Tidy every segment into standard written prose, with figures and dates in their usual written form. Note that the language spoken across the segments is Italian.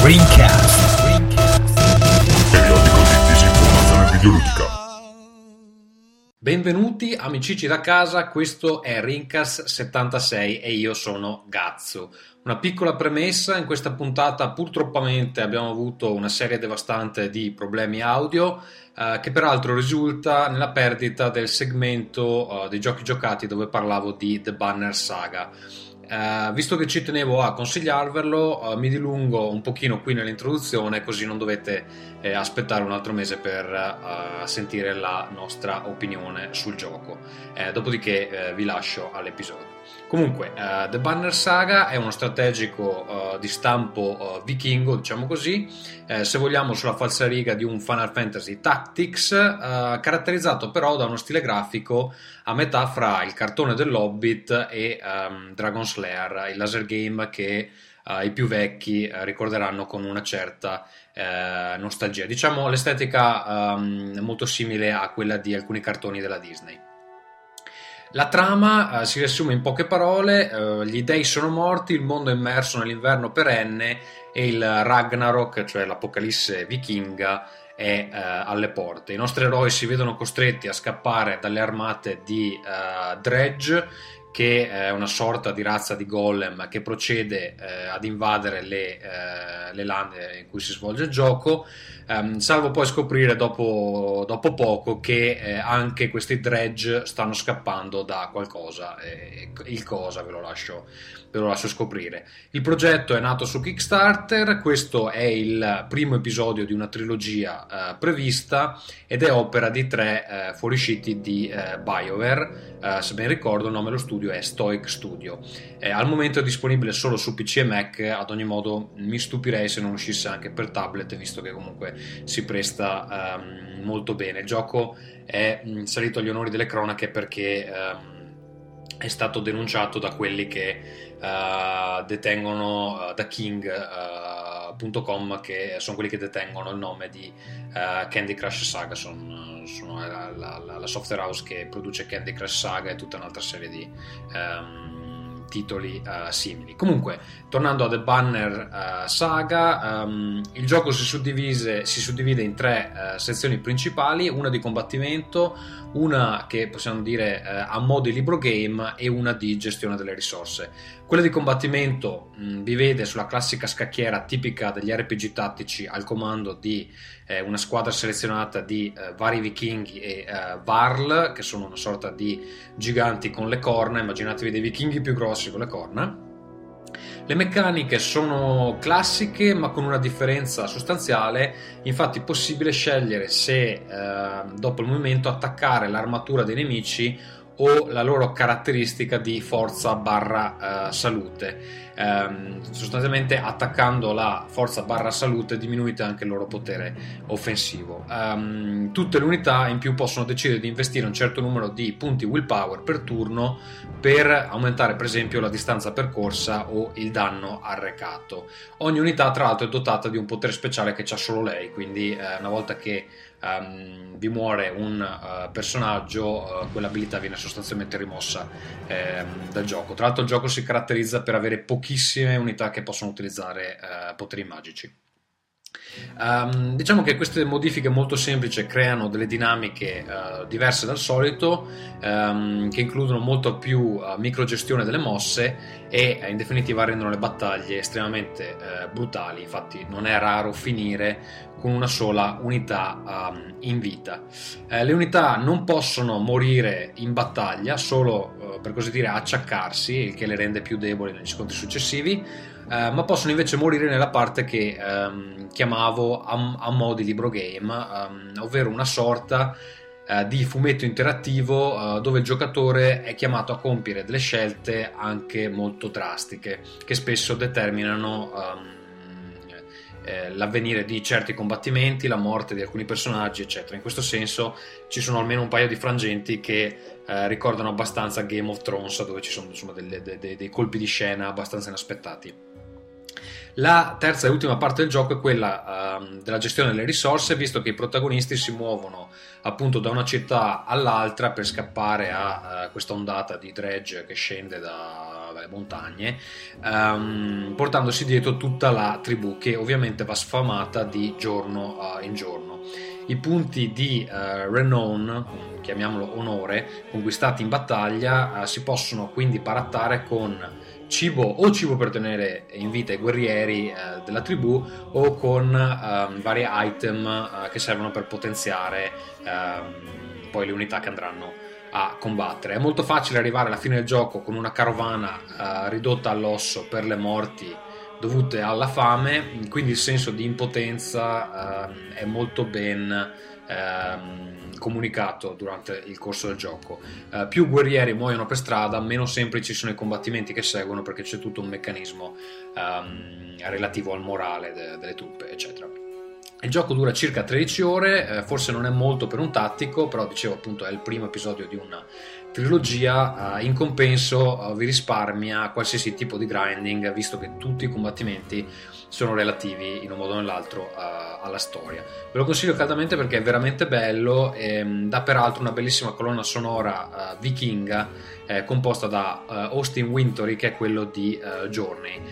Rincast. Periodico di disinformazione videoludica. Benvenuti amici da casa, questo è Rincast 76 e io sono Gazzo. Una piccola premessa: in questa puntata purtroppamente abbiamo avuto una serie devastante di problemi audio che peraltro risulta nella perdita del segmento dei giochi giocati dove parlavo di The Banner Saga. Visto che ci tenevo a consigliarvelo, mi dilungo un pochino qui nell'introduzione, così non dovete aspettare un altro mese per sentire la nostra opinione sul gioco. Dopodiché vi lascio all'episodio. Comunque, The Banner Saga è uno strategico di stampo vichingo, diciamo così, se vogliamo sulla falsariga di un Final Fantasy Tactics, caratterizzato però da uno stile grafico a metà fra il cartone dell'Hobbit e Dragon Slayer, il laser game che i più vecchi ricorderanno con una certa nostalgia. Diciamo l'estetica molto simile a quella di alcuni cartoni della Disney. La trama si riassume in poche parole: gli dei sono morti, il mondo è immerso nell'inverno perenne e il Ragnarok, cioè l'apocalisse vichinga, è alle porte. I nostri eroi si vedono costretti a scappare dalle armate di Dredge, che è una sorta di razza di golem che procede ad invadere le lande in cui si svolge il gioco, salvo poi scoprire dopo poco che anche questi Dredge stanno scappando da qualcosa, il cosa ve lo lascio scoprire. Il progetto è nato su Kickstarter, questo è il primo episodio di una trilogia prevista ed è opera di 3 fuoriusciti di BioWare. Se ben ricordo il nome dello studio è Stoic Studio. Al momento è disponibile solo su PC e Mac, ad ogni modo mi stupirei se non uscisse anche per tablet, visto che comunque si presta molto bene. Il gioco è salito agli onori delle cronache perché è stato denunciato da quelli che detengono da King.com, che sono quelli che detengono il nome di Candy Crush Saga. Sono la software house che produce Candy Crush Saga e tutta un'altra serie di titoli simili. Comunque, tornando a The Banner Saga, il gioco si suddivide in 3 sezioni principali: una di combattimento, una che possiamo dire a mo' di libro game e una di gestione delle risorse. Quella di combattimento vi vede sulla classica scacchiera tipica degli RPG tattici al comando di una squadra selezionata di vari vichinghi e Varl, che sono una sorta di giganti con le corna. Immaginatevi dei vichinghi più grossi con le corna. Le meccaniche sono classiche ma con una differenza sostanziale, infatti è possibile scegliere se dopo il movimento attaccare l'armatura dei nemici o la loro caratteristica di forza/salute. Sostanzialmente attaccando la forza/salute diminuite anche il loro potere offensivo. Tutte le unità in più possono decidere di investire un certo numero di punti willpower per turno per aumentare per esempio la distanza percorsa o il danno arrecato. Ogni unità tra l'altro è dotata di un potere speciale che ha solo lei, quindi una volta che vi muore un personaggio, quell'abilità viene sostanzialmente rimossa dal gioco. Tra l'altro il gioco si caratterizza per avere pochissime unità che possono utilizzare poteri magici. Diciamo che queste modifiche molto semplici creano delle dinamiche diverse dal solito, che includono molto più microgestione delle mosse e in definitiva rendono le battaglie estremamente brutali. Infatti non è raro finire con una sola unità in vita. Le unità non possono morire in battaglia, solo per così dire acciaccarsi, il che le rende più deboli negli scontri successivi, ma possono invece morire nella parte che chiamavo a mo' di libro game, ovvero una sorta di fumetto interattivo dove il giocatore è chiamato a compiere delle scelte anche molto drastiche che spesso determinano l'avvenire di certi combattimenti, la morte di alcuni personaggi, eccetera. In questo senso ci sono almeno un paio di frangenti che ricordano abbastanza Game of Thrones, dove ci sono insomma dei colpi di scena abbastanza inaspettati. La terza e ultima parte del gioco è quella della gestione delle risorse, visto che i protagonisti si muovono appunto da una città all'altra per scappare a questa ondata di dredge che scende dalle montagne, portandosi dietro tutta la tribù, che ovviamente va sfamata di giorno in giorno. I punti di renown, chiamiamolo onore, conquistati in battaglia, si possono quindi barattare con cibo per tenere in vita i guerrieri della tribù, o con vari item che servono per potenziare poi le unità che andranno a combattere. È molto facile arrivare alla fine del gioco con una carovana ridotta all'osso per le morti dovute alla fame, quindi il senso di impotenza è molto ben comunicato durante il corso del gioco. Più guerrieri muoiono per strada, meno semplici sono i combattimenti che seguono, perché c'è tutto un meccanismo relativo al morale delle truppe, eccetera. Il gioco dura circa 13 ore, forse non è molto per un tattico, però dicevo appunto è il primo episodio di una trilogia. In compenso vi risparmia qualsiasi tipo di grinding, visto che tutti i combattimenti sono relativi in un modo o nell'altro alla storia. Ve lo consiglio caldamente perché è veramente bello, e dà peraltro una bellissima colonna sonora vichinga composta da Austin Wintory, che è quello di Journey.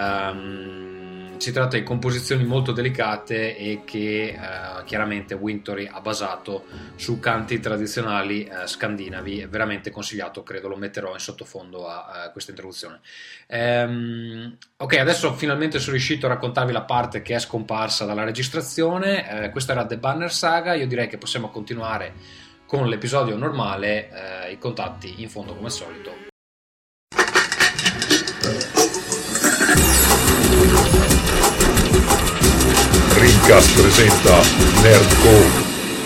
Si tratta di composizioni molto delicate e che chiaramente Wintory ha basato su canti tradizionali scandinavi. È veramente consigliato, credo lo metterò in sottofondo a questa introduzione. Ok, adesso finalmente sono riuscito a raccontarvi la parte che è scomparsa dalla registrazione. Questa era The Banner Saga. Io direi che possiamo continuare con l'episodio normale, i contatti in fondo come al solito. Rincast presenta Nerdcore.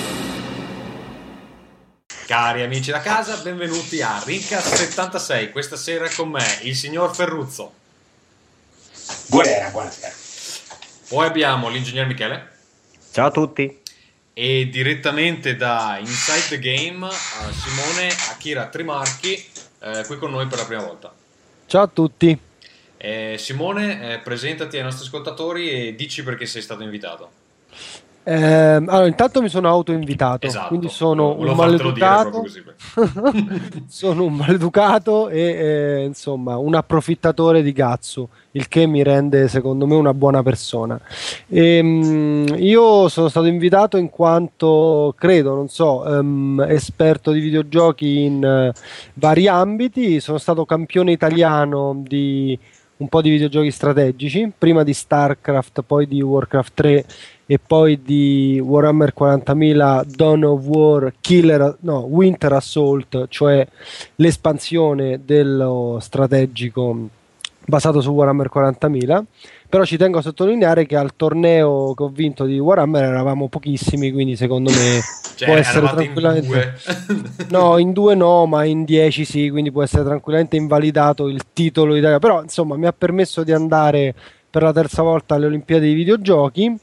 Cari amici da casa, benvenuti a Rincast 76. Questa sera con me il signor Ferruzzo. Buonasera. Poi abbiamo l'ingegner Michele. Ciao a tutti. E direttamente da Inside the Game Simone Akira Trimarchi, qui con noi per la prima volta. Ciao a tutti. Simone, presentati ai nostri ascoltatori e dici perché sei stato invitato. Allora, intanto mi sono autoinvitato, Esatto, quindi sono un maleducato. Sono un maleducato e insomma un approfittatore di Gatsu, il che mi rende secondo me una buona persona. Io sono stato invitato in quanto esperto di videogiochi in vari ambiti. Sono stato campione italiano di un po' di videogiochi strategici, prima di StarCraft, poi di Warcraft 3 e poi di Warhammer 40.000 Dawn of War Winter Assault, cioè l'espansione dello strategico basato su Warhammer 40.000. Però ci tengo a sottolineare che al torneo che ho vinto di Warhammer eravamo pochissimi, quindi secondo me può essere tranquillamente in due no, ma in 10 sì, quindi può essere tranquillamente invalidato il titolo italiano. Però insomma mi ha permesso di andare per la terza volta alle Olimpiadi dei videogiochi.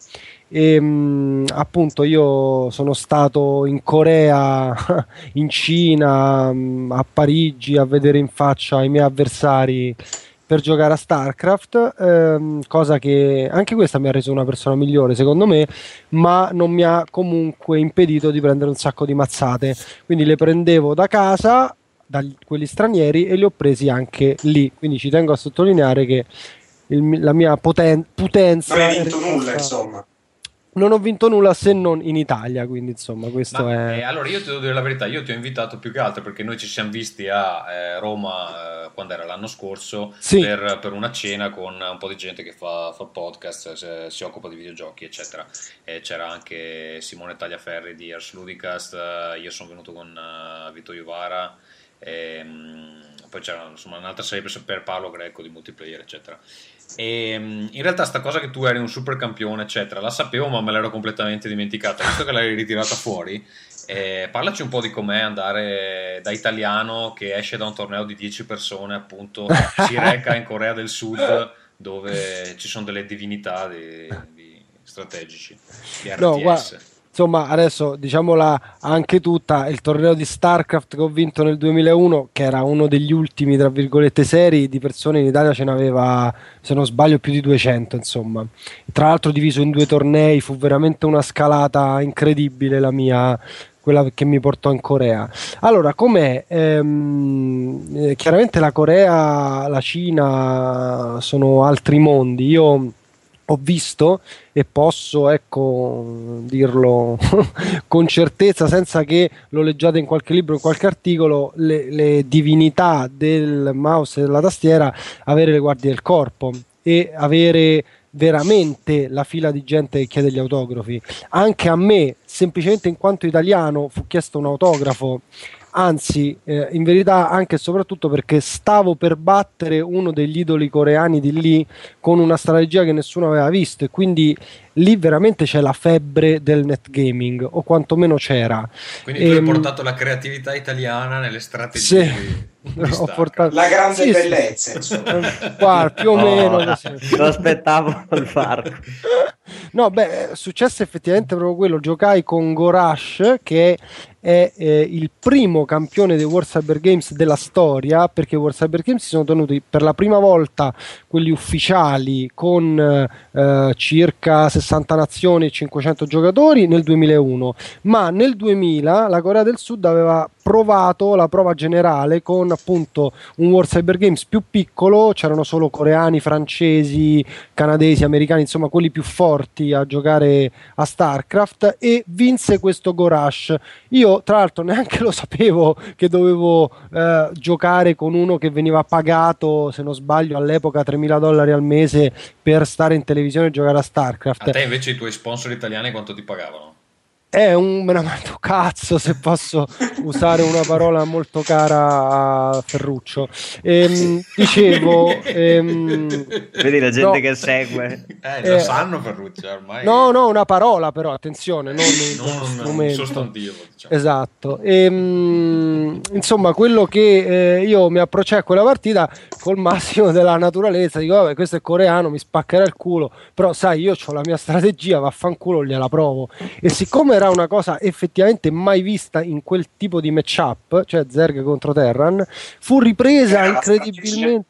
E appunto io sono stato in Corea, in Cina, a Parigi a vedere in faccia i miei avversari per giocare a StarCraft, cosa che anche questa mi ha reso una persona migliore secondo me, ma non mi ha comunque impedito di prendere un sacco di mazzate, quindi le prendevo da casa da quelli stranieri e li ho presi anche lì, quindi ci tengo a sottolineare che la mia potenza non hai vinto nulla, insomma. Non ho vinto nulla se non in Italia, quindi insomma questo è... Allora io ti devo dire la verità, io ti ho invitato più che altro perché noi ci siamo visti a Roma quando era l'anno scorso, sì, per una cena con un po' di gente che fa podcast, si occupa di videogiochi eccetera, e c'era anche Simone Tagliaferri di Ars Ludicast, io sono venuto con Vito Iovara, poi c'era insomma un'altra serie per Paolo Greco di multiplayer eccetera. E in realtà sta cosa che tu eri un super campione eccetera la sapevo, ma me l'ero completamente dimenticata, visto che l'hai ritirata fuori. Parlaci un po' di com'è andare da italiano che esce da un torneo di 10 persone, appunto si reca in Corea del Sud dove ci sono delle divinità di strategici di RTS. No, insomma, adesso diciamola anche tutta, il torneo di StarCraft che ho vinto nel 2001, che era uno degli ultimi, tra virgolette, seri, di persone in Italia ce n'aveva, se non sbaglio, più di 200, insomma. Tra l'altro diviso in 2 tornei, fu veramente una scalata incredibile la mia quella che mi portò in Corea. Allora, com'è? Chiaramente la Corea, la Cina sono altri mondi. Io ho visto e posso, ecco, dirlo con certezza, senza che lo leggiate in qualche libro o in qualche articolo, le divinità del mouse e della tastiera, avere le guardie del corpo e avere veramente la fila di gente che chiede gli autografi. Anche a me, semplicemente in quanto italiano, fu chiesto un autografo. Anzi, in verità anche e soprattutto perché stavo per battere uno degli idoli coreani di lì con una strategia che nessuno aveva visto, e quindi lì veramente c'è la febbre del net gaming, o quantomeno c'era. Quindi tu hai portato la creatività italiana nelle strategie di Starcraft. La grande bellezza, insomma. Guarda, più o meno così. Lo aspettavo col farco. No, beh, è successo effettivamente proprio quello. Giocai con Gorash, che è il primo campione dei World Cyber Games della storia, perché i World Cyber Games si sono tenuti per la prima volta, quelli ufficiali, con circa 60 nazioni e 500 giocatori nel 2001, ma nel 2000 la Corea del Sud aveva provato la prova generale con appunto un World Cyber Games più piccolo. C'erano solo coreani, francesi, canadesi, americani, insomma quelli più forti a giocare a Starcraft, e vinse questo Gorash. Io tra l'altro neanche lo sapevo che dovevo giocare con uno che veniva pagato, se non sbaglio all'epoca, $3.000 al mese per stare in televisione e giocare a Starcraft. A te invece i tuoi sponsor italiani quanto ti pagavano? Me ne mando cazzo, se posso usare una parola molto cara a Ferruccio. Dicevo, vedi la gente che segue, lo sanno Ferruccio ormai. No, una parola, però attenzione, non un sostantivo, diciamo. Esatto. Insomma, quello che io mi approcciai a quella partita col massimo della naturalezza. Dico, vabbè, questo è coreano, mi spaccherà il culo, però sai, io ho la mia strategia, vaffanculo, gliela provo. E siccome era una cosa effettivamente mai vista in quel tipo di matchup, cioè Zerg contro Terran, fu ripresa incredibilmente.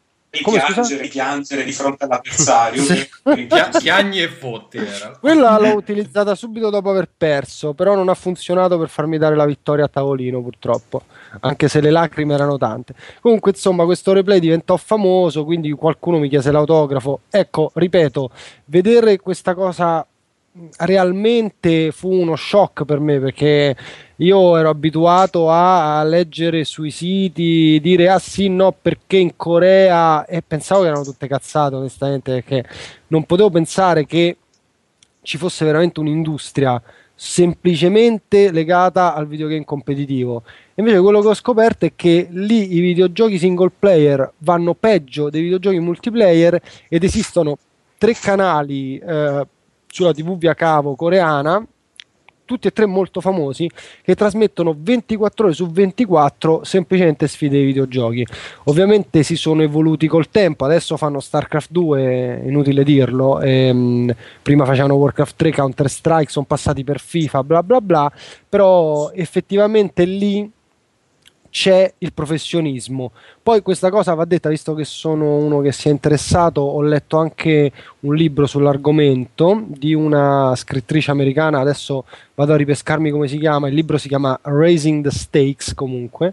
Piangere di fronte all'avversario. Chiagni e fotti era. Quella l'ho utilizzata subito dopo aver perso, però non ha funzionato per farmi dare la vittoria a tavolino, purtroppo, anche se le lacrime erano tante. Comunque, insomma, questo replay diventò famoso, quindi qualcuno mi chiese l'autografo. Ecco, ripeto, vedere questa cosa realmente fu uno shock per me, perché io ero abituato a leggere sui siti, dire ah sì, no, perché in Corea, e pensavo che erano tutte cazzate, onestamente, perché non potevo pensare che ci fosse veramente un'industria semplicemente legata al videogame competitivo. Invece quello che ho scoperto è che lì i videogiochi single player vanno peggio dei videogiochi multiplayer, ed esistono 3 canali sulla TV via cavo coreana, tutti e 3 molto famosi, che trasmettono 24 ore su 24 semplicemente sfide di videogiochi. Ovviamente si sono evoluti col tempo, adesso fanno Starcraft 2, inutile dirlo, prima facevano Warcraft 3, Counter Strike, sono passati per FIFA, bla bla bla, però effettivamente lì c'è il professionismo. Poi questa cosa va detta, visto che sono uno che si è interessato, ho letto anche un libro sull'argomento di una scrittrice americana, adesso vado a ripescarmi come si chiama, il libro si chiama Raising the Stakes comunque,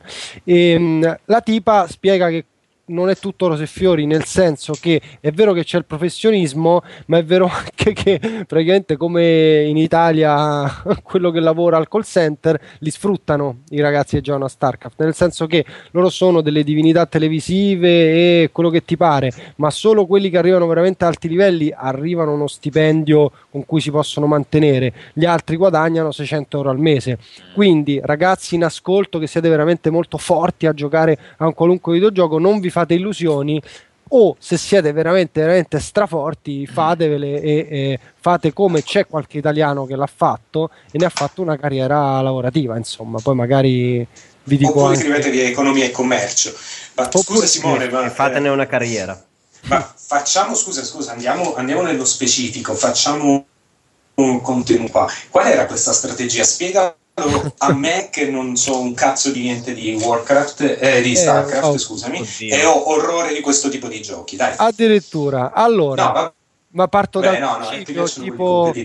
e la tipa spiega che non è tutto rose e fiori, nel senso che è vero che c'è il professionismo, ma è vero anche che praticamente, come in Italia, quello che lavora al call center li sfruttano i ragazzi che giocano a Starcraft, nel senso che loro sono delle divinità televisive e quello che ti pare, ma solo quelli che arrivano veramente a alti livelli arrivano a uno stipendio con cui si possono mantenere, gli altri guadagnano 600 euro al mese. Quindi ragazzi in ascolto, che siete veramente molto forti a giocare a un qualunque videogioco, non vi fate illusioni, o se siete veramente veramente straforti fatevele e fate come c'è qualche italiano che l'ha fatto e ne ha fatto una carriera lavorativa, insomma. Poi magari vi dico oppure anche... iscrivetevi a Economia e Commercio. Ma scusa Simone, e fatene una carriera. Ma facciamo, scusa, andiamo nello specifico, facciamo un contenuto qua. Qual era questa strategia? Spiega a me che non so un cazzo di niente di Warcraft, di Starcraft, scusami, oddio. E ho orrore di questo tipo di giochi, dai. Addirittura, allora, no, ma parto dal principio, tipo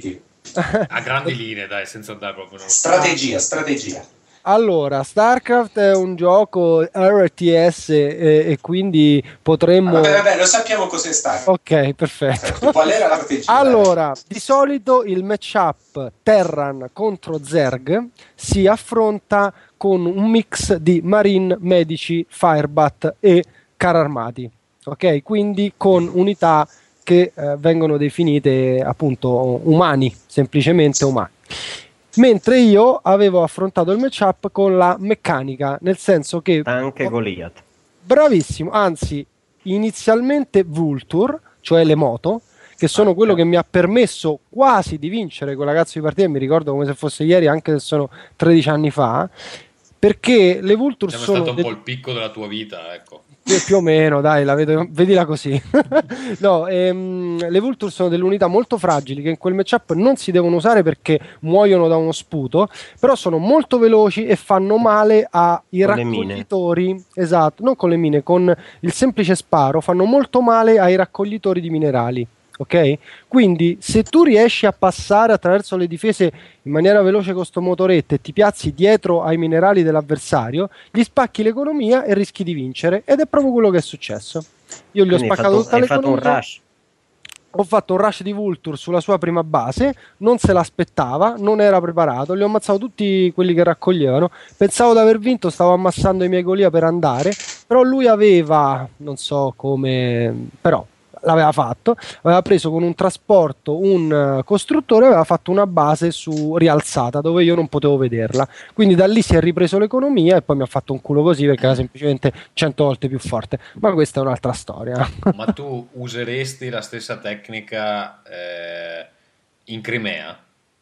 A grandi linee, dai, senza andare proprio nello Strategia. Allora, StarCraft è un gioco RTS e quindi potremmo... Vabbè, lo sappiamo cos'è StarCraft. Ok, perfetto. Qual era la strategia? Allora, di solito il matchup Terran contro Zerg si affronta con un mix di Marine, Medici, Firebat e carri armati. Ok, quindi con unità che vengono definite appunto umani, semplicemente umani. Mentre io avevo affrontato il matchup con la meccanica, nel senso che... Anche Goliath. Bravissimo, anzi, inizialmente Vulture, cioè le moto, che sono quello che mi ha permesso quasi di vincere quella cazzo di partita, mi ricordo come se fosse ieri, anche se sono 13 anni fa, perché le Vulture Siamo sono... stato un po' il picco della tua vita, ecco. Più o meno, dai, vedila così. No, le Vulture sono delle unità molto fragili che in quel matchup non si devono usare perché muoiono da uno sputo, però sono molto veloci e fanno male ai raccoglitori. Esatto, non con le mine, con il semplice sparo fanno molto male ai raccoglitori di minerali. Ok? Quindi se tu riesci a passare attraverso le difese in maniera veloce con sto motoretto e ti piazzi dietro ai minerali dell'avversario, gli spacchi l'economia e rischi di vincere, ed è proprio quello che è successo. Io gli ho spaccato tutta l'economia. Hai fatto un rush. Ho fatto un rush di Vulture sulla sua prima base, non se l'aspettava, non era preparato, li ho ammazzato tutti quelli che raccoglievano, pensavo di aver vinto, stavo ammassando i miei Golia per andare, però lui aveva, non so come, però l'aveva fatto, aveva preso con un trasporto un costruttore, aveva fatto una base rialzata dove io non potevo vederla, quindi da lì si è ripreso l'economia e poi mi ha fatto un culo così perché era semplicemente 100 volte più forte, ma questa è un'altra storia. Ma tu useresti la stessa tecnica in Crimea?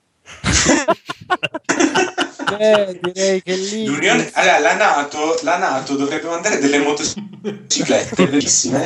Direi che lì allora, la NATO dovrebbe mandare delle motociclette velocissime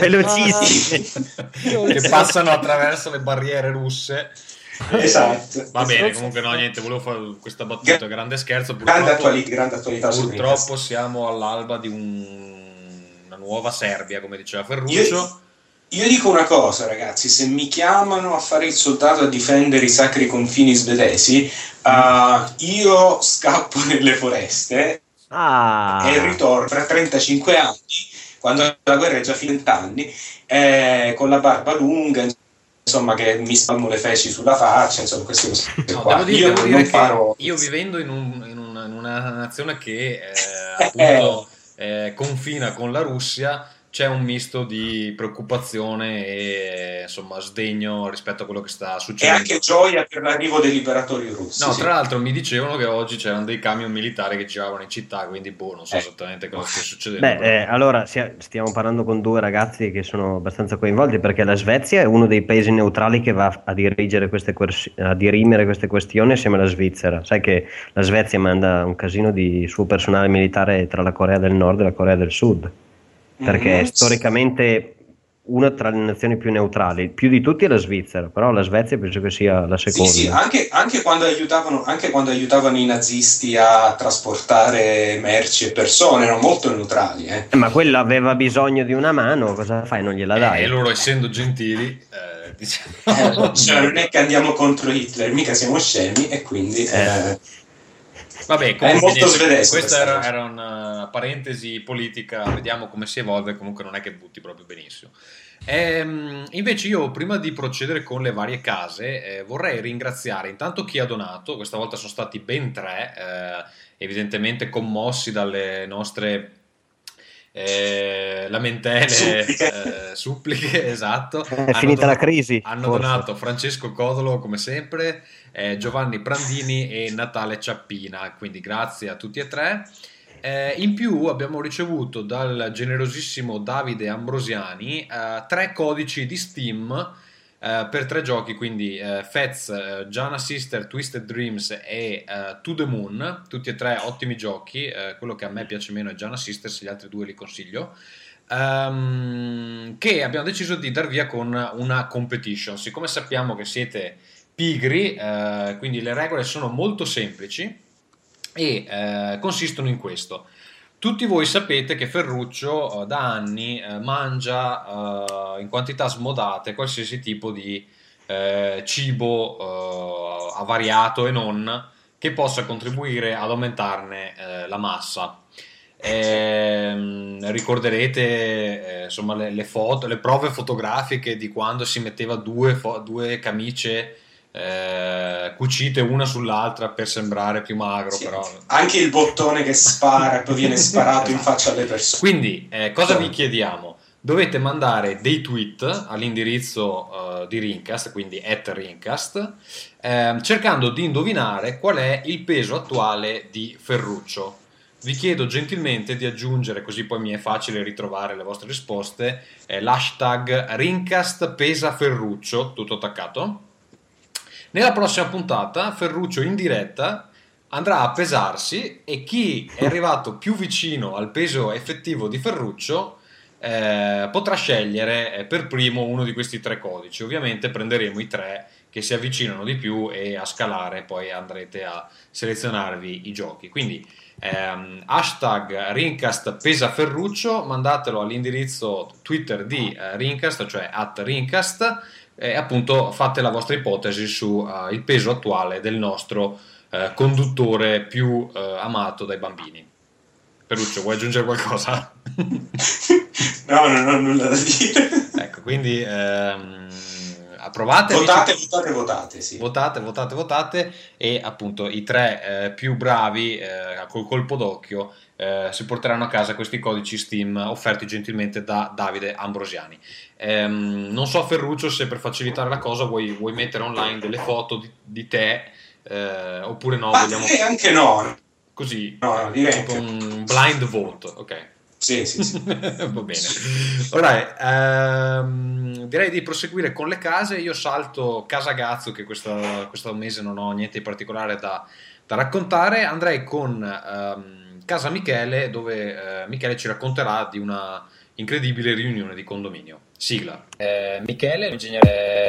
che passano attraverso le barriere russe. Esatto. Va bene, comunque no, niente, volevo fare questa battuta, grande scherzo. Grande attualità. Purtroppo siamo all'alba di una nuova Serbia, come diceva Ferruccio. Io dico una cosa, ragazzi, se mi chiamano a fare il soldato a difendere i sacri confini svedesi, io scappo nelle foreste e ritorno fra 35 anni, quando la guerra è già finita 20 anni, con la barba lunga, insomma, che mi spalmo le feci sulla faccia, insomma, queste cose qua. Devo dire che io vivendo in una nazione che appunto confina con la Russia, c'è un misto di preoccupazione e insomma sdegno rispetto a quello che sta succedendo. E anche gioia per l'arrivo dei liberatori russi. No, tra l'altro mi dicevano che oggi c'erano dei camion militari che giravano in città, quindi non so esattamente cosa stia succedendo. Allora stiamo parlando con due ragazzi che sono abbastanza coinvolti, perché la Svezia è uno dei paesi neutrali che va a dirimere queste questioni assieme alla Svizzera. Sai che la Svezia manda un casino di suo personale militare tra la Corea del Nord e la Corea del Sud, perché è storicamente una tra le nazioni più neutrali, più di tutti è la Svizzera, però la Svezia penso che sia la seconda. Sì, anche quando aiutavano i nazisti a trasportare merci e persone, erano molto neutrali. Ma quello aveva bisogno di una mano, cosa fai? Non gliela dai? E loro, essendo gentili, diciamo... cioè, non è che andiamo contro Hitler, mica siamo scemi, e quindi... Vabbè, è molto svedese. Questa era una parentesi politica, vediamo come si evolve, comunque non è che butti proprio benissimo. Invece io, prima di procedere con le varie case, vorrei ringraziare intanto chi ha donato. Questa volta sono stati ben 3, evidentemente commossi dalle nostre lamentele, suppliche, esatto. È finita la crisi. Hanno donato Francesco Codolo come sempre, Giovanni Prandini e Natale Ciappina, quindi grazie a tutti e 3. In più abbiamo ricevuto dal generosissimo Davide Ambrosiani 3 codici di Steam per 3 giochi, quindi Fez, Giana Sister, Twisted Dreams e To The Moon, tutti e 3 ottimi giochi. Quello che a me piace meno è Giana Sisters, gli altri 2 li consiglio. Che abbiamo deciso di dar via con una competition. Siccome sappiamo che siete pigri, quindi le regole sono molto semplici e consistono in questo. Tutti voi sapete che Ferruccio da anni mangia in quantità smodate qualsiasi tipo di cibo avariato e non, che possa contribuire ad aumentarne la massa. Ricorderete insomma le foto, le prove fotografiche di quando si metteva due camicie cucite una sull'altra per sembrare più magro, sì, però anche il bottone che spara poi viene sparato in faccia alle persone. Quindi cosa vi chiediamo? Dovete mandare dei tweet all'indirizzo di Rincast, quindi @Rincast, cercando di indovinare qual è il peso attuale di Ferruccio. Vi chiedo gentilmente di aggiungere, così poi mi è facile ritrovare le vostre risposte, l'hashtag Rincast pesa Ferruccio, tutto attaccato. Nella prossima puntata Ferruccio in diretta andrà a pesarsi e chi è arrivato più vicino al peso effettivo di Ferruccio potrà scegliere per primo uno di questi 3 codici. Ovviamente prenderemo i 3 che si avvicinano di più e a scalare poi andrete a selezionarvi i giochi. Quindi hashtag Rincast pesa Ferruccio, mandatelo all'indirizzo Twitter di Rincast, cioè @Rincast, e appunto fate la vostra ipotesi su il peso attuale del nostro conduttore più amato dai bambini. Ferruccio, vuoi aggiungere qualcosa? No, non ho nulla da dire. Ecco, quindi approvate, votate, sì. Votate e appunto i 3 più bravi col colpo d'occhio si porteranno a casa questi codici Steam offerti gentilmente da Davide Ambrosiani. Non so, Ferruccio, se per facilitare la cosa vuoi mettere online delle foto di te oppure no? Vogliamo... anche no. Così, no, direi tipo un blind vote, ok. Sì. Va bene. Ora, direi di proseguire con le case. Io salto Casa Gazzo, che questo mese non ho niente di particolare da raccontare. Andrei con Casa Michele, dove Michele ci racconterà di una incredibile riunione di condominio. Sigla. Michele, ingegnere.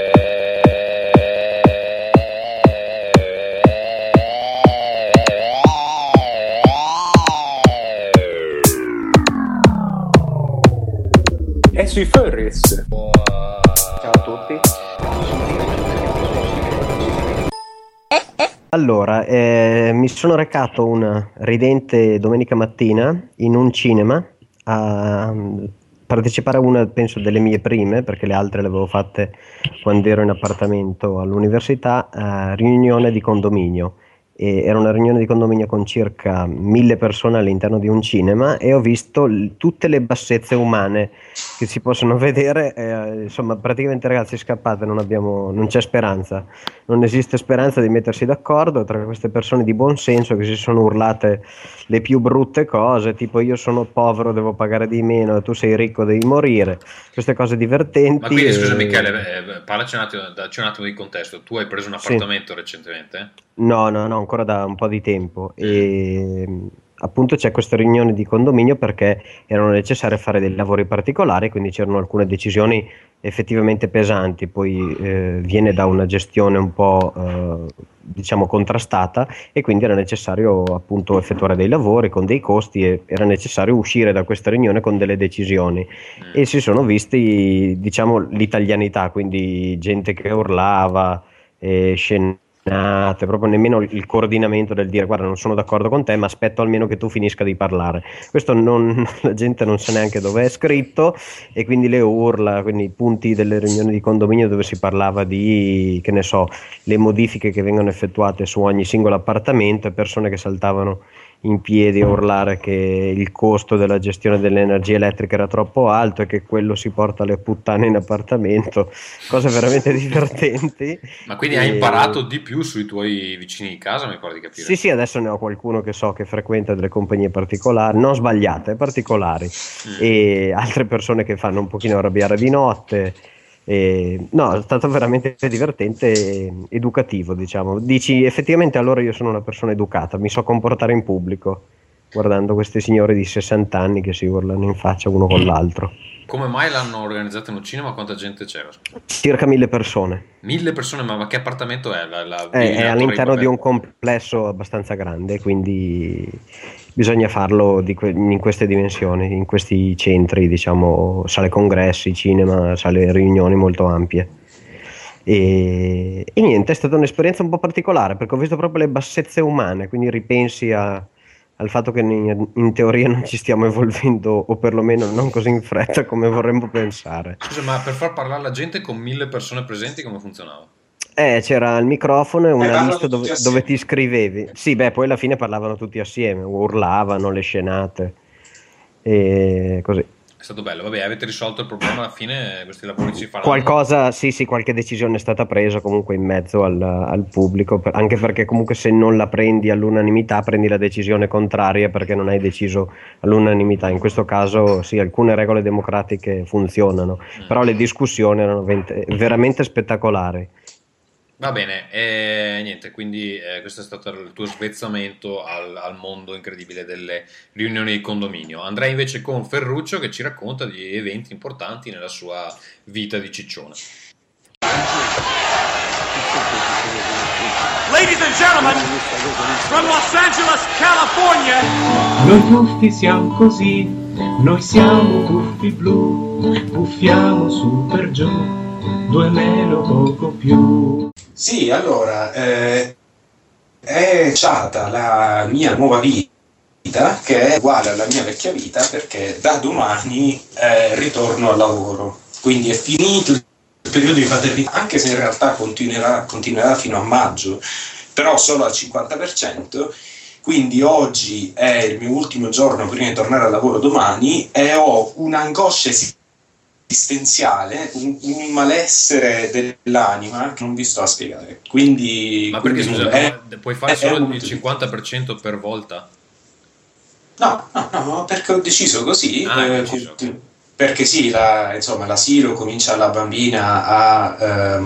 E sui Furries. Ciao a tutti. Allora, mi sono recato una ridente domenica mattina in un cinema a partecipare a una, penso, delle mie prime, perché le altre le avevo fatte quando ero in appartamento all'università, riunione di condominio. E era una riunione di condominio con circa 1000 persone all'interno di un cinema e ho visto tutte le bassezze umane che si possono vedere, insomma praticamente, ragazzi, scappate, non c'è speranza, non esiste speranza di mettersi d'accordo tra queste persone di buon senso che si sono urlate le più brutte cose, tipo io sono povero, devo pagare di meno, tu sei ricco, devi morire, queste cose divertenti. Ma quindi scusa Michele, parlaci un attimo di contesto. Tu hai preso un appartamento recentemente? No, ancora da un po' di tempo e appunto c'è questa riunione di condominio perché erano necessari fare dei lavori particolari, quindi c'erano alcune decisioni effettivamente pesanti, poi viene da una gestione un po' diciamo contrastata e quindi era necessario appunto effettuare dei lavori con dei costi e era necessario uscire da questa riunione con delle decisioni e si sono visti, diciamo, l'italianità, quindi gente che urlava e proprio nemmeno il coordinamento del dire guarda non sono d'accordo con te ma aspetto almeno che tu finisca di parlare, questo la gente non sa neanche dove è scritto e quindi le urla, quindi i punti delle riunioni di condominio dove si parlava di, che ne so, le modifiche che vengono effettuate su ogni singolo appartamento e persone che saltavano in piedi a urlare che il costo della gestione dell'energia elettrica era troppo alto e che quello si porta le puttane in appartamento, cose veramente divertenti. Ma quindi hai imparato di più sui tuoi vicini di casa, mi pare di capire? Sì, adesso ne ho qualcuno che so che frequenta delle compagnie particolari, non sbagliate, particolari, e altre persone che fanno un pochino arrabbiare di notte. No, è stato veramente divertente e educativo, diciamo. Dici, effettivamente allora io sono una persona educata, mi so comportare in pubblico guardando questi signori di 60 anni che si urlano in faccia uno con l'altro. Come mai l'hanno organizzato in un cinema? Quanta gente c'era? Circa 1000 persone. 1000 persone, ma che appartamento è? È all'interno di un complesso abbastanza grande, quindi bisogna farlo in queste dimensioni, in questi centri, diciamo, sale congressi, cinema, sale riunioni molto ampie. E niente, è stata un'esperienza un po' particolare perché ho visto proprio le bassezze umane, quindi ripensi al fatto che in teoria non ci stiamo evolvendo, o perlomeno non così in fretta come vorremmo pensare. Scusa, ma per far parlare la gente con 1000 persone presenti come funzionava? C'era il microfono e una parlano lista tutti dove assieme. ti iscrivevi. Sì, beh, poi alla fine parlavano tutti assieme, urlavano le scenate e così. È stato bello, vabbè, avete risolto il problema, alla fine questi lavori si faranno. Qualcosa, sì, qualche decisione è stata presa comunque in mezzo al pubblico, anche perché comunque se non la prendi all'unanimità prendi la decisione contraria perché non hai deciso all'unanimità. In questo caso sì, alcune regole democratiche funzionano, però le discussioni erano veramente spettacolari. Va bene, niente, quindi questo è stato il tuo svezzamento al mondo incredibile delle riunioni di condominio. Andrei invece con Ferruccio che ci racconta di eventi importanti nella sua vita di ciccione. Ladies and gentlemen, from Los Angeles, California. Noi tuffi siamo così, noi siamo tuffi blu, puffiamo su per giù, 2 meno poco più. Sì, allora, è iniziata la mia nuova vita, che è uguale alla mia vecchia vita, perché da domani ritorno al lavoro. Quindi è finito il periodo di paternità, anche se in realtà continuerà fino a maggio, però solo al 50%. Quindi oggi è il mio ultimo giorno prima di tornare al lavoro domani e ho un'angoscia esistenziale, un malessere dell'anima che non vi sto a spiegare. Quindi, ma perché quindi scusa, puoi fare solo il 50% per volta? No, perché ho deciso così. Hai deciso. Perché sì, la Siro comincia la bambina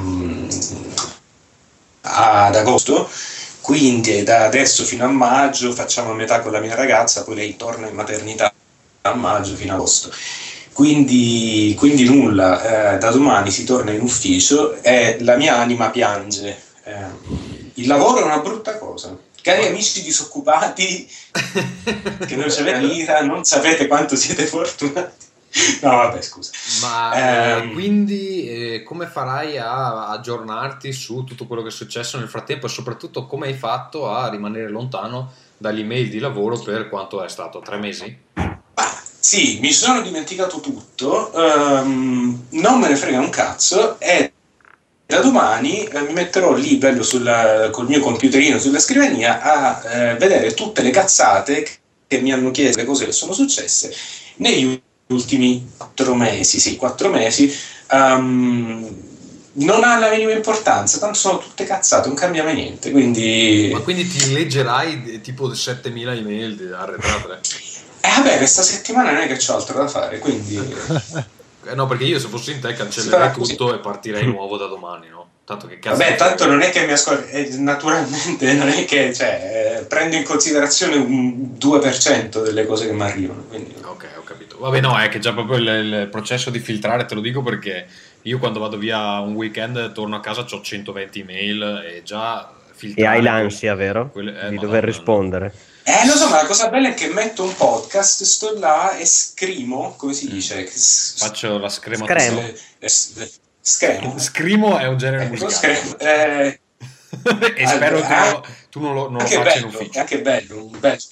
ad agosto, quindi da adesso fino a maggio facciamo a metà con la mia ragazza, poi lei torna in maternità a maggio fino a agosto. Quindi nulla, da domani si torna in ufficio e la mia anima piange. Il lavoro è una brutta cosa. Cari amici disoccupati che non avete lira, non sapete quanto siete fortunati. No, vabbè, scusa. Ma quindi come farai a aggiornarti su tutto quello che è successo nel frattempo e soprattutto come hai fatto a rimanere lontano dagli email di lavoro per quanto è stato? 3 mesi? Sì, mi sono dimenticato tutto, non me ne frega un cazzo e da domani mi metterò lì bello col mio computerino sulla scrivania a vedere tutte le cazzate che mi hanno chiesto, le cose che sono successe negli ultimi 4 mesi. Sì, 4 mesi. Non ha la minima importanza, tanto sono tutte cazzate, non cambia mai niente. Quindi... Ma quindi ti leggerai tipo 7000 email arretrate? Vabbè, questa settimana non è che c'ho altro da fare, quindi... No, perché io se fossi in te cancellerei tutto e partirei nuovo da domani, no? Tanto che cazzo. Vabbè, tanto non è che mi ascolti, naturalmente non è che, prendo in considerazione un 2% delle cose che mi arrivano, quindi... Ok, ho capito. Vabbè, no, è che già proprio il processo di filtrare, te lo dico perché io quando vado via un weekend torno a casa, c'ho 120 email e già filtrare... E hai l'ansia, vero? Di dover rispondere. Lo so, ma la cosa bella è che metto un podcast, sto là e scrimo, come si dice? Faccio la scrematura. Scrimo è un genere musicale. E spero che tu non lo faccia in ufficio. È anche bello.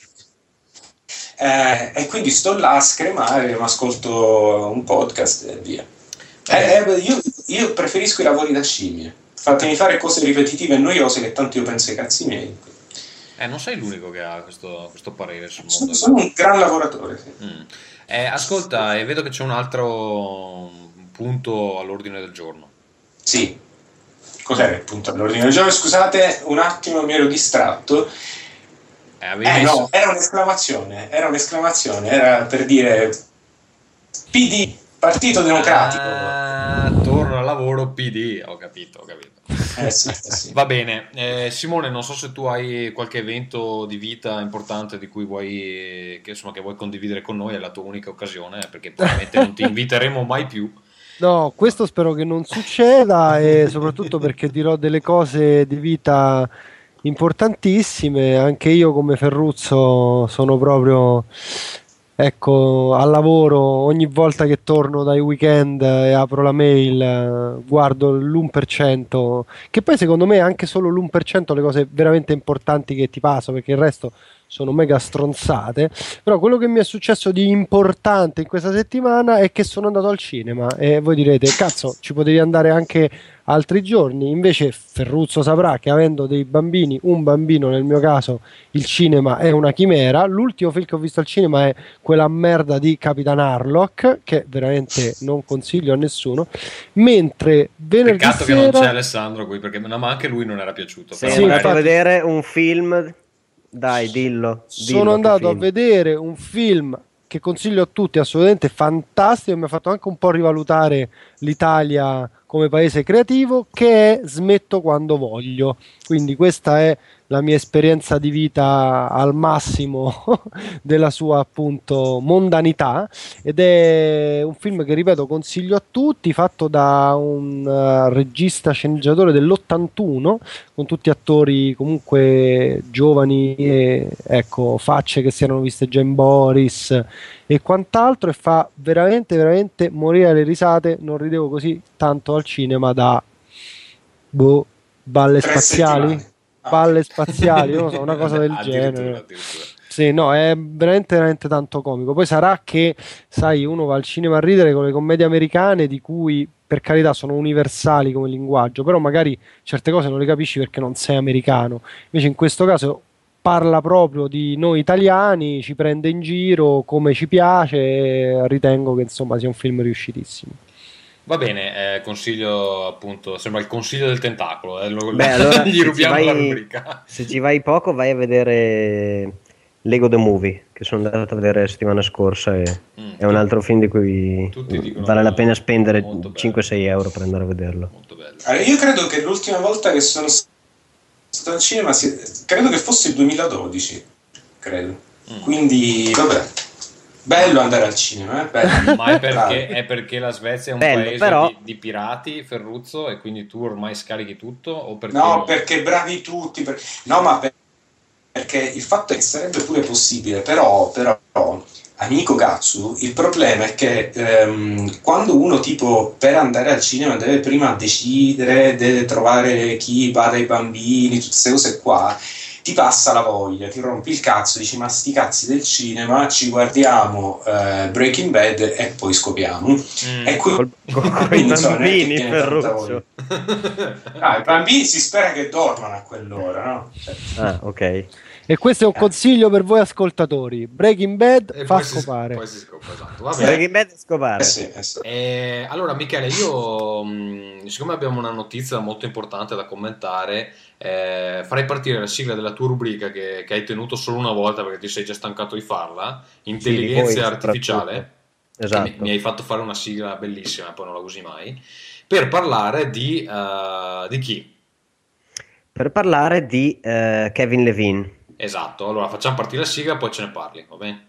E quindi sto là a scremare, mi ascolto un podcast e via. Io preferisco i lavori da scimmie. Fatemi fare cose ripetitive e noiose che tanto io penso ai cazzi miei. Non sei l'unico che ha questo parere sul mondo. Sono un gran lavoratore. Sì. Ascolta, e vedo che c'è un altro punto all'ordine del giorno. Sì. Cos'era il punto all'ordine del giorno? Scusate, un attimo, mi ero distratto. No, era un'esclamazione. Era per dire PD, Partito Democratico. Torno al lavoro PD, ho capito. Sì. Va bene, Simone, non so se tu hai qualche evento di vita importante di cui vuoi condividere con noi, è la tua unica occasione, perché probabilmente non ti inviteremo mai più. No, questo spero che non succeda e soprattutto perché dirò delle cose di vita importantissime. Anche io come Ferruzzo sono proprio ecco, al lavoro ogni volta che torno dai weekend e apro la mail, guardo l'1%, che poi secondo me è anche solo l'1% le cose veramente importanti che ti passo, perché il resto sono mega stronzate. Però quello che mi è successo di importante in questa settimana è che sono andato al cinema, e voi direte, cazzo, ci potevi andare anche altri giorni. Invece Ferruzzo saprà che, avendo dei bambini, un bambino nel mio caso, il cinema è una chimera. L'ultimo film che ho visto al cinema è quella merda di Capitan Harlock, che veramente non consiglio a nessuno. Mentre venerdì Peccato che sera... non c'è Alessandro qui, perché no, ma anche lui non era piaciuto. Sì, però sì, è andato a infatti- vedere un film. Dai, dillo. Sono che andato a film. vedere un film che consiglio a tutti, assolutamente fantastico, e mi ha fatto anche un po' rivalutare l'Italia come paese creativo, che è Smetto quando voglio. Quindi questa è la mia esperienza di vita al massimo della sua, appunto, mondanità, ed è un film che, ripeto, consiglio a tutti, fatto da un regista sceneggiatore dell'81, con tutti attori comunque giovani e, ecco, facce che si erano viste già in Boris e quant'altro, e fa veramente veramente morire le risate. Non ridevo così tanto al cinema da balle 3 spaziali, settimane. balle spaziali, non lo so, una cosa del genere. Addirittura. Sì, no, è veramente veramente tanto comico. Poi sarà che, sai, uno va al cinema a ridere con le commedie americane, di cui per carità sono universali come linguaggio, però magari certe cose non le capisci perché non sei americano. Invece in questo caso parla proprio di noi italiani, ci prende in giro come ci piace, e ritengo che insomma sia un film riuscitissimo. Va bene, consiglio, appunto, sembra il consiglio del tentacolo. Beh, allora, gli se ci rubiamo la vai- rubrica. Se ci vai poco, vai a vedere Lego The Movie, che sono andato a vedere la settimana scorsa, e è un altro film di cui Tutti dicono vale la pena spendere molto bello. 5-6 euro per andare a vederlo. Molto bello. Allora, io credo che l'ultima volta che sono stato al cinema, credo che fosse il 2012, credo. Quindi, vabbè, bello andare al cinema, bello. Ma è perché la Svezia è un Bello, paese però- di pirati, Ferruzzo, e quindi tu ormai scarichi tutto? O perché No, perché bravi tutti. No, ma perché il fatto è che sarebbe pure possibile, però, amico Gatsu, il problema è che quando uno, tipo, per andare al cinema deve prima decidere, deve trovare chi bada ai bambini, tutte queste cose qua, ti passa la voglia, ti rompi il cazzo, dici ma sti cazzi del cinema, ci guardiamo Breaking Bad e poi scopiamo. E Con i insomma, non è che bambini, viene tanta Ferruccio. voglia. I bambini si spera che dormano a quell'ora, no? Cioè, Ah, ok. E questo è un consiglio per voi ascoltatori: Breaking Bad E fa poi scopare. poi si scopre, esatto. Va bene. Breaking Bad e scopare. sì. Allora, Michele, io, siccome abbiamo una notizia molto importante da commentare, farei partire la sigla della tua rubrica che hai tenuto solo una volta perché ti sei già stancato di farla, Intelligenza Sì, di voi Artificiale. soprattutto. Esatto. Che mi hai fatto fare una sigla bellissima, poi non la usi mai, per parlare di chi? Per parlare di Kevin Levine. Esatto, allora facciamo partire la sigla, poi ce ne parli, va bene?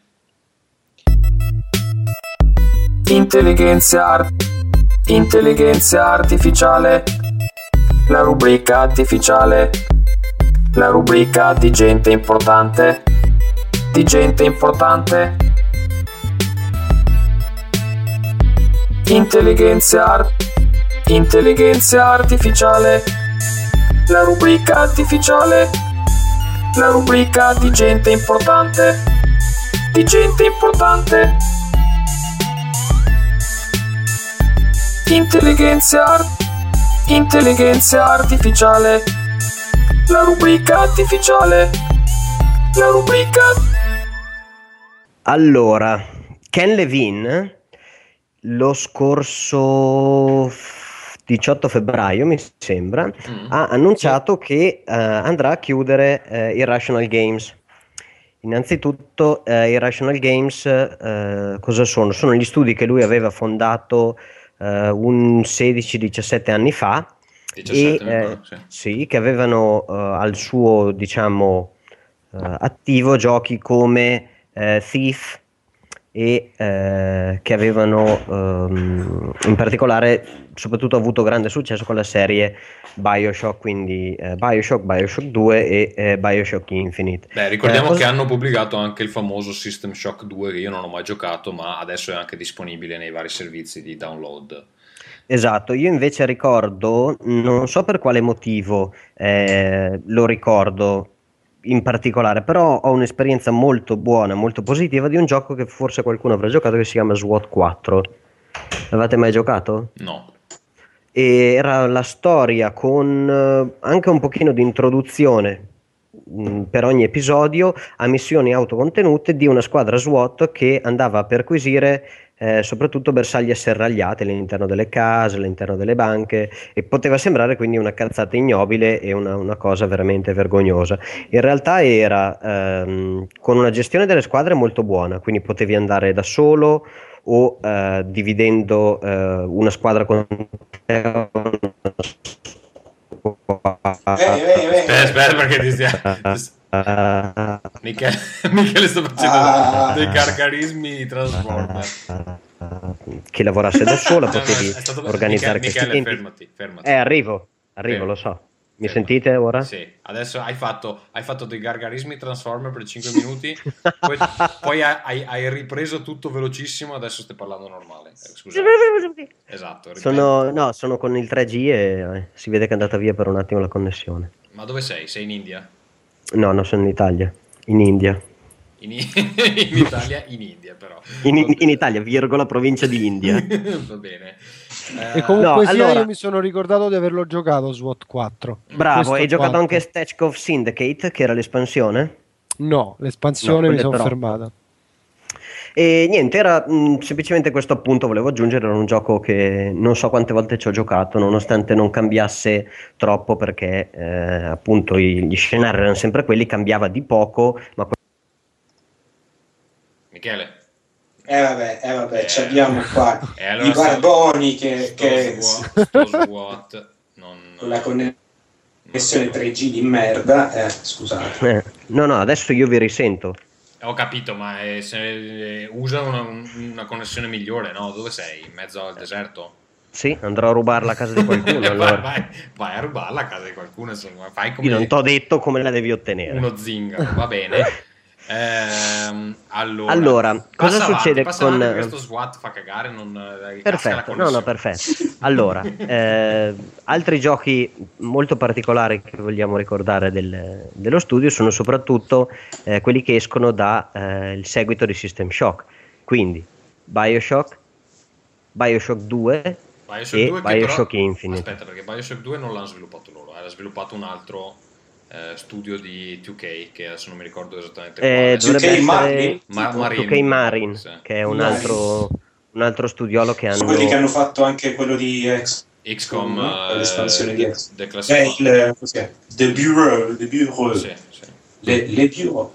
Intelligenza artificiale, la rubrica artificiale, la rubrica di gente importante, intelligenza artificiale, la rubrica artificiale, la rubrica di gente importante, intelligenza artificiale, la rubrica artificiale, la rubrica. Allora, Ken Levine lo scorso 18 febbraio, mi sembra, ha annunciato che andrà a chiudere Irrational Games. Innanzitutto, Irrational Games cosa sono? Sono gli studi che lui aveva fondato un 16-17 anni fa, 17, mi e ricordo, sì. sì, che avevano al suo, diciamo, attivo giochi come Thief e che avevano in particolare soprattutto avuto grande successo con la serie BioShock, quindi BioShock 2 e BioShock Infinite. Beh, ricordiamo che hanno pubblicato anche il famoso System Shock 2 che io non ho mai giocato, ma adesso è anche disponibile nei vari servizi di download. Esatto, io invece ricordo, non so per quale motivo lo ricordo in particolare, però ho un'esperienza molto buona, molto positiva di un gioco che forse qualcuno avrà giocato, che si chiama SWAT 4. L'avete mai giocato? No. E era la storia con anche un pochino di introduzione per ogni episodio a missioni autocontenute di una squadra SWAT che andava a perquisire soprattutto bersagli asserragliati all'interno delle case, all'interno delle banche, e poteva sembrare quindi una cazzata ignobile e una cosa veramente vergognosa. In realtà era con una gestione delle squadre molto buona, quindi potevi andare da solo o dividendo una squadra con te. Aspetta perché ti stia... Michele sta facendo dei gargarismi Transformer. Chi lavorasse da sola potevi organizzare questi Michele, tempi. fermati. Arrivo, lo so. Mi sentite ora? Sì, adesso hai fatto dei gargarismi Transformer per 5 minuti, poi hai ripreso tutto velocissimo, adesso stai parlando normale. Scusa. Esatto. Sono con il 3G e si vede che è andata via per un attimo la connessione. Ma dove sei? Sei in India? No, sono in Italia. In India. In Italia, in India però. In Italia, virgola, provincia di India. Va bene. E comunque io mi sono ricordato di averlo giocato SWAT 4. Bravo, hai giocato anche Stackov Syndicate, che era l'espansione? No, l'espansione mi sono fermata. E niente, era semplicemente questo appunto, volevo aggiungere, era un gioco che non so quante volte ci ho giocato, nonostante non cambiasse troppo, perché appunto gli scenari erano sempre quelli, cambiava di poco, ma... Michele? Vabbè, ci abbiamo qua allora i barboni che SWAT con la connessione 3G di merda, scusate. No, adesso io vi risento. Ho capito, ma se usa una connessione migliore, no? Dove sei? In mezzo al deserto? Sì, andrò a rubare la casa di qualcuno. Allora. vai a rubare la casa di qualcuno, insomma. Fai come... Io non t'ho detto come la devi ottenere. Uno zingaro, va bene. Allora, cosa succede con questo SWAT? Fa cagare, perfetto, perfetto. Allora, altri giochi molto particolari che vogliamo ricordare dello studio sono soprattutto quelli che escono da il seguito di System Shock, quindi BioShock 2 e BioShock Infinite. Aspetta, perché BioShock 2 non l'hanno sviluppato loro, l'ha sviluppato un altro studio di 2K, che adesso non mi ricordo esattamente quale. 2K Marine, sì. Che è un altro studiolo che hanno... quelli che hanno fatto anche quello di XCOM, l'espansione di XCOM, The Bureau. Sì. Le Bureau.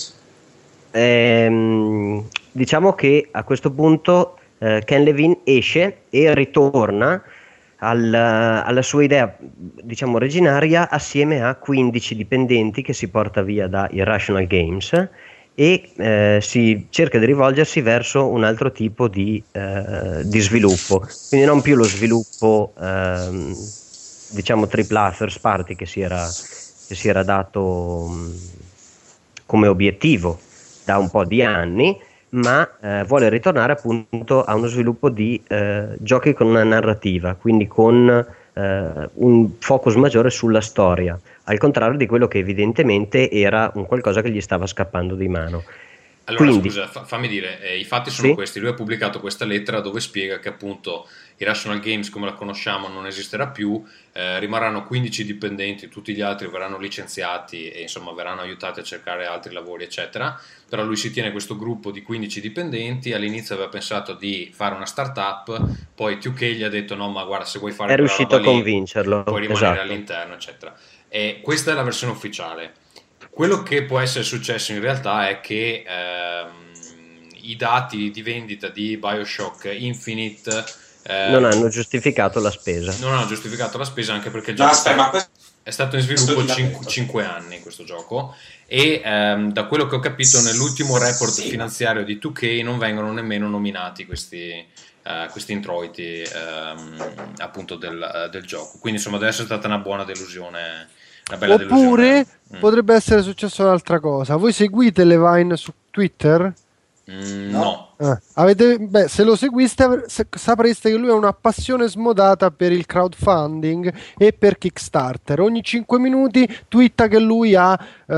Diciamo che a questo punto Ken Levine esce e ritorna alla sua idea, diciamo, originaria, assieme a 15 dipendenti che si porta via da Irrational Games, e si cerca di rivolgersi verso un altro tipo di sviluppo, quindi non più lo sviluppo diciamo AAA first party che si era dato come obiettivo da un po' di anni, ma vuole ritornare appunto a uno sviluppo di giochi con una narrativa, quindi con un focus maggiore sulla storia, al contrario di quello che evidentemente era un qualcosa che gli stava scappando di mano. Allora, quindi, scusa, fammi dire, i fatti sono questi. Lui ha pubblicato questa lettera dove spiega che appunto Irrational Games come la conosciamo non esisterà più, rimarranno 15 dipendenti, tutti gli altri verranno licenziati e insomma verranno aiutati a cercare altri lavori eccetera, però lui si tiene questo gruppo di 15 dipendenti. All'inizio aveva pensato di fare una startup, poi 2K gli ha detto no, ma guarda, se vuoi fare è riuscito a convincerlo, puoi rimanere all'interno eccetera, e questa è la versione ufficiale. Quello che può essere successo in realtà è che i dati di vendita di BioShock Infinite non hanno giustificato la spesa. Non hanno giustificato la spesa, anche perché già... No, aspetta, ma È stato in sviluppo 5 anni questo gioco e da quello che ho capito nell'ultimo report finanziario di 2K non vengono nemmeno nominati questi introiti appunto del gioco, quindi insomma deve essere stata una buona delusione, una bella oppure delusione. potrebbe essere successa un'altra cosa. Voi seguite Levine su Twitter? No. Se lo seguiste sapreste che lui ha una passione smodata per il crowdfunding e per Kickstarter. Ogni 5 minuti twitta che lui ha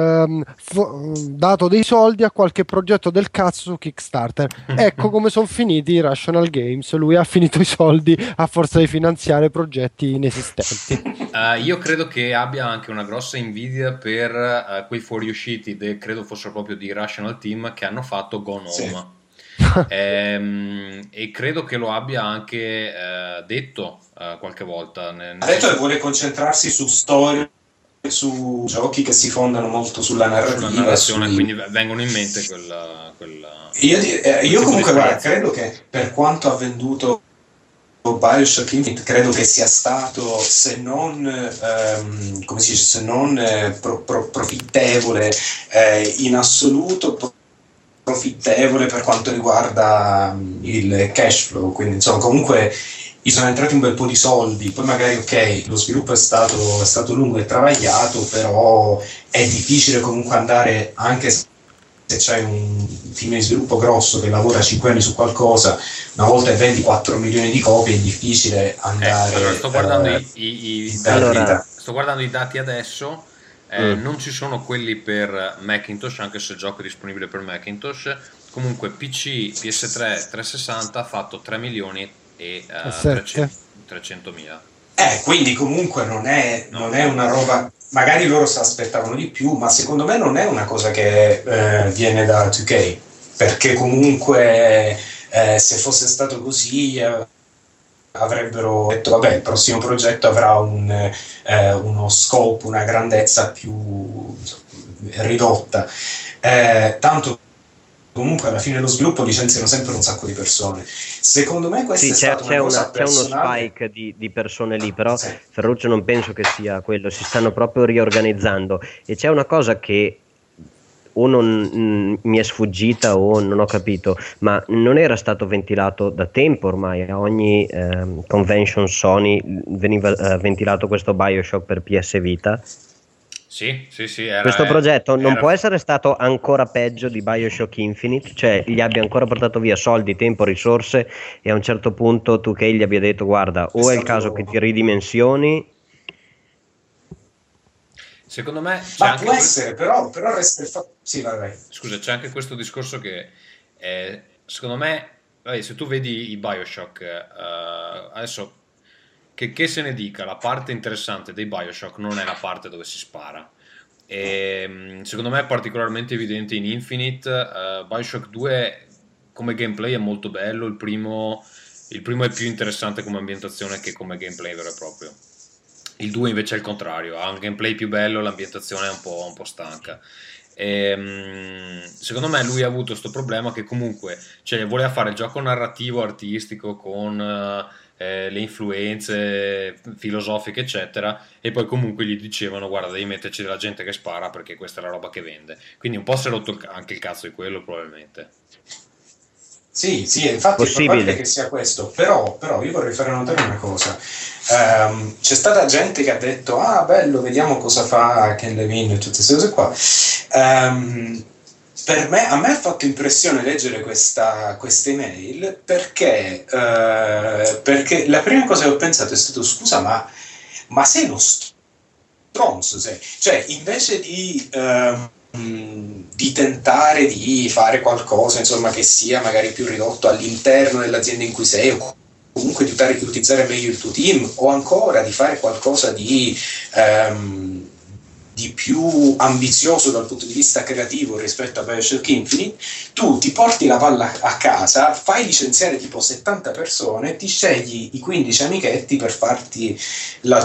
dato dei soldi a qualche progetto del cazzo su Kickstarter. Ecco come sono finiti i Rational Games. Lui ha finito i soldi a forza di finanziare progetti inesistenti. Io credo che abbia anche una grossa invidia per quei fuoriusciti credo fossero proprio di Rational Team, che hanno fatto Gone Home. E credo che lo abbia anche detto qualche volta. Ha detto che vuole concentrarsi su storie, su giochi che si fondano molto sulla narrazione, quindi vengono in mente io comunque guarda, credo che per quanto ha venduto BioShock Infinite, credo che sia stato, se non come si dice, se non profittevole in assoluto, profittevole per quanto riguarda il cash flow. Quindi insomma comunque gli sono entrati un bel po' di soldi. Poi magari ok, lo sviluppo è stato lungo e travagliato, però è difficile comunque andare, anche se c'hai un team di sviluppo grosso che lavora 5 anni su qualcosa, una volta che vendi 4 milioni di copie è difficile andare. Allora, sto guardando i dati adesso. Non ci sono quelli per Macintosh, anche se il gioco è disponibile per Macintosh. Comunque PC, PS3, 360 ha fatto 3 milioni e 300 mila. Quindi comunque non è una roba, magari loro si aspettavano di più, ma secondo me non è una cosa che viene da 2K, perché comunque se fosse stato così avrebbero detto vabbè, il prossimo progetto avrà uno scope, una grandezza più ridotta, tanto comunque alla fine dello sviluppo licenziano sempre un sacco di persone. Secondo me questa è stata una cosa personale. C'è uno spike di persone lì, però sì. Ferruccio non penso che sia quello, si stanno proprio riorganizzando, e c'è una cosa che o non mi è sfuggita o non ho capito, ma non era stato ventilato da tempo ormai, a ogni convention Sony veniva ventilato questo BioShock per PS Vita? Sì, questo progetto non può essere stato ancora peggio di BioShock Infinite, cioè gli abbia ancora portato via soldi, tempo, risorse, e a un certo punto tu che gli abbia detto guarda, o è il caso che ti ridimensioni. Secondo me ma può essere, però resta il fatto. Sì, vai. Scusa, c'è anche questo discorso che secondo me, se tu vedi i BioShock adesso, che se ne dica, la parte interessante dei BioShock non è la parte dove si spara, e secondo me è particolarmente evidente in Infinite. BioShock 2 come gameplay è molto bello, il primo è più interessante come ambientazione che come gameplay vero e proprio. Il 2 invece è il contrario, ha un gameplay più bello, l'ambientazione è un po' stanca. Secondo me lui ha avuto questo problema che comunque, cioè, voleva fare il gioco narrativo, artistico, con le influenze filosofiche eccetera, e poi comunque gli dicevano guarda, devi metterci della gente che spara perché questa è la roba che vende, quindi un po' si è rotto anche il cazzo di quello probabilmente. Sì, infatti è probabile che sia questo, però io vorrei fare notare una cosa. C'è stata gente che ha detto bello, vediamo cosa fa Ken Levine e tutte queste cose qua. A me ha fatto impressione leggere questa email perché la prima cosa che ho pensato è stato scusa, ma sei uno stronzo, cioè invece di tentare di fare qualcosa insomma che sia magari più ridotto all'interno dell'azienda in cui sei, o comunque di utilizzare meglio il tuo team, o ancora di fare qualcosa di più ambizioso dal punto di vista creativo rispetto a BioShock Infinite, tu ti porti la palla a casa, fai licenziare tipo 70 persone, ti scegli i 15 amichetti per farti il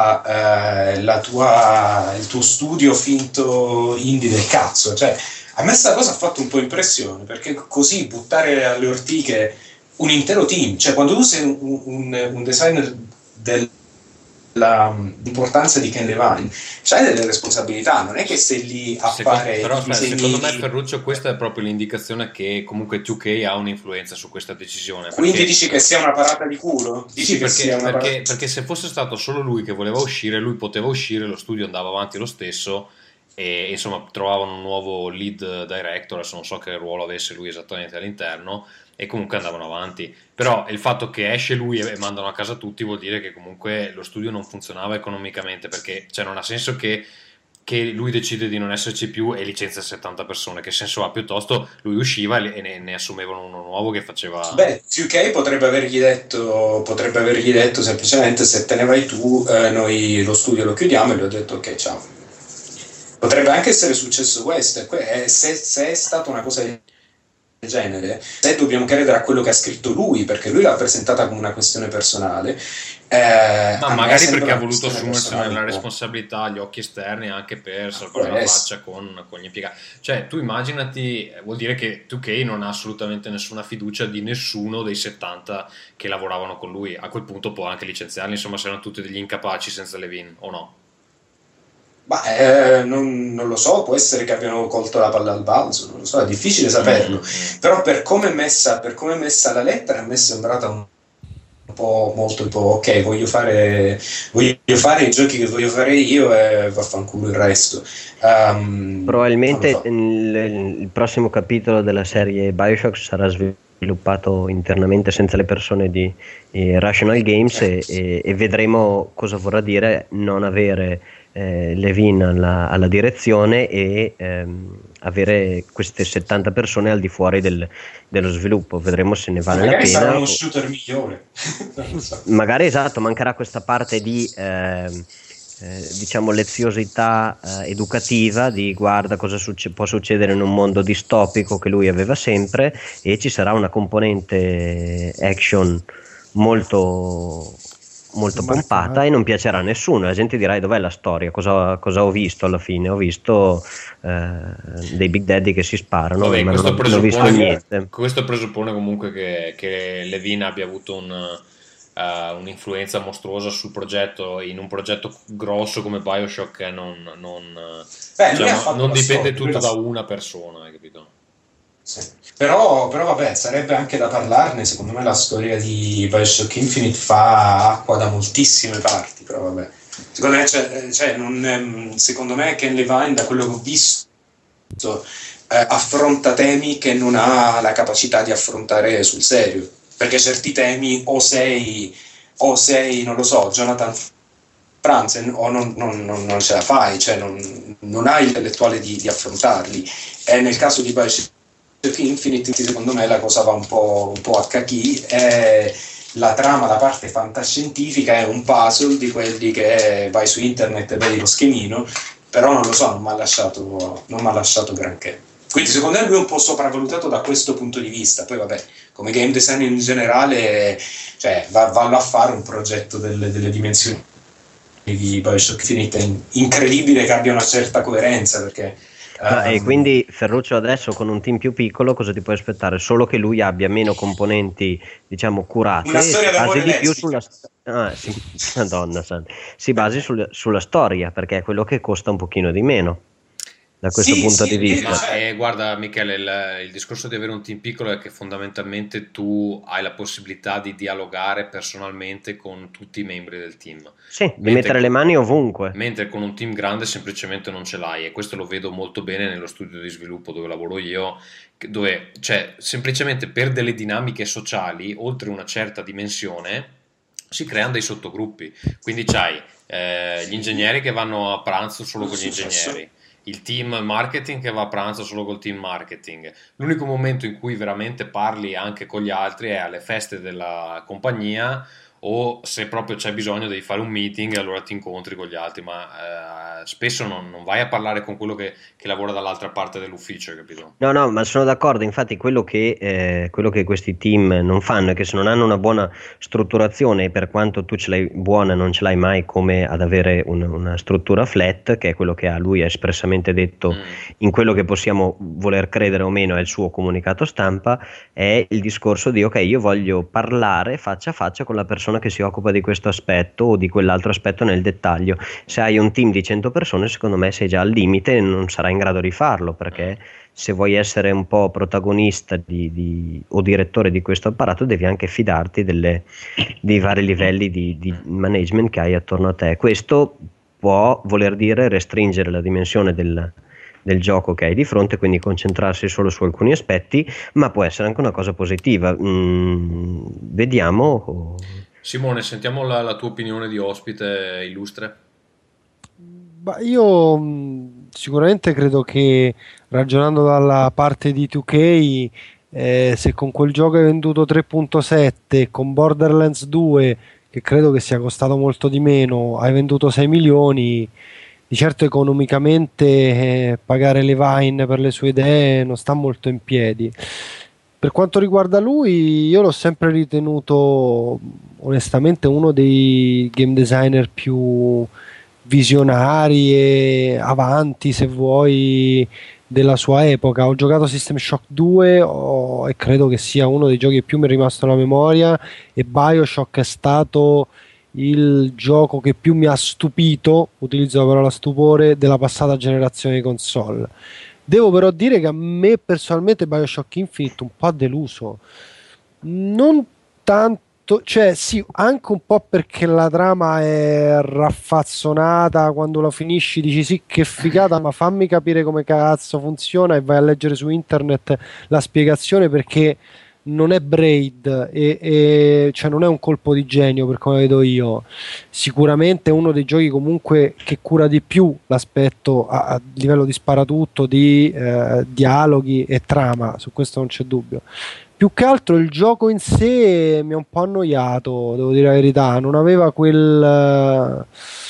tuo studio finto indie del cazzo. Cioè, a me sta cosa ha fatto un po' impressione, perché così buttare alle ortiche un intero team, cioè quando tu sei un designer l'importanza di Ken Levine, c'hai delle responsabilità, non è che sei lì a fare però i disegni. secondo me, Ferruccio, questa è proprio l'indicazione che comunque 2K ha un'influenza su questa decisione. Quindi dici che sia una parata di culo? Dici perché se fosse stato solo lui che voleva uscire, lui poteva uscire, lo studio andava avanti lo stesso e insomma trovavano un nuovo lead director, adesso non so che ruolo avesse lui esattamente all'interno, e comunque andavano avanti. Però il fatto che esce lui e mandano a casa tutti vuol dire che comunque lo studio non funzionava economicamente, perché cioè, non ha senso che lui decide di non esserci più e licenzia 70 persone. Che senso ha? Piuttosto lui usciva e ne assumevano uno nuovo che faceva... Beh, 2K potrebbe avergli detto semplicemente: se te ne vai tu, noi lo studio lo chiudiamo, e gli ho detto ok, ciao. Potrebbe anche essere successo questo. Se è stata una cosa del genere, se dobbiamo credere a quello che ha scritto lui, perché lui l'ha presentata come una questione personale, ma magari perché ha voluto assumersi la responsabilità agli occhi esterni, anche per salvare la faccia con gli impiegati. Cioè, tu immaginati, vuol dire che 2K non ha assolutamente nessuna fiducia di nessuno dei 70 che lavoravano con lui. A quel punto può anche licenziarli, insomma, se erano tutti degli incapaci senza Levine, o no? Non lo so, può essere che abbiano colto la palla al balzo, non lo so, è difficile saperlo. Però per come è messa la lettera, a me è sembrata un po' molto tipo ok, voglio fare i giochi che voglio fare io e vaffanculo il resto. Probabilmente il prossimo capitolo della serie BioShock sarà sviluppato internamente senza le persone di Rational Games, e vedremo cosa vorrà dire non avere Levine alla direzione e avere queste 70 persone al di fuori dello sviluppo. Vedremo se ne vale la pena. Magari sarà uno shooter migliore. Magari, esatto, mancherà questa parte di diciamo leziosità educativa, di guarda cosa può succedere in un mondo distopico che lui aveva sempre, e ci sarà una componente action molto pompata e non piacerà a nessuno. La gente dirà: dov'è la storia? Cosa ho visto alla fine? Ho visto dei Big Daddy che si sparano. Vabbè, ma non ho visto niente. Questo presuppone comunque che Levine abbia avuto un'influenza mostruosa sul progetto, in un progetto grosso come BioShock. Non dipende tutto da una persona, hai capito? Sì. Però vabbè, sarebbe anche da parlarne. Secondo me la storia di BioShock Infinite fa acqua da moltissime parti, però vabbè, secondo me Ken Levine, da quello che ho visto, affronta temi che non ha la capacità di affrontare sul serio, perché certi temi o sei non lo so, Jonathan Franzen, o non ce la fai, cioè non hai l'intellettuale di affrontarli. E nel caso di BioShock Infinite, secondo me la cosa va un po' a cacchi. La trama, la parte fantascientifica, è un puzzle di quelli che vai su internet e vedi lo schemino, però non lo so, non mi ha lasciato granché. Quindi secondo me lui è un po' sopravvalutato da questo punto di vista. Poi vabbè, come game design in generale, cioè vallo a fare un progetto delle dimensioni di BioShock Infinite, è incredibile che abbia una certa coerenza, perché e quindi Ferruccio, adesso con un team più piccolo cosa ti puoi aspettare? Solo che lui abbia meno componenti, diciamo, curate, una storia basi di più si basi sulla storia, perché è quello che costa un pochino di meno da questo punto di vista. Ma guarda Michele, il discorso di avere un team piccolo è che fondamentalmente tu hai la possibilità di dialogare personalmente con tutti i membri del team. Sì, di mettere le mani ovunque. Mentre con un team grande semplicemente non ce l'hai, e questo lo vedo molto bene nello studio di sviluppo dove lavoro io, dove cioè semplicemente per delle dinamiche sociali oltre una certa dimensione si creano dei sottogruppi. Quindi c'hai gli ingegneri che vanno a pranzo solo con gli ingegneri, il team marketing che va a pranzo solo col team marketing. L'unico momento in cui veramente parli anche con gli altri è alle feste della compagnia, o se proprio c'è bisogno di fare un meeting, allora ti incontri con gli altri, ma spesso non vai a parlare con quello che lavora dall'altra parte dell'ufficio, capito? No, ma sono d'accordo. Infatti quello che questi team non fanno è che se non hanno una buona strutturazione, e per quanto tu ce l'hai buona non ce l'hai mai come ad avere una struttura flat, che è quello che lui ha espressamente detto in quello che possiamo voler credere o meno è il suo comunicato stampa, è il discorso di ok, io voglio parlare faccia a faccia con la persona persona che si occupa di questo aspetto o di quell'altro aspetto nel dettaglio. Se hai un team di 100 persone, secondo me sei già al limite e non sarai in grado di farlo, perché se vuoi essere un po' protagonista o direttore di questo apparato, devi anche fidarti dei vari livelli di management che hai attorno a te. Questo può voler dire restringere la dimensione del gioco che hai di fronte, quindi concentrarsi solo su alcuni aspetti, ma può essere anche una cosa positiva. Vediamo. Simone, sentiamo la tua opinione di ospite illustre. Io sicuramente credo che, ragionando dalla parte di 2K, se con quel gioco hai venduto 3.7, con Borderlands 2, che credo che sia costato molto di meno, hai venduto 6 milioni, di certo economicamente pagare Levine per le sue idee non sta molto in piedi. Per quanto riguarda lui, io l'ho sempre ritenuto onestamente uno dei game designer più visionari e avanti, se vuoi, della sua epoca. Ho giocato System Shock 2 e credo che sia uno dei giochi che più mi è rimasto nella memoria, e BioShock è stato il gioco che più mi ha stupito, utilizzo la parola stupore, della passata generazione di console. Devo però dire che a me personalmente BioShock Infinite un po' ha deluso, non tanto, cioè sì, anche un po' perché la trama è raffazzonata, quando la finisci dici sì che figata, ma fammi capire come cazzo funziona, e vai a leggere su internet la spiegazione, perché non è Braid cioè non è un colpo di genio per come vedo io. Sicuramente è uno dei giochi comunque che cura di più l'aspetto a livello di sparatutto, di dialoghi e trama, su questo non c'è dubbio. Più che altro il gioco in sé mi ha un po' annoiato, devo dire la verità, non aveva quel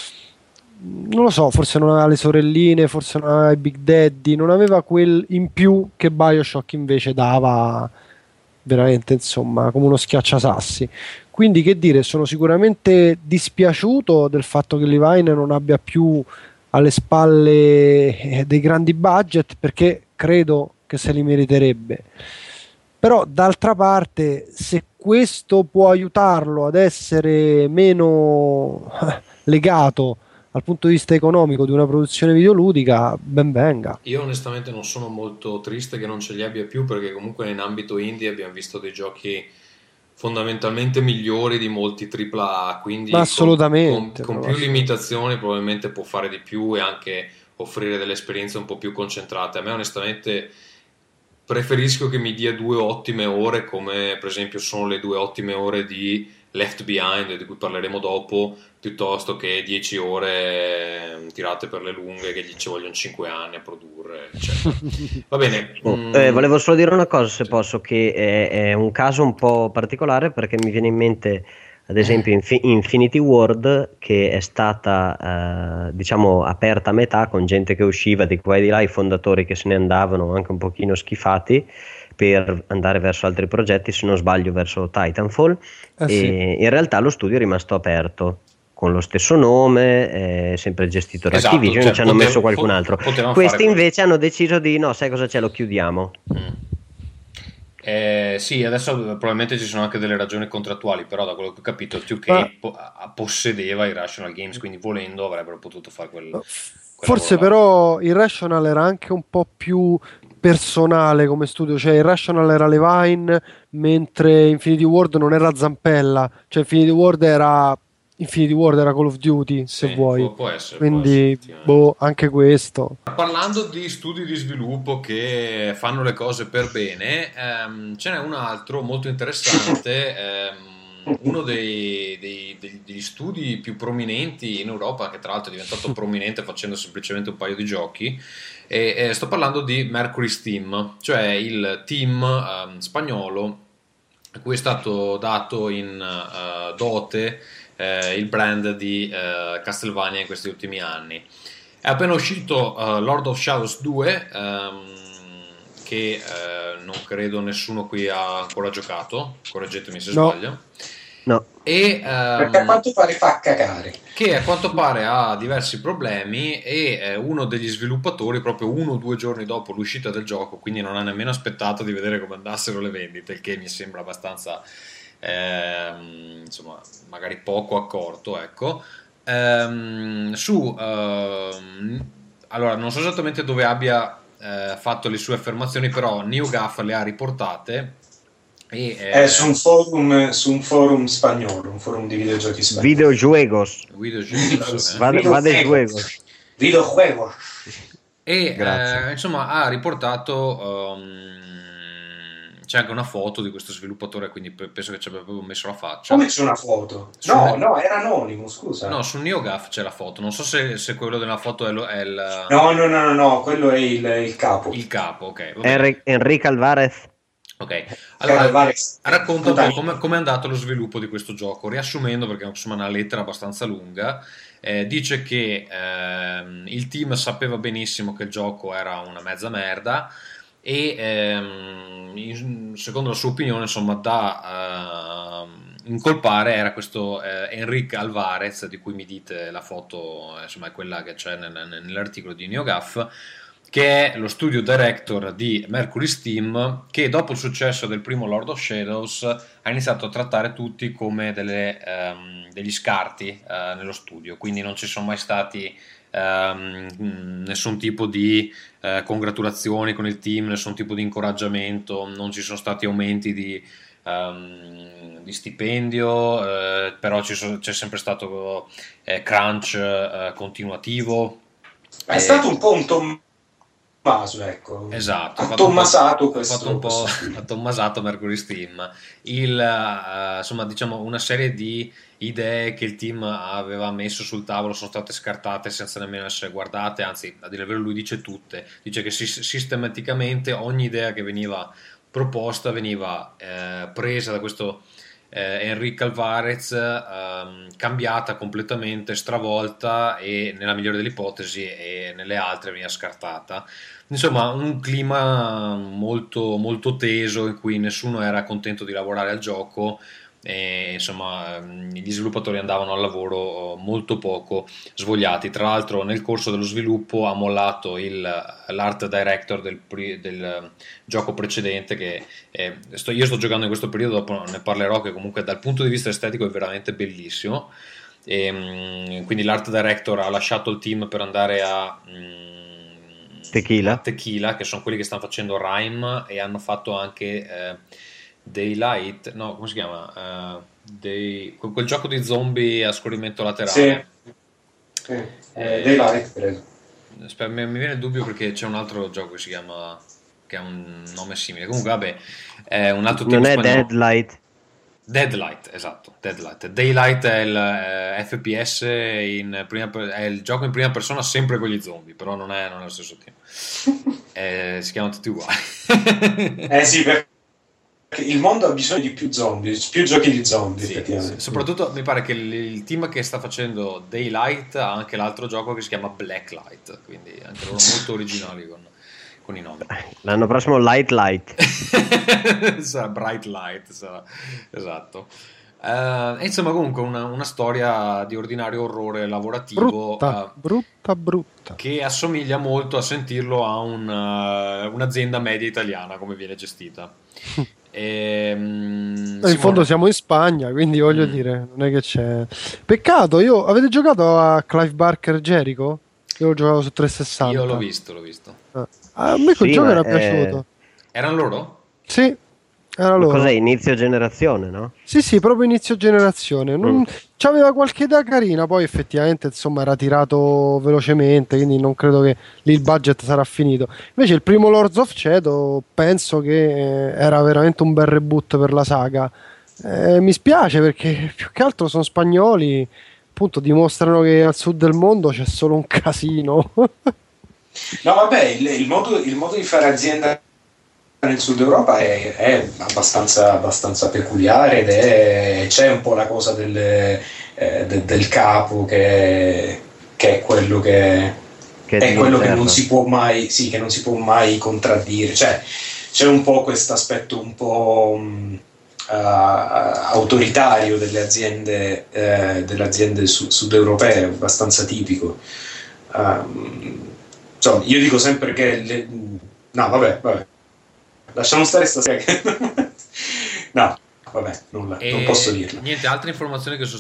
non lo so, forse non aveva le sorelline, forse non aveva i Big Daddy, non aveva quel in più che BioShock invece dava, veramente, insomma, come uno schiacciasassi. Quindi, che dire, sono sicuramente dispiaciuto del fatto che Levine non abbia più alle spalle dei grandi budget, perché credo che se li meriterebbe. Però d'altra parte, se questo può aiutarlo ad essere meno legato dal punto di vista economico di una produzione videoludica, ben venga. Io onestamente non sono molto triste che non ce li abbia più, perché comunque in ambito indie abbiamo visto dei giochi fondamentalmente migliori di molti AAA, quindi assolutamente, con più limitazioni probabilmente può fare di più e anche offrire delle esperienze un po' più concentrate. A me onestamente preferisco che mi dia 2 ottime ore, come per esempio sono le 2 ottime ore di Left Behind, di cui parleremo dopo, piuttosto che 10 ore tirate per le lunghe che ci vogliono 5 anni a produrre, eccetera. Va bene. Volevo solo dire una cosa, se posso, che è un caso un po' particolare, perché mi viene in mente ad esempio Infinity Ward, che è stata diciamo aperta a metà, con gente che usciva di qua e di là, i fondatori che se ne andavano anche un pochino schifati per andare verso altri progetti, se non sbaglio verso Titanfall, e sì, in realtà lo studio è rimasto aperto con lo stesso nome, sempre gestito da Activision, cioè, ci hanno messo qualcun altro. Questi invece hanno deciso di no, sai cosa c'è, lo chiudiamo. Sì, adesso probabilmente ci sono anche delle ragioni contrattuali, però da quello che ho capito 2K possedeva Irrational Games, quindi volendo avrebbero potuto fare forse però Irrational era anche un po' più personale come studio, cioè Irrational era Levine, mentre Infinity Ward non era Zampella, cioè Infinity Ward era Call of Duty, sì, se vuoi. Può essere, quindi anche questo. Parlando di studi di sviluppo che fanno le cose per bene, ce n'è un altro molto interessante, uno degli studi più prominenti in Europa, che tra l'altro è diventato prominente facendo semplicemente un paio di giochi, e sto parlando di Mercury Steam, cioè il team spagnolo a cui è stato dato in dote il brand di Castlevania in questi ultimi anni. È appena uscito Lord of Shadows 2, che non credo nessuno qui ha ancora giocato, correggetemi se sbaglio. No. E perché a quanto pare fa cagare. Che a quanto pare ha diversi problemi, e uno degli sviluppatori, proprio 1 o 2 giorni dopo l'uscita del gioco, quindi non ha nemmeno aspettato di vedere come andassero le vendite, il che mi sembra abbastanza insomma magari poco accorto, ecco. Allora non so esattamente dove abbia fatto le sue affermazioni, però NeoGAF le ha riportate è su un forum spagnolo, un forum di videogiochi spagnolo. Videojuegos. Va de juegos. Videojuegos. E insomma ha riportato, c'è anche una foto di questo sviluppatore, quindi penso che ci abbia proprio messo la faccia. Come c'è una foto? No, era anonimo, scusa. No, su NeoGAF c'è la foto, non so se quello della foto è il... No, quello è il capo. Il capo, ok. Enrique Alvarez. Ok, allora racconta un po' come è andato lo sviluppo di questo gioco, riassumendo, perché insomma è una lettera abbastanza lunga. Dice che il team sapeva benissimo che il gioco era una mezza merda e secondo la sua opinione, insomma, da incolpare era questo Enrique Alvarez, di cui mi dite la foto, insomma è quella che c'è nell'articolo di NeoGAF, che è lo studio director di Mercury Steam, che dopo il successo del primo Lord of Shadows ha iniziato a trattare tutti come degli scarti nello studio, quindi non ci sono mai stati nessun tipo di congratulazioni con il team, nessun tipo di incoraggiamento, non ci sono stati aumenti di stipendio, però c'è sempre stato crunch continuativo. È stato un po' un Tommaso, ecco. Esatto, ha tommasato ha tommasato Mercury Steam. Insomma, diciamo, una serie di idee che il team aveva messo sul tavolo sono state scartate senza nemmeno essere guardate, anzi, a dire il vero lui dice tutte. Dice che sistematicamente ogni idea che veniva proposta veniva presa da questo Enrique Alvarez, cambiata completamente, stravolta, e nella migliore delle ipotesi e nelle altre veniva scartata. Insomma, un clima molto, molto teso in cui nessuno era contento di lavorare al gioco e insomma gli sviluppatori andavano al lavoro molto poco svogliati. Tra l'altro nel corso dello sviluppo ha mollato l'art director del gioco precedente, che io sto giocando in questo periodo, dopo ne parlerò, che comunque dal punto di vista estetico è veramente bellissimo. Quindi l'art director ha lasciato il team per andare a Tequila, che sono quelli che stanno facendo Rime e hanno fatto anche Daylight, no, come si chiama? Quel gioco di zombie a scorrimento laterale. Sì. Daylight, credo. Mi viene il dubbio perché c'è un altro gioco che si chiama, che ha un nome simile. Comunque, vabbè, è un altro tipo. Non è Deadlight. Esatto, Deadlight. Daylight è il FPS è il gioco in prima persona sempre con gli zombie, però non è lo stesso team. Si chiamano tutti uguali. Sì, perché il mondo ha bisogno di più zombie, più giochi di zombie, sì, effettivamente. Soprattutto mi pare che il team che sta facendo Daylight ha anche l'altro gioco che si chiama Blacklight, quindi anche loro molto originali con i nomi. L'anno prossimo Light sarà Bright Light, sarà, esatto. E insomma, comunque una storia di ordinario orrore lavorativo brutta, che assomiglia molto, a sentirlo, a un'azienda media italiana, come viene gestita. In fondo siamo in Spagna, quindi voglio dire, non è che c'è peccato. Avete giocato a Clive Barker Jericho? Io l'ho giocato su 360. Io l'ho visto. A me quel gioco era piaciuto. Erano loro? Sì, era loro. Cos'è, inizio generazione, no? Sì, proprio inizio generazione. C'aveva qualche idea carina, poi effettivamente insomma era tirato velocemente, quindi non credo che lì il budget sarà finito. Invece il primo Lords of Shadow penso che era veramente un bel reboot per la saga. Mi spiace perché più che altro sono spagnoli, appunto dimostrano che al sud del mondo c'è solo un casino. No, vabbè, il modo di fare azienda nel sud Europa è abbastanza peculiare, ed c'è un po' la cosa del capo che è quello che non si può mai, che non si può mai contraddire. Cioè, c'è un po' questo aspetto un po' autoritario delle aziende sud-europee, abbastanza tipico. Insomma, io dico sempre che no, vabbè, lasciamo stare stasera. No, vabbè, nulla, non posso dirlo. Niente, altre informazioni che sono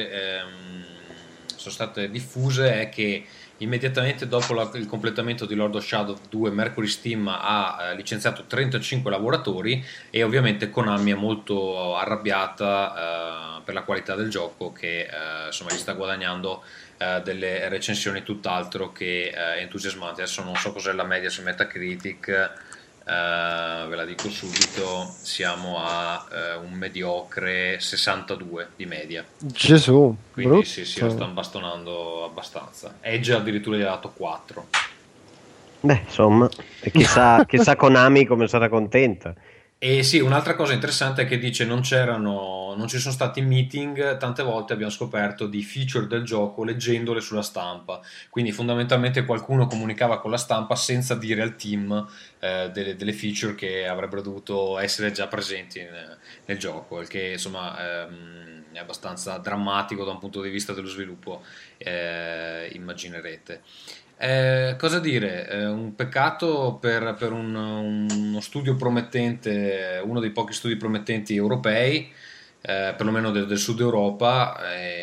state diffuse è che immediatamente dopo il completamento di Lord of Shadow 2, Mercury Steam ha licenziato 35 lavoratori, e ovviamente Konami è molto arrabbiata per la qualità del gioco, che insomma gli sta guadagnando delle recensioni tutt'altro che entusiasmanti. Adesso non so cos'è la media su Metacritic, ve la dico subito, siamo a un mediocre 62 di media. Gesù, quindi brutto. sì, lo stanno bastonando abbastanza. Edge addirittura gli ha dato 4. Beh, insomma, e chissà Konami come sarà contenta. E sì, un'altra cosa interessante è che dice non ci sono stati meeting, tante volte abbiamo scoperto di feature del gioco leggendole sulla stampa, quindi fondamentalmente qualcuno comunicava con la stampa senza dire al team delle feature che avrebbero dovuto essere già presenti nel gioco, il che insomma è abbastanza drammatico da un punto di vista dello sviluppo, immaginerete. Cosa dire? Un peccato per uno studio promettente, uno dei pochi studi promettenti europei, perlomeno del sud Europa.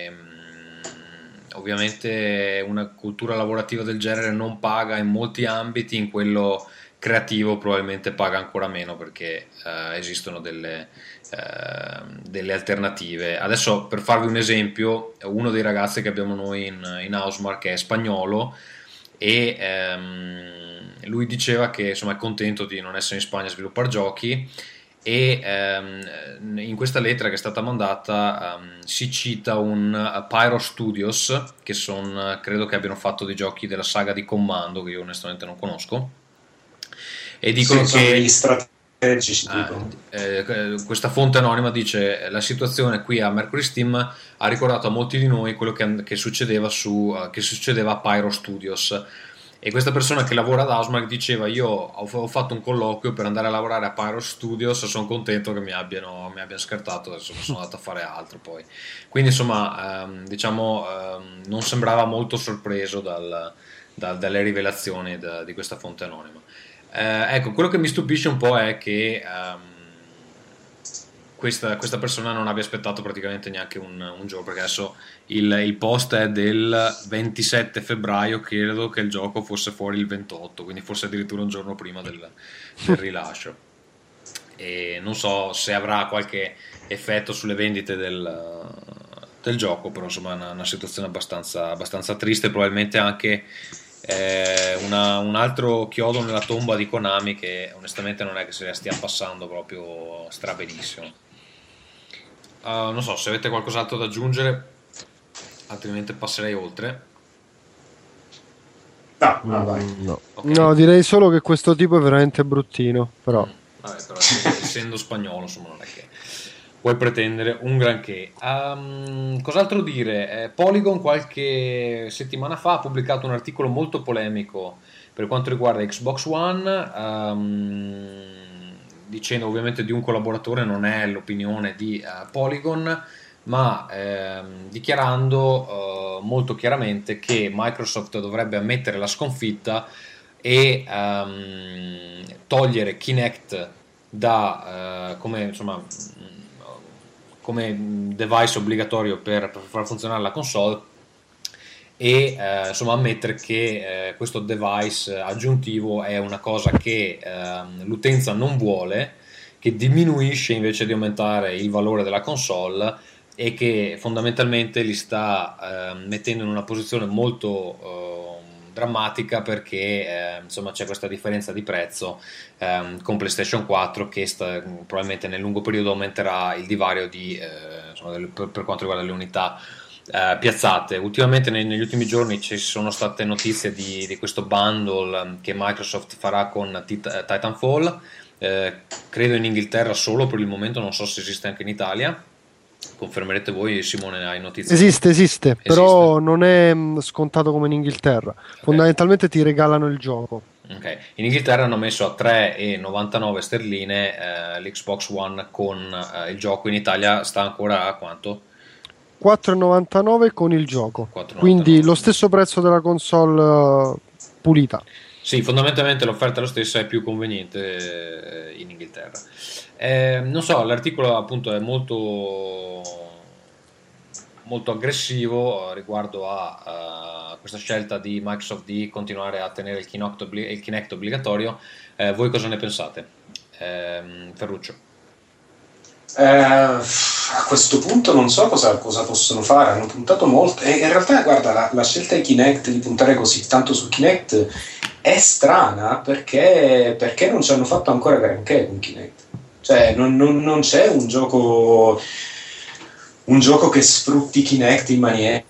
Ovviamente una cultura lavorativa del genere non paga in molti ambiti, in quello creativo probabilmente paga ancora meno, perché esistono delle alternative. Adesso, per farvi un esempio, uno dei ragazzi che abbiamo noi in Housemarque è spagnolo, e lui diceva che insomma è contento di non essere in Spagna a sviluppare giochi, e in questa lettera che è stata mandata si cita un Pyro Studios, che credo che abbiano fatto dei giochi della saga di Commando, che io onestamente non conosco, e dicono che questa fonte anonima dice: la situazione qui a Mercury Steam ha ricordato a molti di noi quello che succedeva a Pyro Studios. E questa persona che lavora ad Housemarque diceva: io ho fatto un colloquio per andare a lavorare a Pyro Studios, sono contento che mi abbiano scartato, adesso sono andato a fare altro poi. Quindi insomma non sembrava molto sorpreso dalle rivelazioni di questa fonte anonima. Ecco, quello che mi stupisce un po' è che questa persona non abbia aspettato praticamente neanche un giorno, perché adesso il post è del 27 febbraio, credo che il gioco fosse fuori il 28, quindi forse addirittura un giorno prima del rilascio, e non so se avrà qualche effetto sulle vendite del gioco, però insomma è una situazione abbastanza triste, probabilmente anche un altro chiodo nella tomba di Konami, che onestamente non è che se la stia passando proprio strabenissimo. Non so se avete qualcos'altro da aggiungere, altrimenti passerei oltre. No, okay. No, direi solo che questo tipo è veramente bruttino, però. Vabbè, però essendo spagnolo, insomma, non è che puoi pretendere un granché. Cos'altro dire? Polygon qualche settimana fa ha pubblicato un articolo molto polemico per quanto riguarda Xbox One, dicendo ovviamente di un collaboratore, non è l'opinione di Polygon, ma dichiarando molto chiaramente che Microsoft dovrebbe ammettere la sconfitta e togliere Kinect come device obbligatorio per far funzionare la console, e ammettere che questo device aggiuntivo è una cosa che l'utenza non vuole, che diminuisce invece di aumentare il valore della console, e che fondamentalmente li sta mettendo in una posizione molto drammatica, perché c'è questa differenza di prezzo con PlayStation 4 che probabilmente nel lungo periodo aumenterà il divario per quanto riguarda le unità piazzate. Ultimamente negli ultimi giorni ci sono state notizie di questo bundle che Microsoft farà con Titanfall, credo in Inghilterra solo per il momento, non so se esiste anche in Italia. Confermerete voi, Simone, hai notizie? Esiste, però non è scontato come in Inghilterra. Okay. Fondamentalmente ti regalano il gioco. Ok, in Inghilterra hanno messo a 3,99 sterline l'Xbox One con il gioco. In Italia sta ancora a quanto? 4,99 con il gioco. 4,99. Quindi lo stesso prezzo della console pulita. Sì, fondamentalmente l'offerta è lo stessa, è più conveniente in Inghilterra. Non so, l'articolo appunto è molto aggressivo riguardo a questa scelta di Microsoft di continuare a tenere il Kinect obbligatorio. Voi cosa ne pensate? Ferruccio? A questo punto non so cosa possono fare, hanno puntato molto e in realtà guarda la scelta di Kinect di puntare così tanto su Kinect è strana perché non ci hanno fatto ancora granché con Kinect, cioè non c'è un gioco che sfrutti Kinect in maniera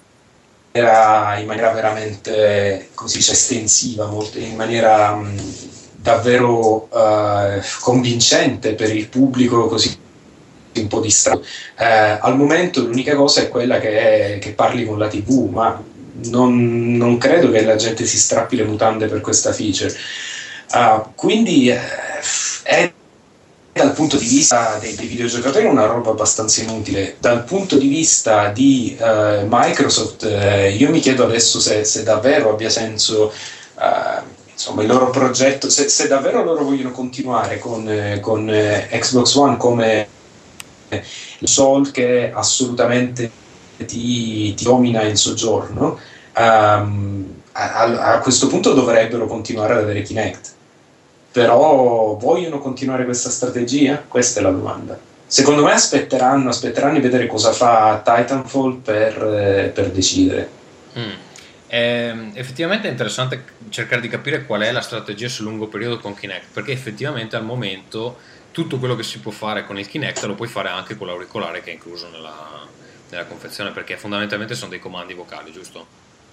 veramente così, cioè, estensiva, in maniera davvero convincente per il pubblico così un po' distratto. Al momento l'unica cosa è quella che parli con la TV, ma non credo che la gente si strappi le mutande per questa feature. Quindi è dal punto di vista dei videogiocatori una roba abbastanza inutile. Dal punto di vista di Microsoft, io mi chiedo adesso se davvero abbia senso insomma il loro progetto, se davvero loro vogliono continuare con Xbox One come console che assolutamente ti domina in soggiorno. A questo punto dovrebbero continuare ad avere Kinect, però vogliono continuare questa strategia? Questa è la domanda. Secondo me aspetteranno di vedere cosa fa Titanfall per decidere. Effettivamente è interessante cercare di capire qual è la strategia sul lungo periodo con Kinect, perché effettivamente al momento tutto quello che si può fare con il Kinect lo puoi fare anche con l'auricolare che è incluso nella confezione, perché fondamentalmente sono dei comandi vocali, giusto?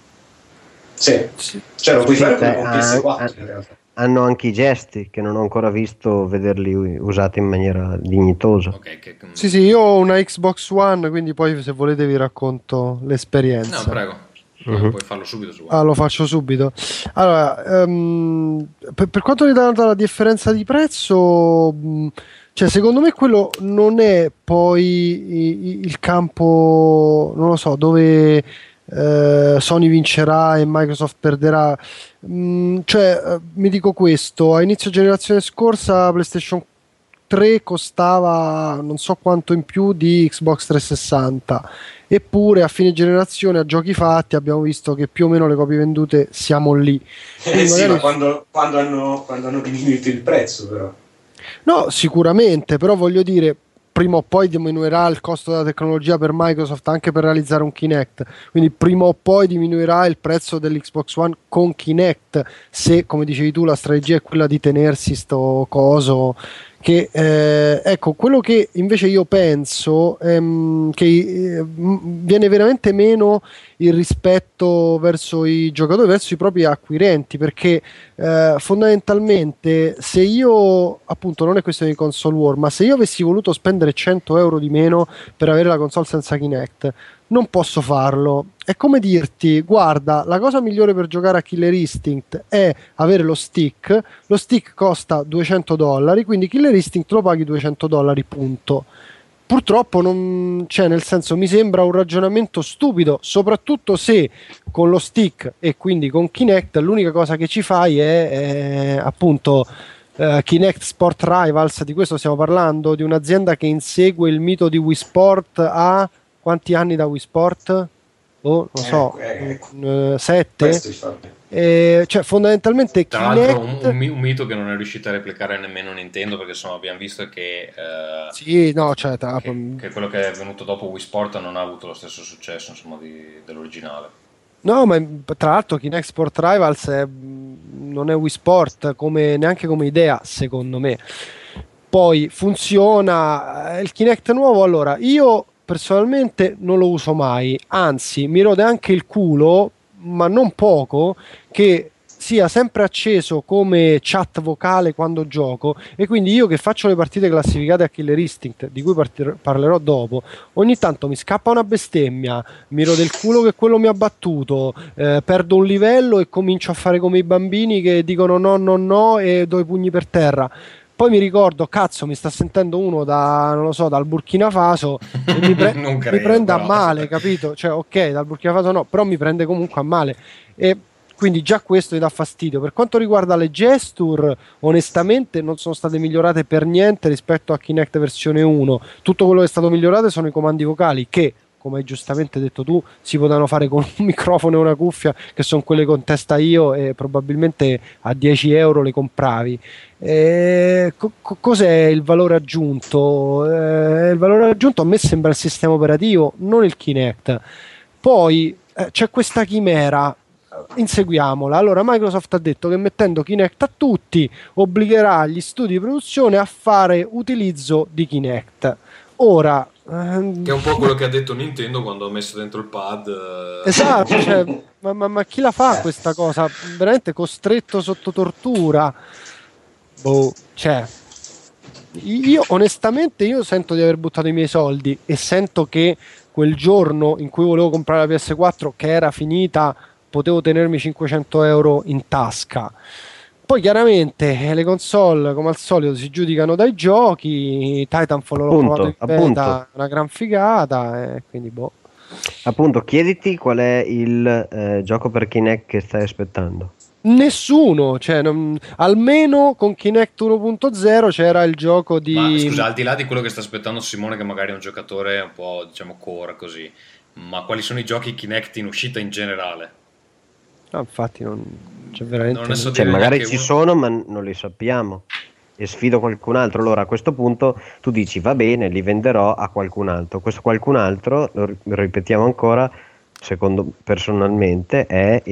Sì. Cioè lo puoi fare con PS4 in realtà. Hanno anche i gesti che non ho ancora visto vederli usati in maniera dignitosa. Okay, Sì, io ho una Xbox One, quindi poi se volete vi racconto l'esperienza. No, prego. Puoi farlo subito su. Lo faccio subito. Allora, per quanto riguarda la differenza di prezzo, cioè secondo me quello non è poi il campo, non lo so, dove Sony vincerà e Microsoft perderà. Mi dico questo: a inizio generazione scorsa PlayStation 3 costava non so quanto in più di Xbox 360, eppure a fine generazione, a giochi fatti, abbiamo visto che più o meno le copie vendute siamo lì. Sì, ma quando hanno diminuito il prezzo, però. No, sicuramente, però voglio dire, prima o poi diminuirà il costo della tecnologia per Microsoft anche per realizzare un Kinect, quindi prima o poi diminuirà il prezzo dell'Xbox One con Kinect, se, come dicevi tu, la strategia è quella di tenersi sto coso. Che ecco, quello che invece io penso che viene veramente meno il rispetto verso i giocatori, verso i propri acquirenti, perché fondamentalmente, se io, appunto, non è questione di console war, ma se io avessi voluto spendere 100 euro di meno per avere la console senza Kinect, non posso farlo. È come dirti: guarda, la cosa migliore per giocare a Killer Instinct è avere lo stick costa $200, quindi Killer Instinct lo paghi $200, punto. Purtroppo non c'è, nel senso, mi sembra un ragionamento stupido, soprattutto se con lo stick e quindi con Kinect l'unica cosa che ci fai è appunto Kinect Sport Rivals. Di questo stiamo parlando, di un'azienda che insegue il mito di Wii Sport. A quanti anni da Wii Sport? Non so, 7? Cioè fondamentalmente tra Kinect... l'altro un mito che non è riuscito a replicare nemmeno Nintendo, perché insomma abbiamo visto che che quello che è venuto dopo Wii Sport non ha avuto lo stesso successo, insomma, dell'originale. No, ma tra l'altro Kinect Sport Rivals non è Wii Sport neanche come idea, secondo me. Poi funziona il Kinect nuovo. Allora, io personalmente non lo uso mai, anzi mi rode anche il culo, ma non poco, che sia sempre acceso come chat vocale quando gioco, e quindi io che faccio le partite classificate a Killer Instinct, di cui parlerò dopo, ogni tanto mi scappa una bestemmia, mi rode il culo che quello mi ha battuto, perdo un livello e comincio a fare come i bambini che dicono no e do i pugni per terra. Poi mi ricordo, cazzo, mi sta sentendo uno dal Burkina Faso e mi prende a male, capito? Cioè, ok, dal Burkina Faso no, però mi prende comunque a male. E quindi già questo mi dà fastidio. Per quanto riguarda le gesture, onestamente non sono state migliorate per niente rispetto a Kinect versione 1. Tutto quello che è stato migliorato sono i comandi vocali, che, come hai giustamente detto tu, si potevano fare con un microfono e una cuffia, che sono quelle con testa io, e probabilmente a 10 euro le compravi. Cos'è il valore aggiunto? Il valore aggiunto a me sembra il sistema operativo, non il Kinect. Poi c'è questa chimera, inseguiamola. Allora, Microsoft ha detto che mettendo Kinect a tutti obbligherà gli studi di produzione a fare utilizzo di Kinect. Ora, che è un po' quello che ha detto Nintendo quando ha messo dentro il pad. Esatto, cioè, ma chi la fa questa cosa? Veramente costretto sotto tortura. Cioè, io onestamente sento di aver buttato i miei soldi, e sento che quel giorno in cui volevo comprare la PS4, che era finita, potevo tenermi 500 euro in tasca. Poi chiaramente le console, come al solito, si giudicano dai giochi. Titanfall l'ho provato in beta, una gran figata, e quindi Appunto, chiediti qual è il gioco per Kinect che stai aspettando. Nessuno, cioè, almeno con Kinect 1.0 c'era il gioco di... Ma scusa, al di là di quello che sta aspettando Simone, che magari è un giocatore un po', diciamo, core così, ma quali sono i giochi Kinect in uscita in generale? No, infatti non c'è veramente... Non ne so cioè, dire magari ci sono, ma non li sappiamo. E sfido qualcun altro. Allora a questo punto tu dici va bene, li venderò a qualcun altro. Questo qualcun altro, lo ripetiamo ancora, personalmente è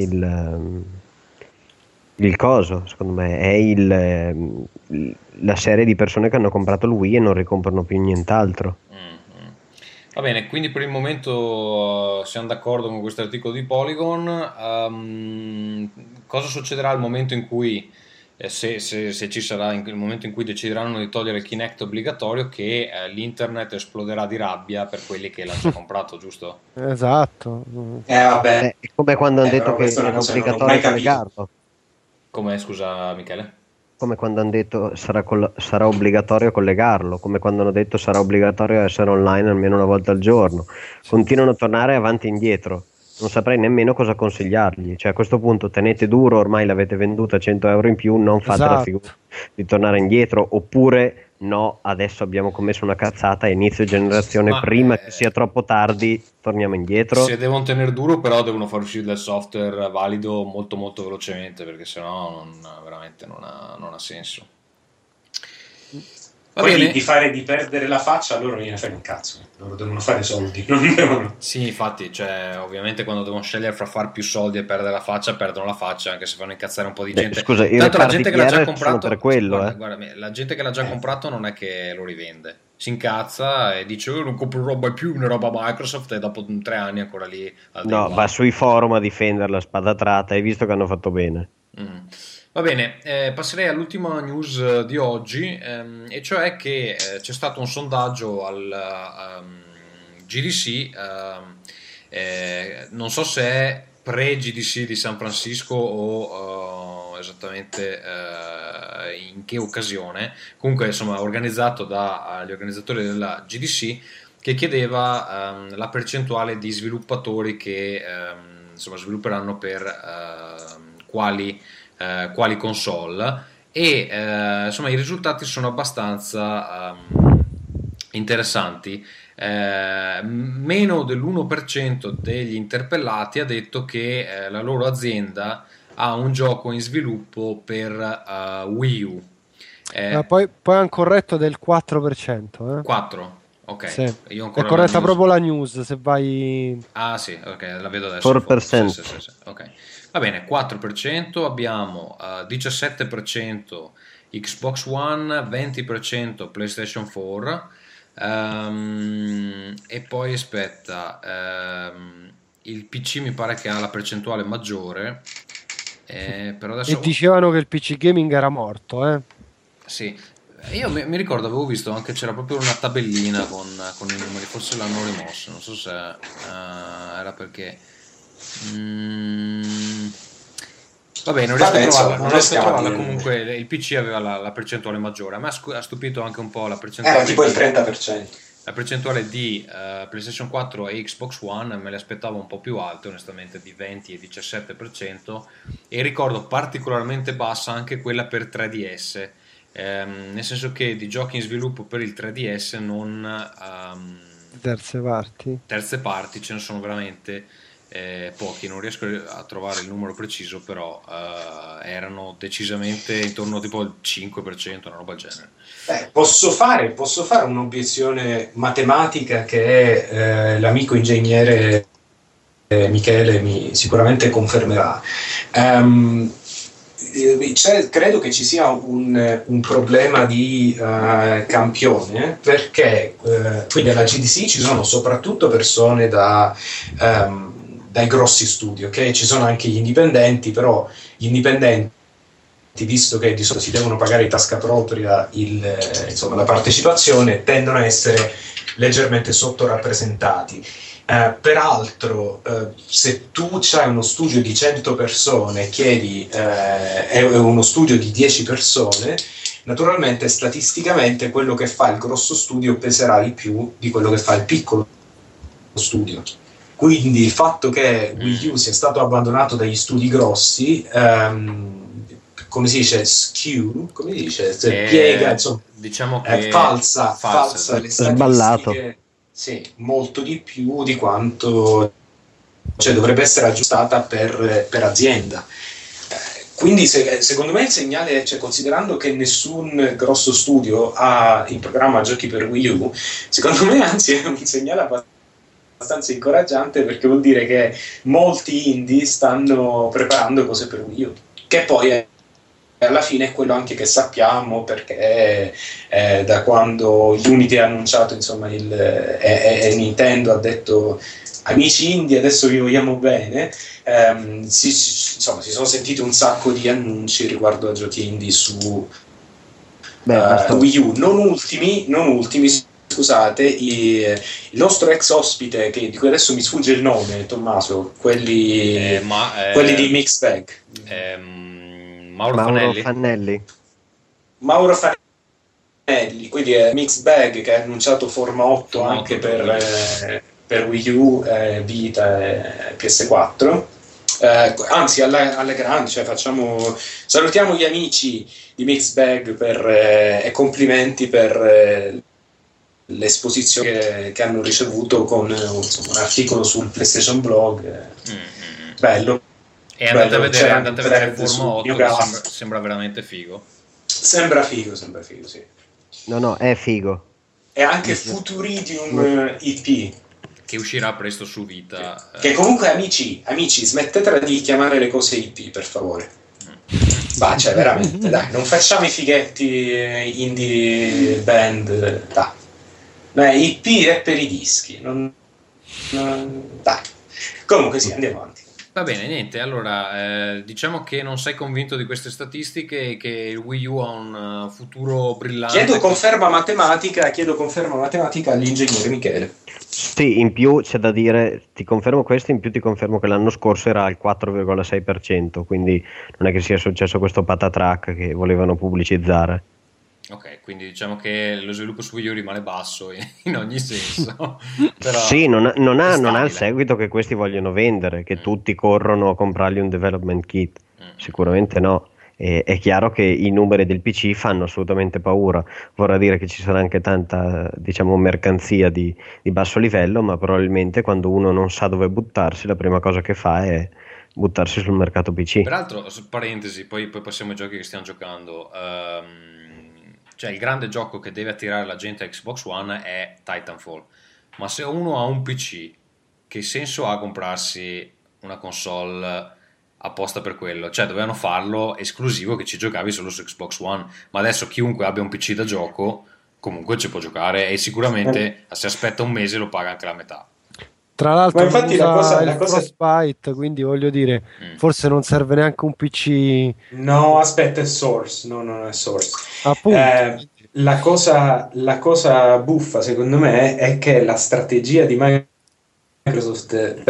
il coso, secondo me è la serie di persone che hanno comprato il Wii e non ricomprano più nient'altro. Va bene, quindi per il momento siamo d'accordo con questo articolo di Polygon. Cosa succederà al momento in cui se ci sarà il momento in cui decideranno di togliere il Kinect obbligatorio, che l'internet esploderà di rabbia per quelli che l'hanno già comprato, giusto? Esatto. Vabbè. È come quando hanno detto che era obbligatorio collegarlo. Come, scusa Michele? Come quando hanno detto sarà obbligatorio collegarlo, come quando hanno detto sarà obbligatorio essere online almeno una volta al giorno. Continuano a tornare avanti e indietro. Non saprei nemmeno cosa consigliargli. Cioè, a questo punto tenete duro, ormai l'avete venduta a 100 euro in più, non fate la figura di tornare indietro, oppure no, adesso abbiamo commesso una cazzata a inizio generazione, prima che sia troppo tardi torniamo indietro. Se devono tenere duro, però devono far uscire del software valido molto molto velocemente, perché sennò veramente non ha senso. Poi di perdere la faccia, loro gliene frega un cazzo, loro devono fare soldi, non devono... Sì, infatti, cioè, ovviamente quando devono scegliere fra far più soldi e perdere la faccia, perdono la faccia, anche se fanno incazzare un po' di gente. Scusa, tanto la gente che l'ha già comprato, per quello, guarda, la gente che l'ha già comprato non è che lo rivende, si incazza e dice non compro roba più, una roba Microsoft, e dopo 3 anni ancora lì no, va sui forum a difenderla spada tratta, hai visto che hanno fatto bene. Va bene, passerei all'ultima news di oggi, e cioè che c'è stato un sondaggio al GDC, non so se è pre-GDC di San Francisco o esattamente in che occasione, comunque insomma organizzato dagli organizzatori della GDC, che chiedeva la percentuale di sviluppatori che insomma svilupperanno per quali console, e insomma i risultati sono abbastanza interessanti. Meno dell'1% degli interpellati ha detto che la loro azienda ha un gioco in sviluppo per Wii U. Poi hanno corretto del 4%. 4? Ok, sì. Io ancora è corretta proprio la news, se vai... Ah sì, ok, la vedo adesso. 4%. Sì. Ok. Va bene, 4%, abbiamo 17% Xbox One, 20% PlayStation 4, e poi aspetta, il PC mi pare che ha la percentuale maggiore, però adesso... E dicevano che il PC gaming era morto, Sì, io mi ricordo, avevo visto anche, c'era proprio una tabellina con i numeri, forse l'hanno rimosso, non so se era perché... Va bene, non riesco a trovarla. Comunque il PC aveva la percentuale maggiore. A me ha stupito anche un po' la percentuale. Era tipo il 30%. La percentuale di PlayStation 4 e Xbox One me le aspettavo un po' più alte, onestamente, di 20 e 17%, e ricordo particolarmente bassa anche quella per 3DS, nel senso che di giochi in sviluppo per il 3DS non terze parti ce ne sono veramente pochi, non riesco a trovare il numero preciso, però erano decisamente intorno tipo al 5%, una roba del genere. Posso fare un'obiezione matematica che l'amico ingegnere Michele sicuramente confermerà. Credo che ci sia un problema di campione, perché qui nella GDC ci sono soprattutto persone dai grossi studi, ok? Ci sono anche gli indipendenti, però gli indipendenti, visto che di solito si devono pagare in tasca propria la partecipazione, tendono a essere leggermente sottorappresentati. Peraltro, se tu hai uno studio di 100 persone, chiedi è uno studio di 10 persone, naturalmente statisticamente quello che fa il grosso studio peserà di più di quello che fa il piccolo studio. Quindi il fatto che Wii U sia stato abbandonato dagli studi grossi, come si dice, skew, come si dice, piega, insomma, diciamo che falsa le statistiche, sì, molto di più di quanto dovrebbe essere aggiustata per azienda. Quindi secondo me il segnale, considerando che nessun grosso studio ha in programma giochi per Wii U, secondo me anzi è un segnale abbastanza incoraggiante, perché vuol dire che molti indie stanno preparando cose per Wii U, che poi alla fine è quello anche che sappiamo, perché da quando Unity ha annunciato, insomma, Nintendo ha detto amici indie adesso vi vogliamo bene, si sono sentiti un sacco di annunci riguardo a giochi indie su Wii U, non ultimi, scusate, il nostro ex ospite, di cui adesso mi sfugge il nome, Tommaso, quelli di Mixed Bag, Mauro Fannelli, quindi è Mixed Bag, che ha annunciato Forma 8 anche per Wii U, Vita e PS4. Anzi, alle grandi, salutiamo gli amici di Mixed Bag e complimenti per l'esposizione che hanno ricevuto con un articolo sul PlayStation Blog. Bello. E andate a vedere Forma 8, sembra veramente figo. Sembra figo, sì. No, è figo. E anche Futuridium EP, che uscirà presto su Vita. Che comunque, amici, smettetela di chiamare le cose IP, per favore. Veramente, dai, non facciamo i fighetti indie band, dai. IP è per i dischi, dai. Comunque sì, andiamo avanti. Va bene, niente, allora diciamo che non sei convinto di queste statistiche e che il Wii U ha un futuro brillante. Chiedo conferma matematica all'ingegnere Michele. Sì, in più c'è da dire, ti confermo questo, in più ti confermo che l'anno scorso era al 4,6%, quindi non è che sia successo questo patatrack che volevano pubblicizzare. Ok, quindi diciamo che lo sviluppo su Wii U rimane basso in ogni senso. Però sì, non ha il seguito che questi vogliono vendere, che tutti corrono a comprargli un development kit. Sicuramente no. È chiaro che i numeri del PC fanno assolutamente paura. Vorrà dire che ci sarà anche tanta, mercanzia di basso livello, ma probabilmente quando uno non sa dove buttarsi, la prima cosa che fa è buttarsi sul mercato PC. Peraltro, parentesi, poi passiamo ai giochi che stiamo giocando. Cioè, il grande gioco che deve attirare la gente a Xbox One è Titanfall, ma se uno ha un PC, che senso ha comprarsi una console apposta per quello? Cioè, dovevano farlo esclusivo, che ci giocavi solo su Xbox One, ma adesso chiunque abbia un PC da gioco comunque ci può giocare, e sicuramente se aspetta un mese lo paga anche la metà. Tra l'altro, infatti la cosa Frostbite, quindi voglio dire, forse non serve neanche un PC. No, aspetta, è Source. No, non è Source. Appunto. La cosa buffa, secondo me, è che la strategia di Microsoft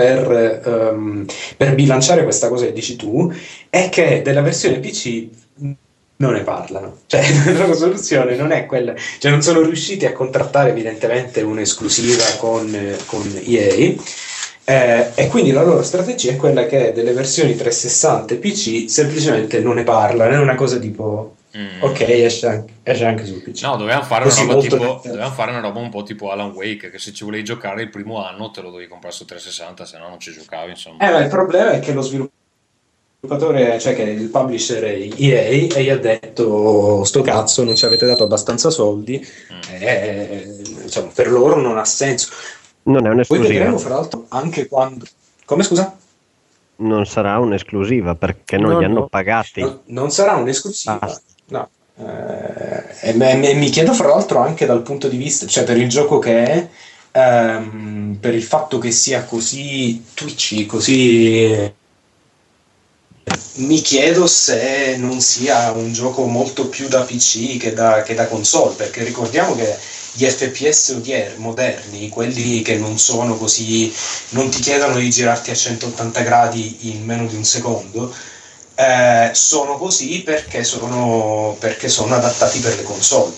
per bilanciare questa cosa che dici tu è che della versione PC non ne parlano, cioè la loro soluzione non è quella, cioè non sono riusciti a contrattare evidentemente un'esclusiva con EA, e quindi la loro strategia è quella che delle versioni 360 e PC semplicemente non ne parlano, è una cosa tipo ok, esce anche sul PC. No, dovevamo fare Così, una roba molto tipo, divertente. dovevamo fare una roba un po' tipo Alan Wake, che se ci volevi giocare il primo anno te lo dovevi comprare su 360, se no non ci giocavi, insomma. Ma il problema è che lo sviluppatore, cioè che il publisher è EA, e gli ha detto sto cazzo, non ci avete dato abbastanza soldi, diciamo, per loro non ha senso. Non è Poi un'esclusiva. vedremo fra l'altro anche quando... Come scusa? Non sarà un'esclusiva perché non No, li hanno no. pagati. Non sarà un'esclusiva, Basta. no. E mi chiedo fra l'altro anche dal punto di vista, cioè per il gioco che è, per il fatto che sia così twitchy, così... Mi chiedo se non sia un gioco molto più da PC che da console, perché ricordiamo che gli FPS moderni, quelli che non sono così, non ti chiedono di girarti a 180 gradi in meno di un secondo, sono così perché sono adattati per le console.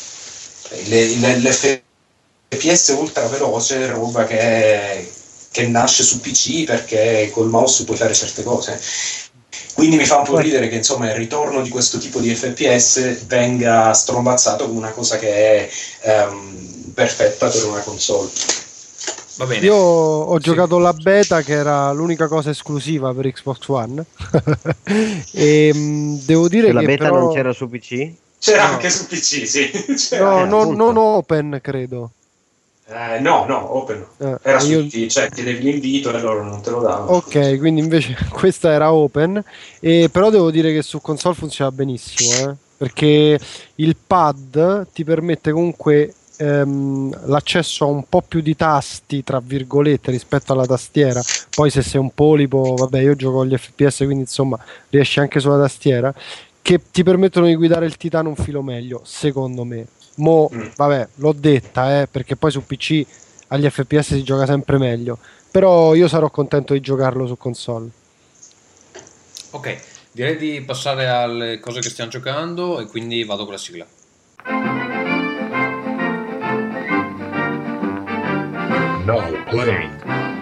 L'FPS ultra veloce è roba che nasce su PC perché col mouse puoi fare certe cose. Quindi mi fa un po' ridere che insomma il ritorno di questo tipo di FPS venga strombazzato come una cosa che è perfetta per una console. Va bene. Io ho giocato la beta, che era l'unica cosa esclusiva per Xbox One. E devo dire Se la che beta però... non c'era su PC? C'era No. anche su PC, sì. No, appunto. non open, credo. No, open. Era su io- tutti, cioè chiedevi l'invito e loro non te lo davano. Ok, quindi invece questa era open, però devo dire che su console funziona benissimo, perché il pad ti permette comunque l'accesso a un po' più di tasti, tra virgolette, rispetto alla tastiera. Poi se sei un polipo, vabbè, io gioco agli FPS, quindi insomma riesci anche sulla tastiera, che ti permettono di guidare il Titano un filo meglio, secondo me. Vabbè, l'ho detta, perché poi su PC agli FPS si gioca sempre meglio. Però io sarò contento di giocarlo su console. Ok, direi di passare alle cose che stiamo giocando e quindi vado con la sigla. Now play.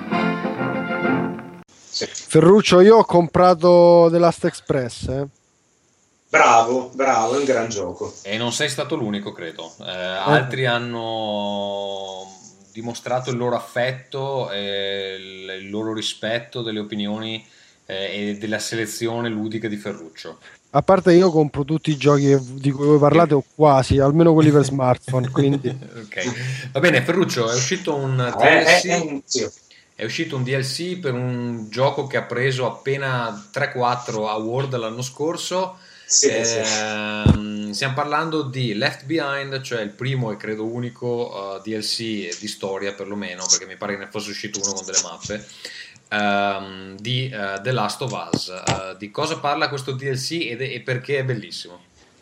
Ferruccio, io ho comprato The Last Express. Bravo, è un gran gioco. E non sei stato l'unico, credo. Altri hanno dimostrato il loro affetto e il loro rispetto delle opinioni e della selezione ludica di Ferruccio. A parte io compro tutti i giochi di cui voi parlate, o quasi, almeno quelli per smartphone, quindi... Ok, va bene. Ferruccio, è uscito un DLC. Sì. È uscito un DLC per un gioco che ha preso appena 3-4 award l'anno scorso. Sì. Stiamo parlando di Left Behind, cioè il primo e credo unico DLC di storia, perlomeno, perché mi pare che ne fosse uscito uno con delle mappe, di The Last of Us. Di cosa parla questo DLC e perché è bellissimo?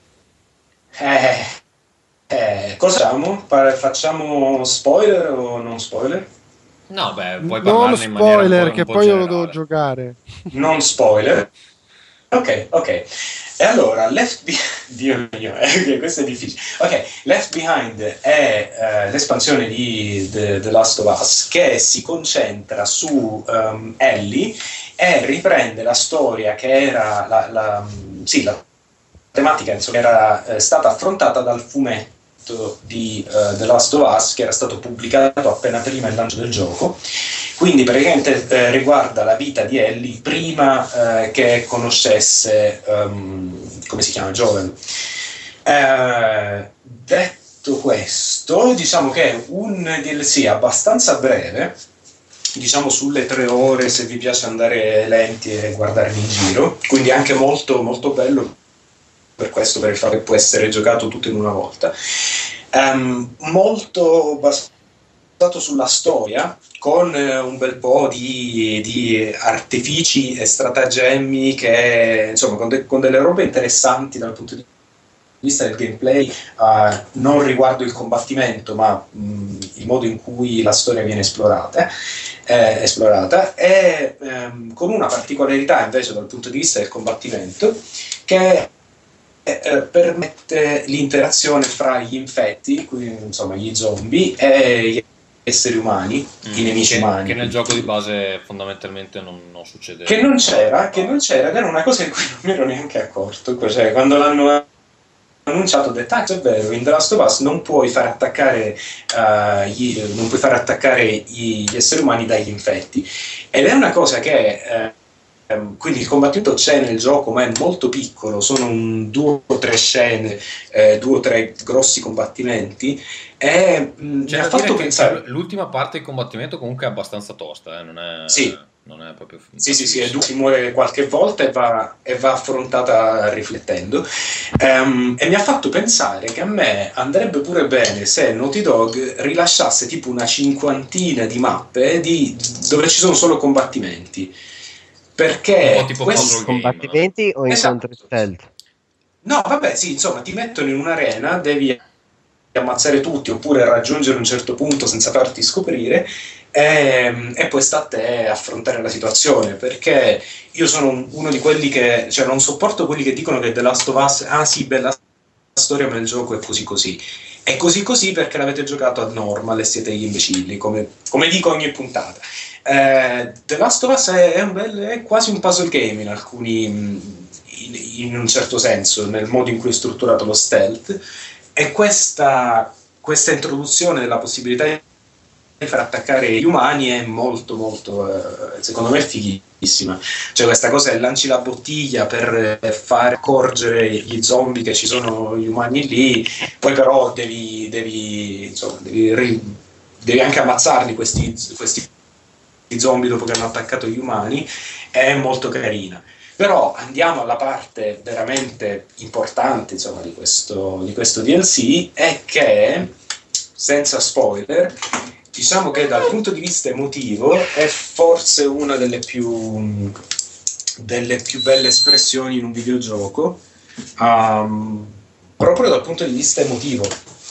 Cosa facciamo? Facciamo spoiler o non spoiler? No, beh, puoi Non parlarne in maniera spoiler, un che po' poi io lo generale. devo giocare. Non spoiler. Ok. E allora, Dio mio, questo è difficile. Ok, Left Behind è l'espansione di The Last of Us, che si concentra su Ellie e riprende la storia che era la tematica, insomma, era stata affrontata dal fumetto di The Last of Us, che era stato pubblicato appena prima del lancio del gioco. Quindi praticamente riguarda la vita di Ellie prima che conoscesse come si chiama, Joel. Detto questo, diciamo che è un DLC abbastanza breve, diciamo sulle 3 ore se vi piace andare lenti e guardarvi in giro, quindi anche molto molto bello per questo, per il fatto che può essere giocato tutto in una volta. Molto basato sulla storia, con un bel po' di artifici e stratagemmi, che insomma con delle robe interessanti dal punto di vista del gameplay, non riguardo il combattimento, ma il modo in cui la storia viene esplorata, e con una particolarità invece dal punto di vista del combattimento, che permette l'interazione fra gli infetti, quindi, insomma gli zombie, e gli esseri umani, i nemici umani. Che nel gioco di base fondamentalmente non succede. Che non c'era, ed era una cosa in cui non mi ero neanche accorto. Cioè, quando l'hanno annunciato ho detto, è vero, in The Last of Us non puoi far attaccare gli esseri umani dagli infetti, ed è una cosa che quindi il combattimento c'è nel gioco, ma è molto piccolo, sono 2 o 3 scene, 2 o 3 grossi combattimenti, e mi ha fatto pensare. L'ultima parte del combattimento comunque è abbastanza tosta, non è... Sì. Non è proprio Sì, si muore qualche volta e va affrontata riflettendo, e mi ha fatto pensare che a me andrebbe pure bene se Naughty Dog rilasciasse tipo una 50ina di mappe dove ci sono solo combattimenti, perché un po' tipo puzzle game, combattimenti o incontri stealth? No, vabbè, sì, insomma, ti mettono in un'arena, devi ammazzare tutti oppure raggiungere un certo punto senza farti scoprire, e poi sta a te affrontare la situazione, perché io sono uno di quelli che, cioè, non sopporto quelli che dicono che The Last of Us, sì, bella storia, ma il gioco è così. È così perché l'avete giocato a normal e siete gli imbecilli, come dico ogni puntata. The Last of Us è quasi un puzzle game in un certo senso, nel modo in cui è strutturato lo stealth, e questa introduzione della possibilità di far attaccare gli umani è molto molto, secondo me, fighissima. Cioè, questa cosa è lanci la bottiglia per far accorgere gli zombie che ci sono gli umani lì, poi però devi anche ammazzarli questi zombie dopo che hanno attaccato gli umani. È molto carina. Però andiamo alla parte veramente importante, insomma, di questo DLC, è che, senza spoiler, diciamo che dal punto di vista emotivo è forse una delle più belle espressioni in un videogioco, proprio dal punto di vista emotivo.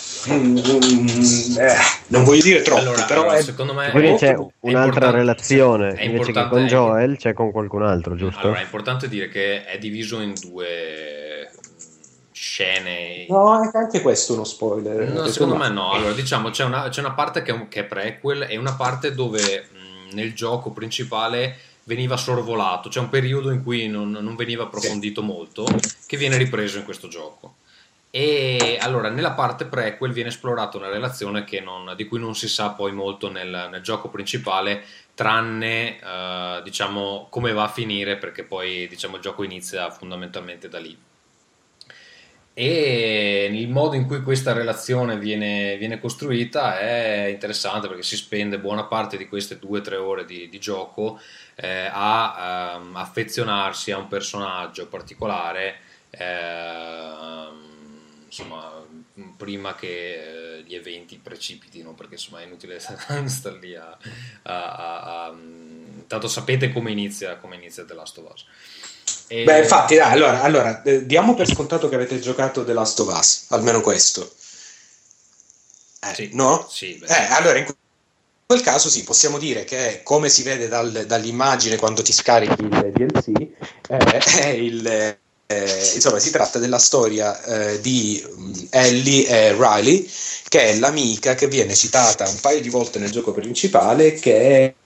Non voglio dire troppo, però secondo me quindi c'è un'altra relazione invece che con Joel, c'è con qualcun altro, giusto? Allora, è importante dire che è diviso in 2 scene. No, è anche questo uno spoiler. No, secondo me no. Allora, diciamo, c'è una parte che è prequel e una parte dove nel gioco principale veniva sorvolato, c'è un periodo in cui non veniva approfondito molto, che viene ripreso in questo gioco. E allora nella parte prequel viene esplorata una relazione di cui non si sa poi molto nel gioco principale, tranne diciamo come va a finire, perché poi, diciamo, il gioco inizia fondamentalmente da lì. E il modo in cui questa relazione viene costruita è interessante, perché si spende buona parte di queste 2-3 ore di gioco a affezionarsi a un personaggio particolare, insomma, prima che gli eventi precipitino, perché insomma è inutile stare lì tanto sapete come inizia The Last of Us. Beh, infatti, dai, allora diamo per scontato che avete giocato The Last of Us, almeno questo. Sì, no? Sì, allora in quel caso sì, possiamo dire che, come si vede dall'immagine quando ti scarichi il DLC, insomma, si tratta della storia di Ellie e Riley, che è l'amica che viene citata un paio di volte nel gioco principale, che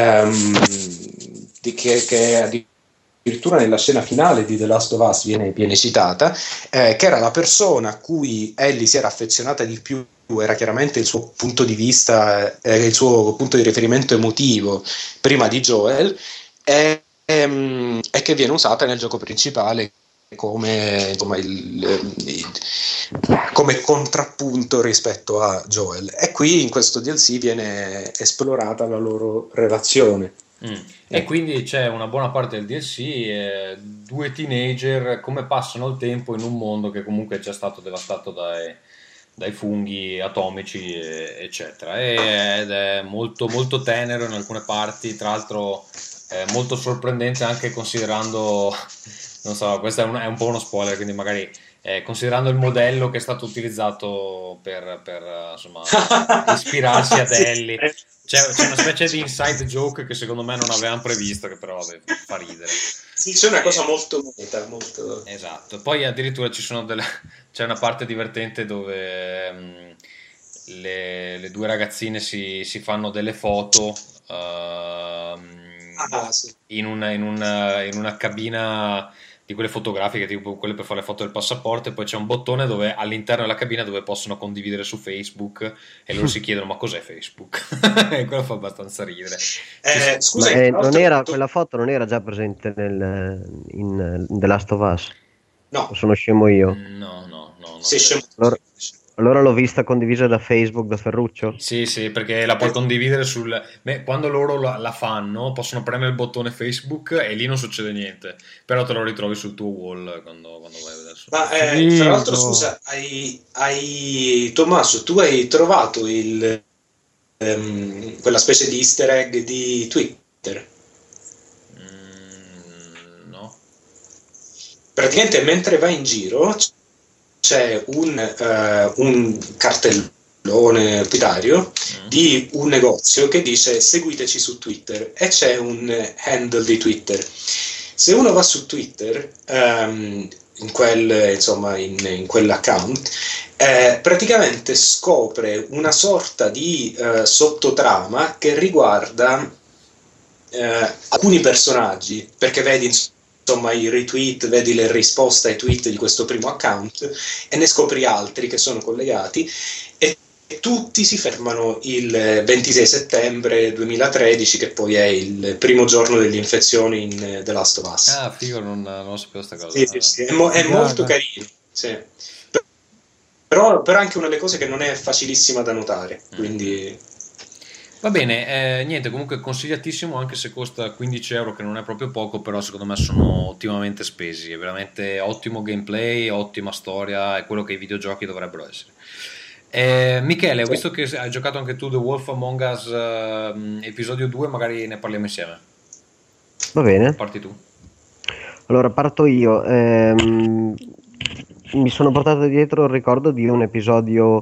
addirittura nella scena finale di The Last of Us viene citata, che era la persona a cui Ellie si era affezionata di più, era chiaramente il suo punto di vista, il suo punto di riferimento emotivo prima di Joel, e che viene usata nel gioco principale come, insomma, come contrappunto rispetto a Joel, e qui in questo DLC viene esplorata la loro relazione. E quindi c'è una buona parte del DLC, 2 teenager come passano il tempo in un mondo che comunque è già stato devastato dai funghi atomici, eccetera, ed è molto molto tenero in alcune parti, tra l'altro molto sorprendente anche considerando, non so, questo è un po' uno spoiler, quindi magari considerando il modello che è stato utilizzato per insomma, ispirarsi ad Ellie. C'è una specie di inside joke che secondo me non avevamo previsto, che però vabbè, fa ridere. Sì, c'è una cosa molto meta, molto... Esatto. Poi addirittura c'è una parte divertente dove le due ragazzine si fanno delle foto sì. in una cabina di quelle fotografiche, tipo quelle per fare le foto del passaporto, e poi c'è un bottone dove all'interno della cabina dove possono condividere su Facebook, e loro si chiedono ma cos'è Facebook? E quello fa abbastanza ridere. Scusa, quella foto non era già presente in The Last of Us? No. Sono scemo io? No. Sei scemo. Allora l'ho vista condivisa da Facebook, da Ferruccio? Sì, perché la puoi condividere quando loro la fanno, possono premere il bottone Facebook e lì non succede niente, però te lo ritrovi sul tuo wall quando vai a vedere. Ma tra l'altro, scusa, Tommaso, tu hai trovato quella specie di easter egg di Twitter? No. Praticamente mentre vai in giro c'è un cartellone pubblicitario di un negozio che dice seguiteci su Twitter, e c'è un handle di Twitter. Se uno va su Twitter in quell'account, praticamente scopre una sorta di sottotrama che riguarda alcuni personaggi, perché vedi insomma i retweet, vedi le risposte ai tweet di questo primo account, e ne scopri altri che sono collegati, e tutti si fermano il 26 settembre 2013, che poi è il primo giorno delle infezioni in The Last of Us. Ah, figo, non sapevo questa cosa. Sì, è molto carino, sì. Però anche una delle cose che non è facilissima da notare, quindi... Va bene, niente, comunque consigliatissimo, anche se costa 15 euro, che non è proprio poco, però secondo me sono ottimamente spesi, è veramente ottimo gameplay, ottima storia, è quello che i videogiochi dovrebbero essere. Michele, ho visto che hai giocato anche tu The Wolf Among Us episodio 2, magari ne parliamo insieme. Va bene. Parti tu. Allora parto io. Mi sono portato dietro il ricordo di un episodio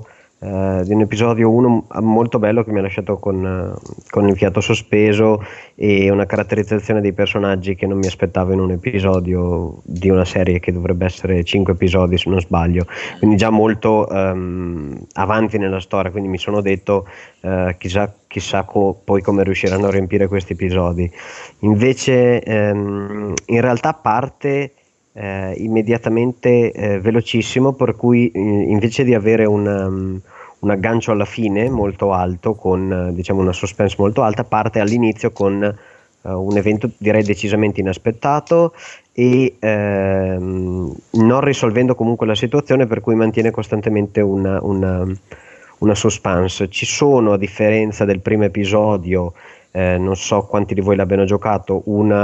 1 molto bello, che mi ha lasciato con il fiato sospeso, e una caratterizzazione dei personaggi che non mi aspettavo in un episodio di una serie che dovrebbe essere 5 episodi se non sbaglio, quindi già molto avanti nella storia, quindi mi sono detto chissà poi come riusciranno a riempire questi episodi. Invece in realtà parte immediatamente velocissimo, per cui invece di avere un aggancio alla fine molto alto, con diciamo una suspense molto alta, parte all'inizio con un evento direi decisamente inaspettato e non risolvendo comunque la situazione, per cui mantiene costantemente una suspense. Ci sono, a differenza del primo episodio, non so quanti di voi l'abbiano giocato,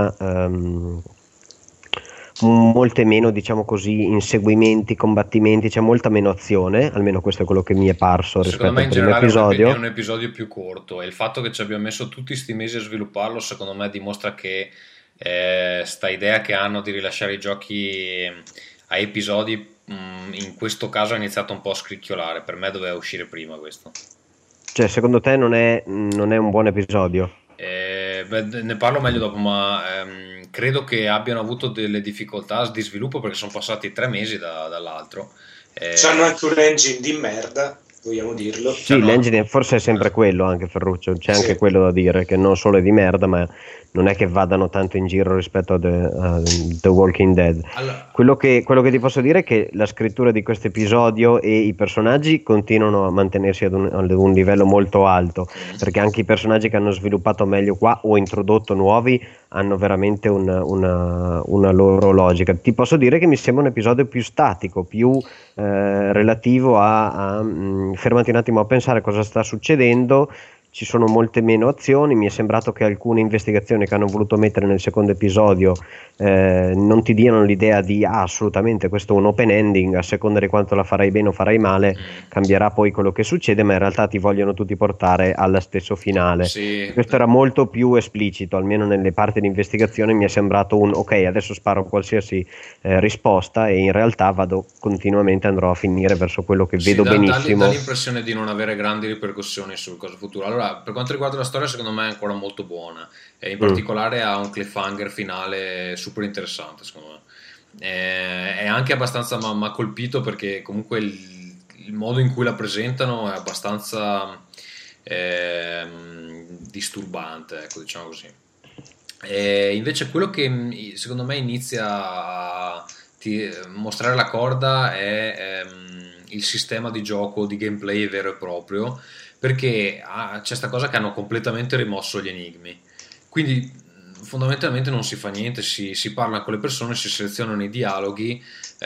molte meno, diciamo così, inseguimenti, combattimenti, c'è molta meno azione, almeno questo è quello che mi è parso rispetto al primo episodio. È un episodio più corto, e il fatto che ci abbiamo messo tutti sti mesi a svilupparlo secondo me dimostra che sta idea che hanno di rilasciare i giochi a episodi in questo caso ha iniziato un po' a scricchiolare. Per me doveva uscire prima questo. Cioè, secondo te non è un buon episodio? Ne parlo meglio dopo, ma credo che abbiano avuto delle difficoltà di sviluppo, perché sono passati 3 mesi dall'altro. C'hanno anche un engine di merda, vogliamo dirlo. Sì, l'engine forse è sempre quello, anche Ferruccio, c'è anche quello da dire, che non solo è di merda, ma non è che vadano tanto in giro rispetto a The Walking Dead. Quello che ti posso dire è che la scrittura di questo episodio e i personaggi continuano a mantenersi ad un livello molto alto, perché anche i personaggi che hanno sviluppato meglio qua o introdotto nuovi hanno veramente una loro logica. Ti posso dire che mi sembra un episodio più statico, più relativo a fermati un attimo a pensare cosa sta succedendo, ci sono molte meno azioni. Mi è sembrato che alcune investigazioni che hanno voluto mettere nel secondo episodio non ti diano l'idea di assolutamente questo è un open ending, a seconda di quanto la farai bene o farai male cambierà poi quello che succede, ma in realtà ti vogliono tutti portare allo stesso finale. Questo era molto più esplicito, almeno nelle parti di investigazione mi è sembrato un ok, adesso sparo qualsiasi risposta e in realtà vado continuamente, andrò a finire verso quello che vedo benissimo. Dà l'impressione di non avere grandi ripercussioni sul caso futuro. Allora, per quanto riguarda la storia, secondo me è ancora molto buona, e in particolare ha un cliffhanger finale super interessante, secondo me. È anche abbastanza m'ha colpito, perché comunque il modo in cui la presentano è abbastanza disturbante, ecco, diciamo così. E invece quello che secondo me inizia a mostrare la corda è il sistema di gioco, di gameplay vero e proprio, perché c'è questa cosa che hanno completamente rimosso gli enigmi, quindi fondamentalmente non si fa niente, si parla con le persone, si selezionano i dialoghi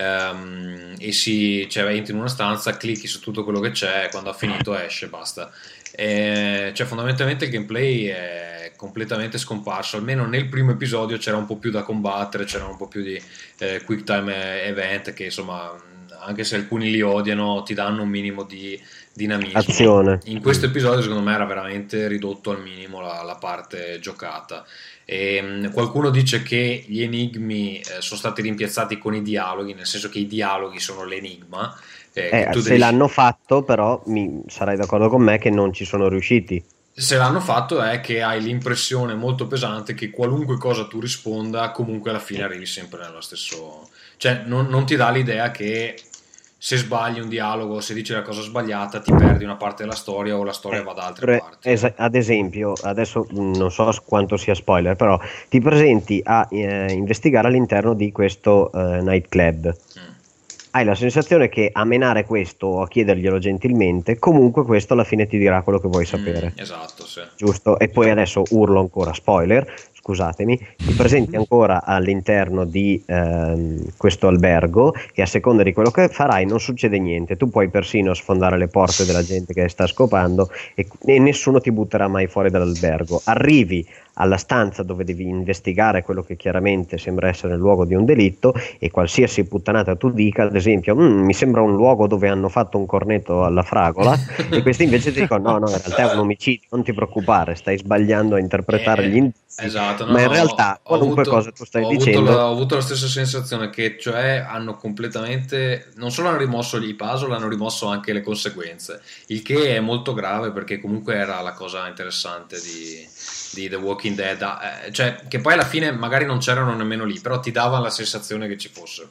e entri in una stanza, clicchi su tutto quello che c'è, quando ha finito esce, basta. Cioè fondamentalmente il gameplay è completamente scomparso, almeno nel primo episodio c'era un po' più da combattere, c'era un po' più di quick time event che insomma, anche se alcuni li odiano, ti danno un minimo di dinamismo. Azione. In questo episodio secondo me era veramente ridotto al minimo la parte giocata. Qualcuno dice che gli enigmi sono stati rimpiazzati con i dialoghi, nel senso che i dialoghi sono l'enigma. Se l'hanno fatto, però sarai d'accordo con me che non ci sono riusciti. Se l'hanno fatto è che hai l'impressione molto pesante che qualunque cosa tu risponda, comunque alla fine arrivi sempre nello stesso, cioè non ti dà l'idea che se sbagli un dialogo, se dici la cosa sbagliata, ti perdi una parte della storia o la storia va da altre parti. Ad esempio, adesso non so quanto sia spoiler, però ti presenti a investigare all'interno di questo nightclub. Hai la sensazione che a menare questo o a chiederglielo gentilmente, comunque questo alla fine ti dirà quello che vuoi sapere. Esatto, sì. Giusto? E poi adesso urlo ancora, spoiler, scusatemi, ti presenti ancora all'interno di questo albergo e a seconda di quello che farai non succede niente. Tu puoi persino sfondare le porte della gente che sta scopando e nessuno ti butterà mai fuori dall'albergo. Arrivi alla stanza dove devi investigare quello che chiaramente sembra essere il luogo di un delitto e qualsiasi puttanata tu dica, ad esempio mi sembra un luogo dove hanno fatto un cornetto alla fragola e questi invece ti dicono no, in realtà è un omicidio, non ti preoccupare, stai sbagliando a interpretare gli indizi. Esatto, ma in realtà qualunque cosa tu stai dicendo ho avuto la stessa sensazione, che cioè hanno completamente, non solo hanno rimosso i puzzle, hanno rimosso anche le conseguenze, il che è molto grave, perché comunque era la cosa interessante di The Walking Dead, cioè che poi alla fine magari non c'erano nemmeno lì, però ti davano la sensazione che ci fossero.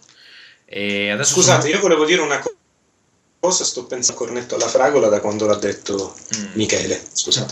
E adesso scusate, io volevo dire una cosa, sto pensando al cornetto alla fragola da quando l'ha detto Michele, scusate.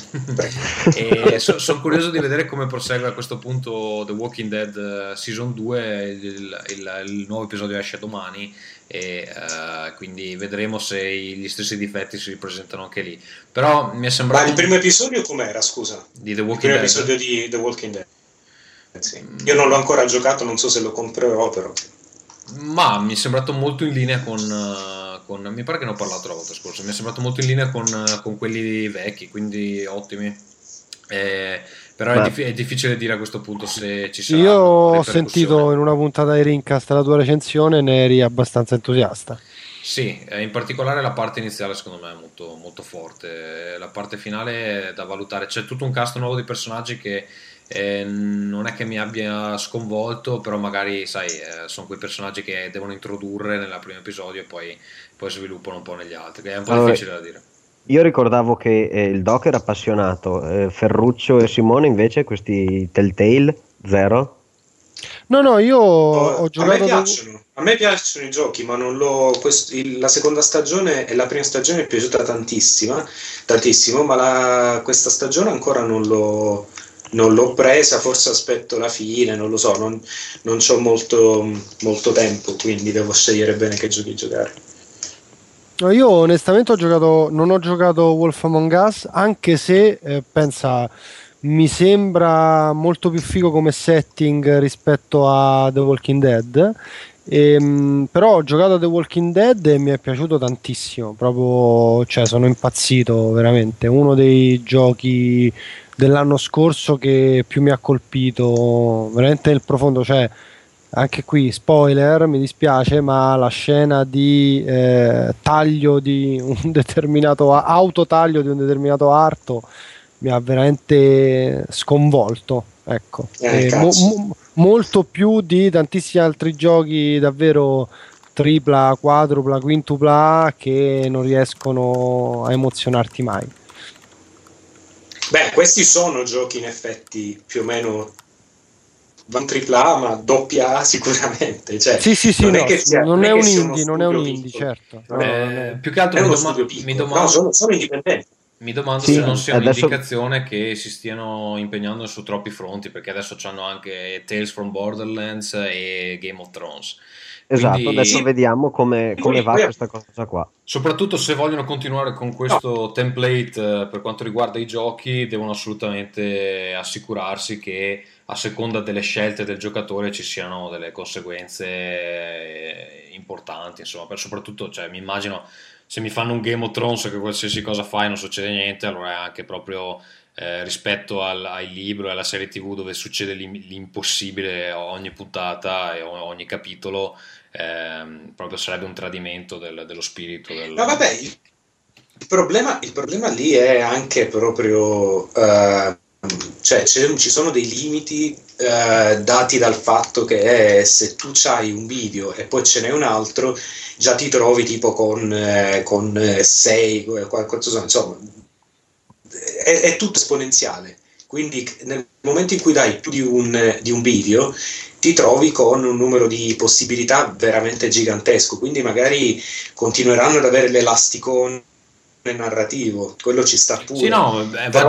E sono curioso di vedere come prosegue a questo punto The Walking Dead Season 2, il nuovo episodio esce domani e quindi vedremo se gli stessi difetti si ripresentano anche lì. Però mi è sembrato... Ma il primo episodio com'era, scusa? Di The Walking il primo Dead? Episodio di The Walking Dead. Sì. Io non l'ho ancora giocato, non so se lo comprerò, però. Ma mi è sembrato molto in linea con mi pare che ne ho parlato la volta scorsa, mi è sembrato molto in linea con quelli vecchi, quindi ottimi. Però è difficile dire a questo punto se ci sarà. Io ho sentito in una puntata di Rincast la tua recensione, ne eri abbastanza entusiasta. Sì, in particolare la parte iniziale secondo me è molto, molto forte, la parte finale è da valutare, c'è tutto un cast nuovo di personaggi che non è che mi abbia sconvolto, però magari sai, sono quei personaggi che devono introdurre nel primo episodio e poi sviluppano un po' negli altri, è un po' difficile da dire. Io ricordavo che il Doc era appassionato, Ferruccio e Simone invece questi Telltale zero? No, io ho giocato. A me piacciono i giochi, ma non la seconda stagione e la prima stagione mi è piaciuta tantissimo, ma questa stagione ancora non l'ho presa, forse aspetto la fine, non lo so, non c'ho molto tempo, quindi devo scegliere bene che giochi giocare. No, io onestamente non ho giocato Wolf Among Us, anche se pensa mi sembra molto più figo come setting rispetto a The Walking Dead. Però ho giocato a The Walking Dead e mi è piaciuto tantissimo, proprio, cioè sono impazzito veramente, uno dei giochi dell'anno scorso che più mi ha colpito veramente nel profondo. Cioè, anche qui spoiler, mi dispiace, ma la scena di taglio di un determinato autotaglio di un determinato arto mi ha veramente sconvolto, ecco. Molto più di tantissimi altri giochi davvero tripla, quadrupla, quintupla che non riescono a emozionarti mai. Beh, questi sono giochi in effetti più o meno van tripla A, ma doppia A sicuramente. Cioè, sì, non no, è che sia, non è un sia indie, non è un indie, piccolo. certo. Più che altro mi domando, no, sono indipendenti. Mi domando Sì, se non sia adesso- un'indicazione che si stiano impegnando su troppi fronti, perché adesso c'hanno anche Tales from Borderlands e Game of Thrones. Esatto, Quindi, adesso vediamo come va questa cosa qua. soprattutto se vogliono continuare con questo template per quanto riguarda i giochi, devono assolutamente assicurarsi che a seconda delle scelte del giocatore ci siano delle conseguenze importanti, insomma, soprattutto, cioè, mi immagino se mi fanno un Game of Thrones che qualsiasi cosa fai non succede niente, allora è anche proprio rispetto al libro e alla serie TV dove succede l'impossibile ogni puntata e ogni capitolo, proprio sarebbe un tradimento dello spirito del... No, vabbè, il problema lì è anche proprio cioè ci sono dei limiti dati dal fatto che se tu c'hai un video e poi ce n'è un altro, già ti trovi tipo con 6 qualcosa, insomma è tutto esponenziale. Quindi nel momento in cui dai più di un video ti trovi con un numero di possibilità veramente gigantesco, quindi magari continueranno ad avere l'elasticone narrativo, quello ci sta pure. Sì, no,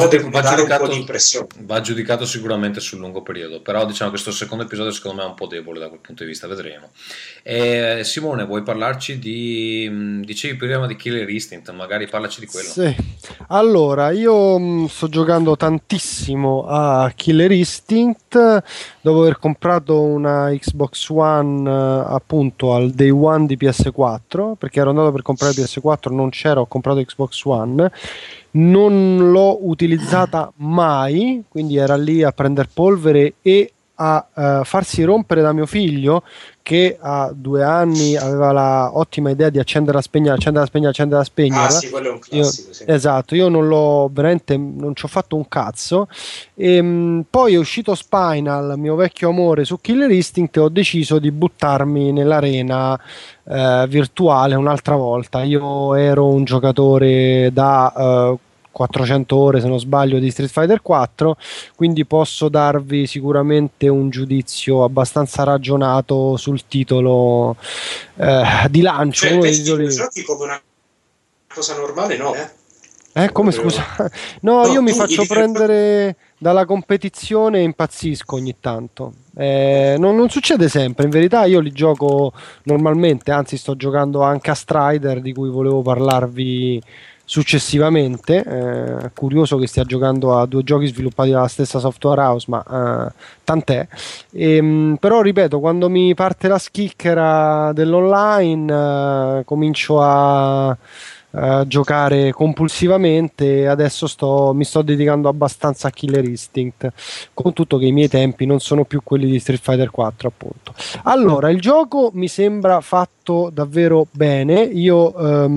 va giudicato sicuramente sul lungo periodo, però diciamo che questo secondo episodio secondo me è un po' debole da quel punto di vista, vedremo. Simone, vuoi parlarci dicevi prima di Killer Instinct, magari parlaci di quello. Sì. Allora, io sto giocando tantissimo a Killer Instinct dopo aver comprato una Xbox One appunto al day one di PS4, perché ero andato per comprare PS4, non c'era, ho comprato Xbox One, non l'ho utilizzata mai, quindi era lì a prendere polvere e a farsi rompere da mio figlio che a 2 anni aveva la ottima idea di accendere la spegnere. Ah sì, quello è un classico, sì. Esatto, io non l'ho veramente, non ci ho fatto un cazzo. Poi è uscito Spinal, mio vecchio amore, su Killer Instinct, e ho deciso di buttarmi nell'arena virtuale un'altra volta. Io ero un giocatore da 400 ore se non sbaglio di Street Fighter 4, quindi posso darvi sicuramente un giudizio abbastanza ragionato sul titolo di lancio. Cioè, giochi come una cosa normale, no? Come scusa? No, io mi faccio prendere dalla competizione e impazzisco ogni tanto. Non succede sempre, in verità io li gioco normalmente, anzi sto giocando anche a Strider, di cui volevo parlarvi successivamente. Curioso che stia giocando a 2 giochi sviluppati dalla stessa software house, ma tant'è. Però ripeto, quando mi parte la schicchera dell'online comincio a giocare compulsivamente. Adesso mi sto dedicando abbastanza a Killer Instinct, con tutto che i miei tempi non sono più quelli di Street Fighter 4, appunto. Allora, il gioco mi sembra fatto davvero bene. Io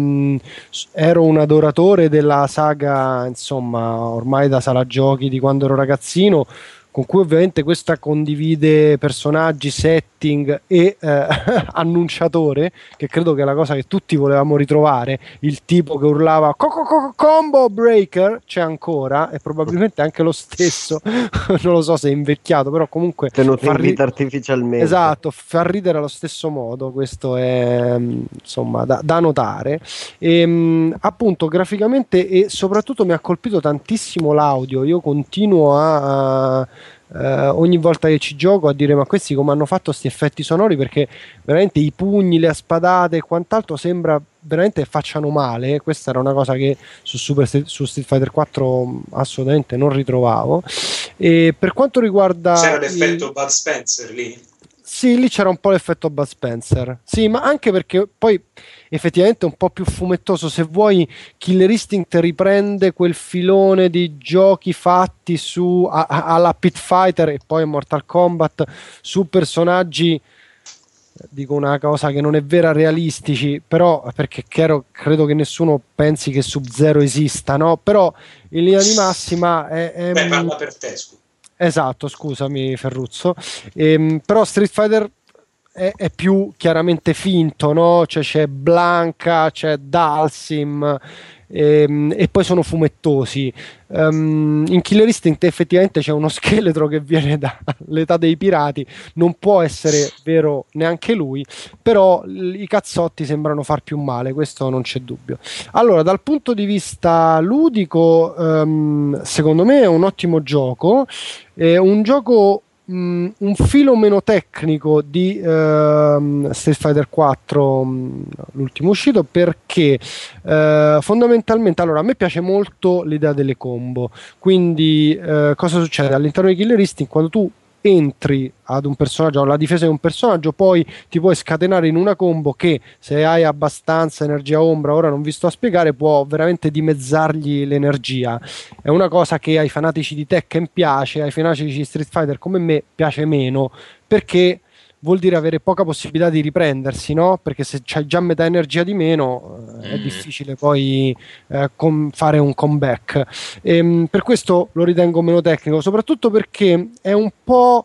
ero un adoratore della saga, insomma, ormai da sala giochi di quando ero ragazzino, con cui ovviamente questa condivide personaggi, setting e annunciatore, che credo che è la cosa che tutti volevamo ritrovare. Il tipo che urlava combo breaker c'è ancora, e probabilmente anche lo stesso non lo so se è invecchiato, però comunque tenuto in vita artificialmente. Esatto, fa ridere allo stesso modo. Questo è insomma da notare. Appunto, graficamente e soprattutto mi ha colpito tantissimo l'audio. Io continuo a ogni volta che ci gioco a dire ma questi come hanno fatto questi effetti sonori, perché veramente i pugni, le spadate e quant'altro sembra veramente facciano male. Questa era una cosa che su Street Fighter 4 assolutamente non ritrovavo. E per quanto riguarda c'era l'effetto Bud Spencer lì? Sì, lì c'era un po' l'effetto Bud Spencer. Sì, ma anche perché poi effettivamente è un po' più fumettoso. Se vuoi, Killer Instinct riprende quel filone di giochi fatti su alla Pit Fighter e poi Mortal Kombat su personaggi, dico una cosa che non è vera, realistici, però perché credo che nessuno pensi che Sub-Zero esista, no? Però in linea di massima Beh, parla per te, scusa. Esatto, scusami Ferruzzo. Però Street Fighter è più chiaramente finto, no? Cioè c'è Blanca, c'è Dalsim e poi sono fumettosi. In Killer Instinct effettivamente c'è uno scheletro che viene dall'età dei pirati, non può essere vero neanche lui, però i cazzotti sembrano far più male, questo non c'è dubbio. Allora, dal punto di vista ludico, secondo me è un ottimo gioco. È un gioco un filo meno tecnico di Street Fighter 4, l'ultimo uscito, perché fondamentalmente, allora, a me piace molto l'idea delle combo. Quindi cosa succede? All'interno di Killer Instinct, quando tu entri ad un personaggio, alla difesa di un personaggio, poi ti puoi scatenare in una combo che, se hai abbastanza energia ombra, ora non vi sto a spiegare, può veramente dimezzargli l'energia. È una cosa che ai fanatici di Tekken piace, ai fanatici di Street Fighter come me piace meno, perché vuol dire avere poca possibilità di riprendersi, no? Perché se c'hai già metà energia di meno è difficile poi fare un comeback. Per questo lo ritengo meno tecnico, soprattutto perché è un po'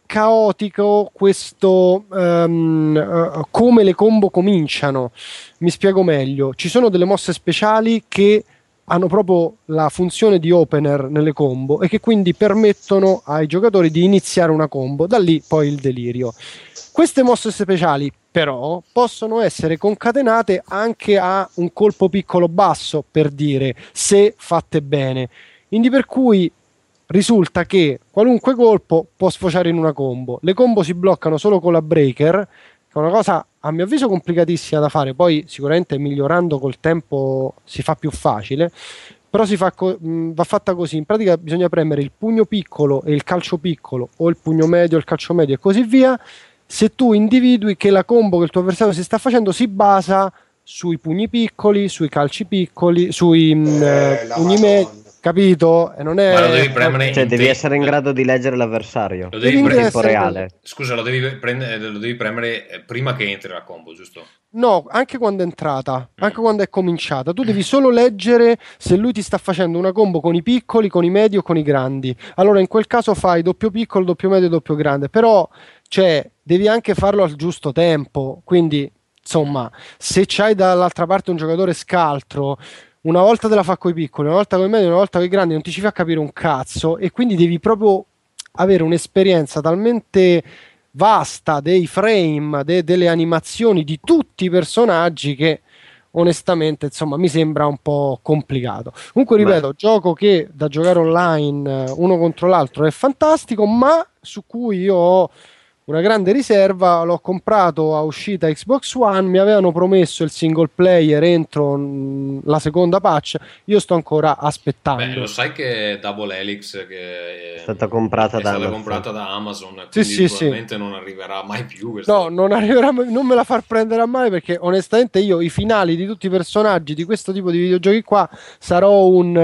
caotico questo come le combo cominciano. Mi spiego meglio: ci sono delle mosse speciali che hanno proprio la funzione di opener nelle combo e che quindi permettono ai giocatori di iniziare una combo, da lì poi il delirio. Queste mosse speciali però possono essere concatenate anche a un colpo piccolo basso, per dire, se fatte bene, quindi per cui risulta che qualunque colpo può sfociare in una combo. Le combo si bloccano solo con la breaker, che è una cosa a mio avviso complicatissima da fare, poi sicuramente migliorando col tempo si fa più facile, però va fatta così. In pratica bisogna premere il pugno piccolo e il calcio piccolo, o il pugno medio e il calcio medio e così via. Se tu individui che la combo che il tuo avversario si sta facendo si basa sui pugni piccoli, sui calci piccoli, sui pugni medi, capito? E non è... Ma lo devi premere, cioè devi essere in grado di leggere l'avversario in tempo reale. Scusa, lo devi premere prima che entri la combo, giusto? No, anche quando è entrata, anche quando è cominciata. Tu devi solo leggere se lui ti sta facendo una combo con i piccoli, con i medi o con i grandi. Allora in quel caso fai doppio piccolo, doppio medio, doppio grande. Però, cioè, devi anche farlo al giusto tempo. Quindi, insomma, se c'hai dall'altra parte un giocatore scaltro, una volta te la fa coi piccoli, una volta coi medi, una volta coi grandi, non ti ci fa capire un cazzo. E quindi devi proprio avere un'esperienza talmente vasta dei frame, delle animazioni di tutti i personaggi, che onestamente insomma mi sembra un po' complicato. Comunque ripeto, gioco che da giocare online uno contro l'altro è fantastico, ma su cui io ho una grande riserva. L'ho comprato a uscita Xbox One, mi avevano promesso il single player entro la seconda patch, io sto ancora aspettando. Beh, lo sai che Double Helix che è stata comprata da Amazon, quindi probabilmente non arriverà mai più questa... No, non arriverà mai, non me la far prendere a male, perché onestamente io i finali di tutti i personaggi di questo tipo di videogiochi qua sarò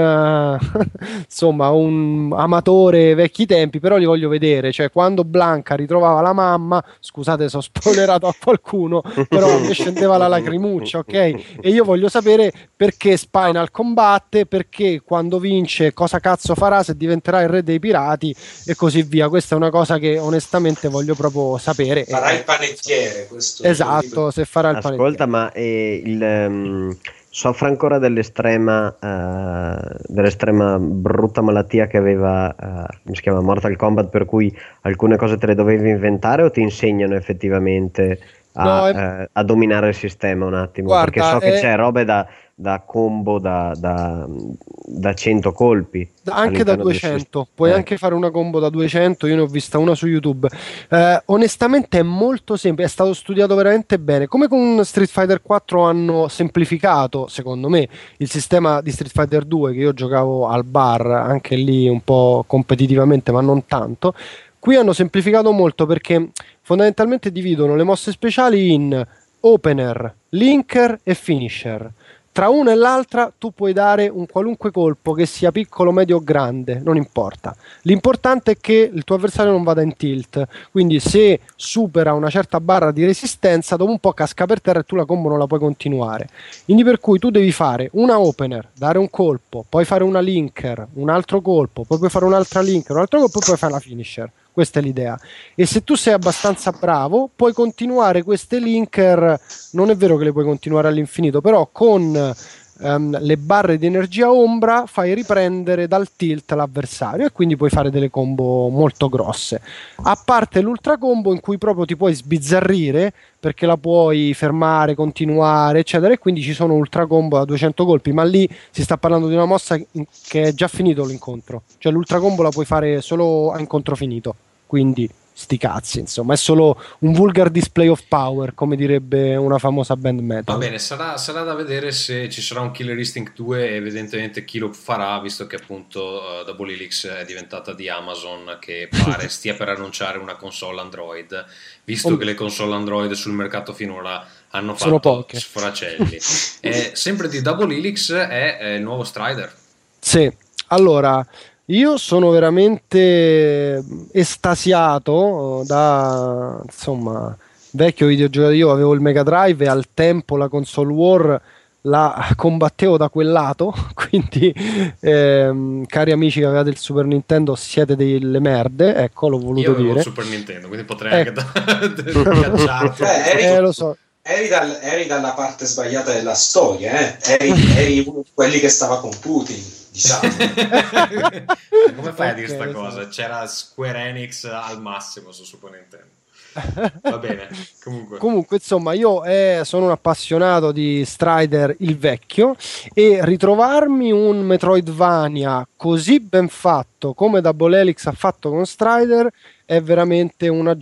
un insomma un amatore vecchi tempi, però li voglio vedere. Cioè quando Blanca ritrovava la mamma, scusate se ho spoilerato a qualcuno, però mi scendeva la lacrimuccia, ok? E io voglio sapere perché Spinal combatte, perché quando vince cosa cazzo farà, se diventerà il re dei pirati e così via. Questa è una cosa che onestamente voglio proprio sapere. Farà il panettiere, questo. Esatto, se farà il panettiere. Ascolta, ma soffre ancora dell'estrema brutta malattia che aveva, si chiama Mortal Kombat, per cui alcune cose te le dovevi inventare o ti insegnano effettivamente No, a dominare il sistema un attimo, guarda, perché so che c'è robe da combo da 100 colpi anche da all'interno del 200, puoi anche fare una combo da 200, io ne ho vista una su YouTube. Onestamente è molto semplice, è stato studiato veramente bene. Come con Street Fighter 4 hanno semplificato, secondo me, il sistema di Street Fighter 2, che io giocavo al bar, anche lì un po' competitivamente, ma non tanto. Qui hanno semplificato molto perché fondamentalmente dividono le mosse speciali in opener, linker e finisher. Tra una e l'altra tu puoi dare un qualunque colpo, che sia piccolo, medio o grande, non importa. L'importante è che il tuo avversario non vada in tilt, quindi se supera una certa barra di resistenza, dopo un po' casca per terra e tu la combo non la puoi continuare. Quindi per cui tu devi fare una opener, dare un colpo, poi fare una linker, un altro colpo, poi puoi fare un'altra linker, un altro colpo, poi fare la finisher. Questa è l'idea. E se tu sei abbastanza bravo, puoi continuare queste linker. Non è vero che le puoi continuare all'infinito, però con le barre di energia ombra fai riprendere dal tilt l'avversario e quindi puoi fare delle combo molto grosse. A parte l'ultra combo in cui proprio ti puoi sbizzarrire perché la puoi fermare, continuare, eccetera, e quindi ci sono ultra combo da 200 colpi, ma lì si sta parlando di una mossa che è già finito l'incontro, cioè l'ultra combo la puoi fare solo a incontro finito, quindi sti cazzi, insomma, è solo un vulgar display of power, come direbbe una famosa band metal. Va bene, sarà da vedere se ci sarà un Killer Instinct 2 e evidentemente chi lo farà, visto che appunto Double Helix è diventata di Amazon, che pare stia per annunciare una console Android, visto che le console Android sul mercato finora hanno fatto sfracelli. Sempre di Double Helix è il nuovo Strider. Sì, allora io sono veramente estasiato da, insomma, vecchio videogiocatore. Io avevo il Mega Drive e al tempo la console war la combattevo da quel lato, quindi cari amici che avevate il Super Nintendo siete delle merde, ecco, l'ho voluto dire. Io avevo dire. il Super Nintendo, quindi potrei anche cacciarti. Lo so. Eri dalla parte sbagliata della storia, eri uno di quelli che stava con Putin, diciamo. Come fai a dire questa cosa? C'era Square Enix al massimo su Super Nintendo. Va bene, comunque insomma io sono un appassionato di Strider il vecchio, e ritrovarmi un Metroidvania così ben fatto come Double Helix ha fatto con Strider è veramente una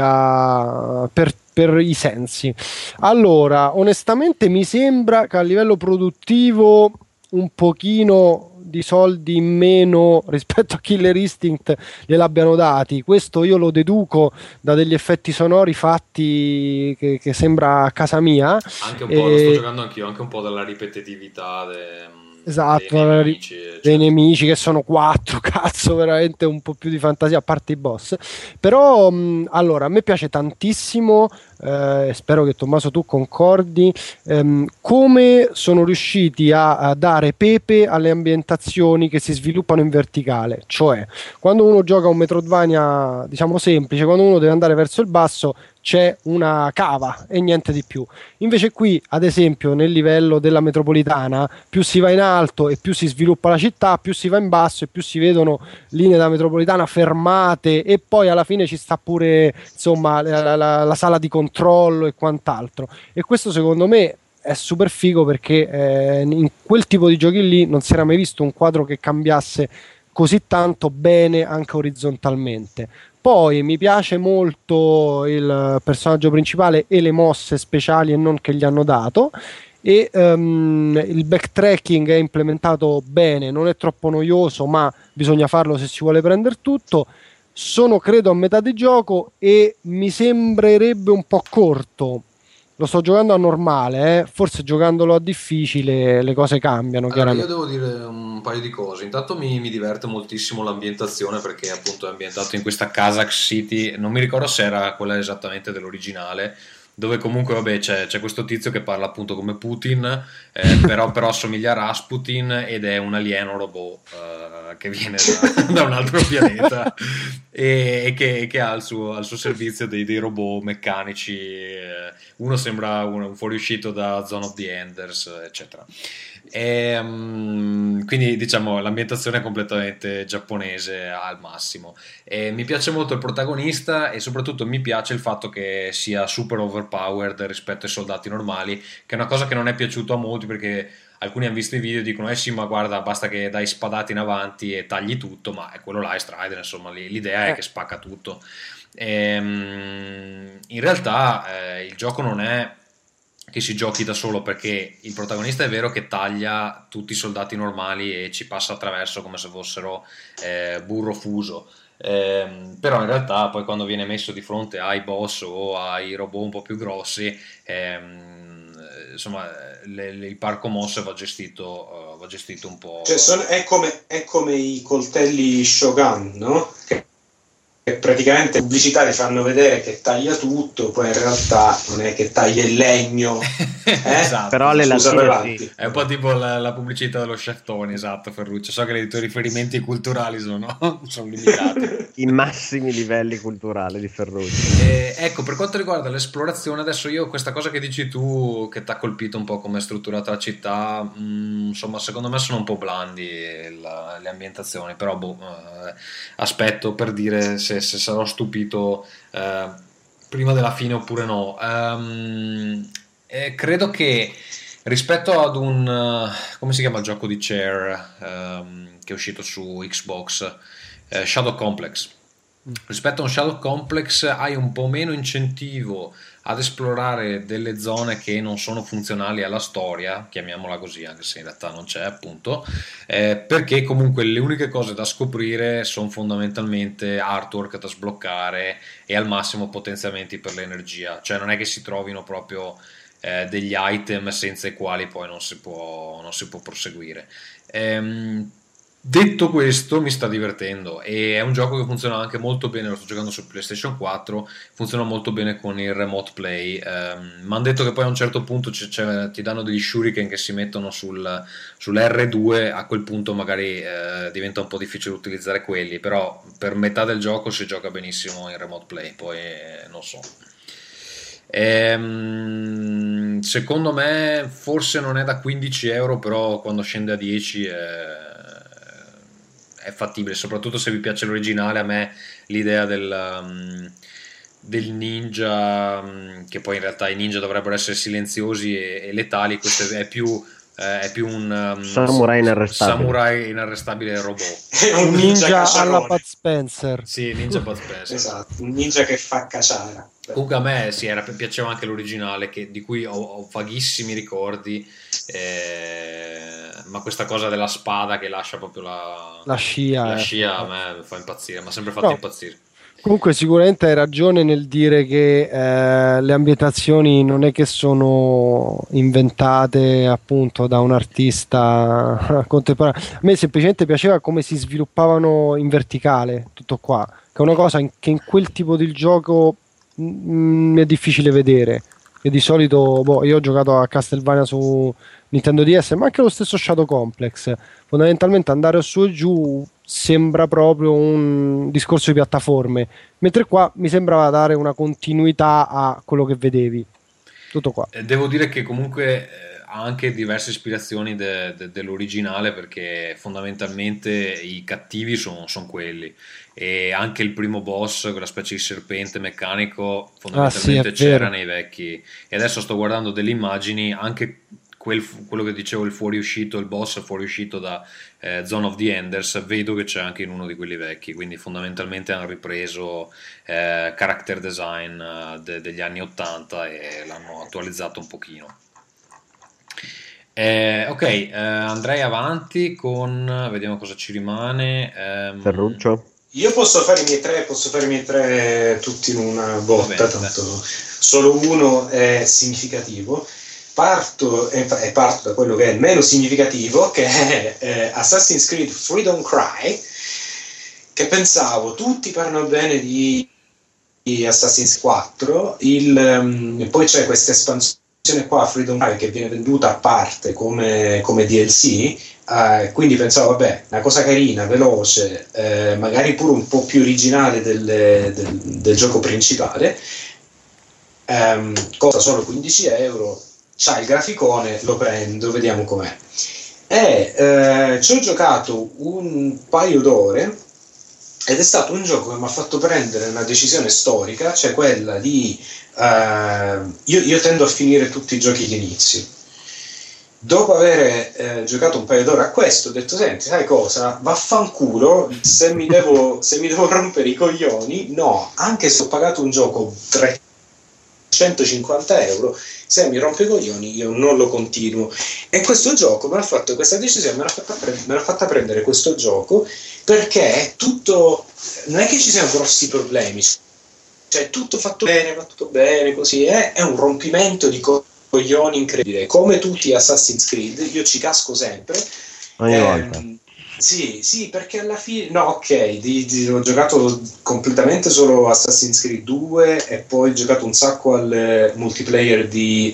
gioia per i sensi. Allora, onestamente mi sembra che a livello produttivo un pochino di soldi in meno rispetto a Killer Instinct gliel'abbiano dati. Questo io lo deduco da degli effetti sonori fatti che sembra a casa mia. Anche un po', lo sto giocando anch'io, anche un po' dalla ripetitività esatto, dei nemici che sono 4, cazzo, veramente un po' più di fantasia a parte i boss. Però allora a me piace tantissimo, spero che Tommaso tu concordi, come sono riusciti a dare pepe alle ambientazioni che si sviluppano in verticale. Cioè, quando uno gioca un Metroidvania diciamo semplice, quando uno deve andare verso il basso c'è una cava e niente di più. Invece qui, ad esempio, nel livello della metropolitana, più si va in alto e più si sviluppa la città, più si va in basso e più si vedono linee da metropolitana fermate, e poi alla fine ci sta pure, insomma, la sala di controllo e quant'altro. E questo secondo me è super figo, perché in quel tipo di giochi lì non si era mai visto un quadro che cambiasse così tanto bene anche orizzontalmente. Poi mi piace molto il personaggio principale e le mosse speciali e non che gli hanno dato, e il backtracking è implementato bene, non è troppo noioso, ma bisogna farlo se si vuole prendere tutto. Sono credo a metà di gioco e mi sembrerebbe un po' corto. Lo sto giocando a normale, forse giocandolo a difficile le cose cambiano. Allora, io devo dire un paio di cose. Intanto mi diverte moltissimo l'ambientazione, perché appunto è ambientato in questa Kazakh City, non mi ricordo se era quella esattamente dell'originale, dove comunque vabbè c'è questo tizio che parla appunto come Putin, però assomiglia a Rasputin ed è un alieno robot che viene da un altro pianeta e che ha al suo servizio dei robot meccanici. Uno sembra un fuoriuscito da Zone of the Enders, eccetera. Quindi diciamo l'ambientazione è completamente giapponese al massimo. Mi piace molto il protagonista e soprattutto mi piace il fatto che sia super overpowered rispetto ai soldati normali, che è una cosa che non è piaciuto a molti, perché alcuni hanno visto i video e dicono sì, ma guarda, basta che dai spadate in avanti e tagli tutto, ma è quello là è Strider, insomma l'idea è che spacca tutto. In realtà il gioco non è che si giochi da solo, perché il protagonista è vero che taglia tutti i soldati normali e ci passa attraverso come se fossero burro fuso, però in realtà poi quando viene messo di fronte ai boss o ai robot un po' più grossi, insomma il parco mosse va gestito un po', cioè è come i coltelli Shogun, no? Che praticamente le pubblicità ti fanno vedere che taglia tutto, poi in realtà non è che taglia il legno. Esatto. Però le latine sì. È un po' tipo la pubblicità dello Chef Tony, esatto, Ferruccio. So che i tuoi riferimenti culturali sono limitati. I massimi livelli culturali di Ferruccio. Ecco, per quanto riguarda l'esplorazione, adesso io questa cosa che dici tu, che ti ha colpito un po' come è strutturata la città, insomma secondo me sono un po' blandi le ambientazioni, però aspetto per dire se sarò stupito prima della fine oppure no. Credo che rispetto ad un come si chiama il gioco di Chair che è uscito su Xbox, Shadow Complex, rispetto a un Shadow Complex hai un po' meno incentivo ad esplorare delle zone che non sono funzionali alla storia, chiamiamola così, anche se in realtà non c'è, appunto, perché comunque le uniche cose da scoprire sono fondamentalmente artwork da sbloccare e al massimo potenziamenti per l'energia, cioè non è che si trovino proprio degli item senza i quali poi non si può proseguire. Detto questo, mi sta divertendo e è un gioco che funziona anche molto bene, lo sto giocando su PlayStation 4, funziona molto bene con il remote play. Mi hanno detto che poi a un certo punto ti danno degli shuriken che si mettono sull'R2, a quel punto magari diventa un po' difficile utilizzare quelli, però per metà del gioco si gioca benissimo in remote play, poi non so. Secondo me forse non è da 15 euro, però quando scende a 10 è fattibile, soprattutto se vi piace l'originale. A me l'idea del ninja, che poi in realtà i ninja dovrebbero essere silenziosi e letali, questo è più un samurai inarrestabile robot. È un ninja alla Bud Spencer. Sì, ninja Bud Spencer. Esatto, un ninja che fa caciara. Comunque a me piaceva anche l'originale, di cui ho vaghissimi ricordi, ma questa cosa della spada che lascia proprio la scia a me fa impazzire, mi ha sempre fatto impazzire. Comunque sicuramente hai ragione nel dire che le ambientazioni non è che sono inventate appunto da un artista contemporaneo. A me semplicemente piaceva come si sviluppavano in verticale, tutto qua, che è una cosa che in quel tipo di gioco è difficile vedere. E di solito io ho giocato a Castlevania su Nintendo DS, ma anche lo stesso Shadow Complex, fondamentalmente andare su e giù sembra proprio un discorso di piattaforme, mentre qua mi sembrava dare una continuità a quello che vedevi. Tutto qua. Devo dire che comunque ha anche diverse ispirazioni dell'originale, perché fondamentalmente i cattivi sono quelli, e anche il primo boss, quella specie di serpente meccanico, fondamentalmente c'era nei vecchi, e adesso sto guardando delle immagini, anche quello che dicevo, il boss fuoriuscito da Zone of the Enders, vedo che c'è anche in uno di quelli vecchi, quindi fondamentalmente hanno ripreso character design degli anni 80 e l'hanno attualizzato un pochino. Ok, andrei avanti vediamo cosa ci rimane. Ferruccio? Io posso fare i miei tre tutti in una botta, tanto solo uno è significativo. Parto da quello che è il meno significativo, che è Assassin's Creed Freedom Cry, che pensavo tutti parlano bene di Assassin's 4, poi c'è questa espansione qua, Freedom Cry, che viene venduta a parte come DLC, quindi pensavo vabbè, una cosa carina, veloce, magari pure un po' più originale del gioco principale, costa solo 15 euro, c'ha il graficone, lo prendo, vediamo com'è. Ci ho giocato un paio d'ore ed è stato un gioco che mi ha fatto prendere una decisione storica, cioè quella di io tendo a finire tutti i giochi di inizio. Dopo aver giocato un paio d'ore a questo, ho detto: senti, sai cosa? Vaffanculo, se mi devo rompere i coglioni, no, anche se ho pagato un gioco 350 euro, se mi rompe i coglioni io non lo continuo. E questo gioco me l'ha fatto, questa decisione me l'ha fatta prendere questo gioco, perché è tutto, non è che ci siano grossi problemi, cioè tutto fatto bene, va tutto bene, così è un rompimento di coglioni incredibile, come tutti gli Assassin's Creed. Io ci casco sempre ogni volta. Sì, perché alla fine ho giocato completamente solo Assassin's Creed 2 e poi ho giocato un sacco al multiplayer di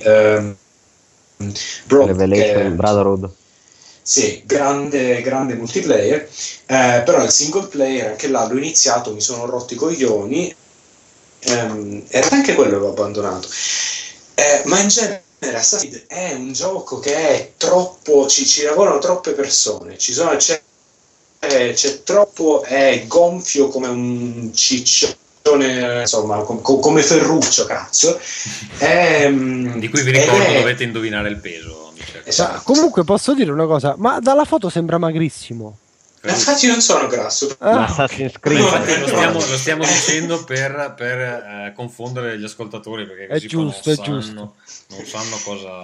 Brotherhood. Sì, grande multiplayer, però il single player anche là l'ho iniziato, mi sono rotto i coglioni, e anche quello l'ho abbandonato, ma in genere Assassin's Creed è un gioco che è troppo, ci lavorano troppe persone, c'è troppo, è gonfio come un ciccione, insomma, come Ferruccio, cazzo. Di cui vi ricordo dovete indovinare il peso. Esatto. Comunque posso dire una cosa, ma dalla foto sembra magrissimo. Infatti non sono grasso. Assassin's Creed. Lo stiamo dicendo per confondere gli ascoltatori, perché così è giusto. Non sanno cosa.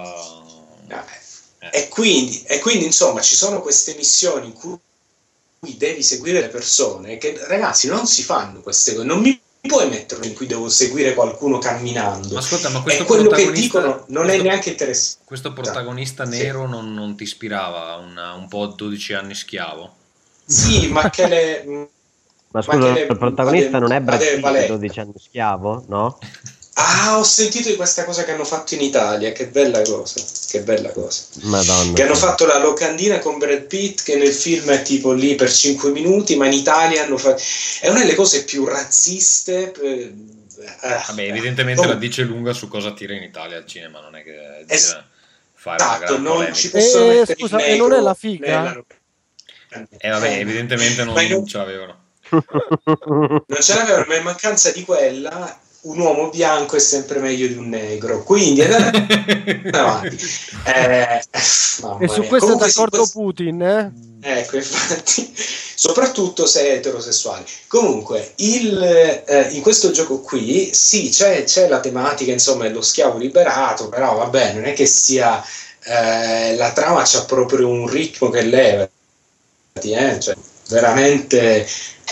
E quindi insomma ci sono queste missioni in cui devi seguire le persone, che ragazzi non si fanno queste cose, non mi puoi metterlo in cui devo seguire qualcuno camminando. Ma ascolta, ma questo e quello che dicono non è neanche interessante. Questo protagonista nero non ti ispirava un po' 12 anni schiavo? Sì, ma che le... Ma scusa, il protagonista non è Brad Pitt, 12 anni schiavo, no? Ah, ho sentito di questa cosa che hanno fatto in Italia, che bella cosa. Madonna. Che hanno fatto la locandina con Brad Pitt, che nel film è tipo lì per 5 minuti, ma in Italia hanno fatto... È una delle cose più razziste... Vabbè, evidentemente la dice lunga su cosa tira in Italia al cinema, non è che deve fare una gran polemica. Ci possono mettere scusa, e non è la figa? Vabbè, evidentemente non ce l'avevano. Non ce l'avevano, ma in mancanza di quella... un uomo bianco è sempre meglio di un negro, quindi avanti. E su questo è d'accordo Putin, Ecco, infatti, soprattutto se è eterosessuale. Comunque, in questo gioco qui, sì, c'è la tematica, insomma, è lo schiavo liberato, però vabbè, non è che sia... la trama c'ha proprio un ritmo che leva, cioè, veramente...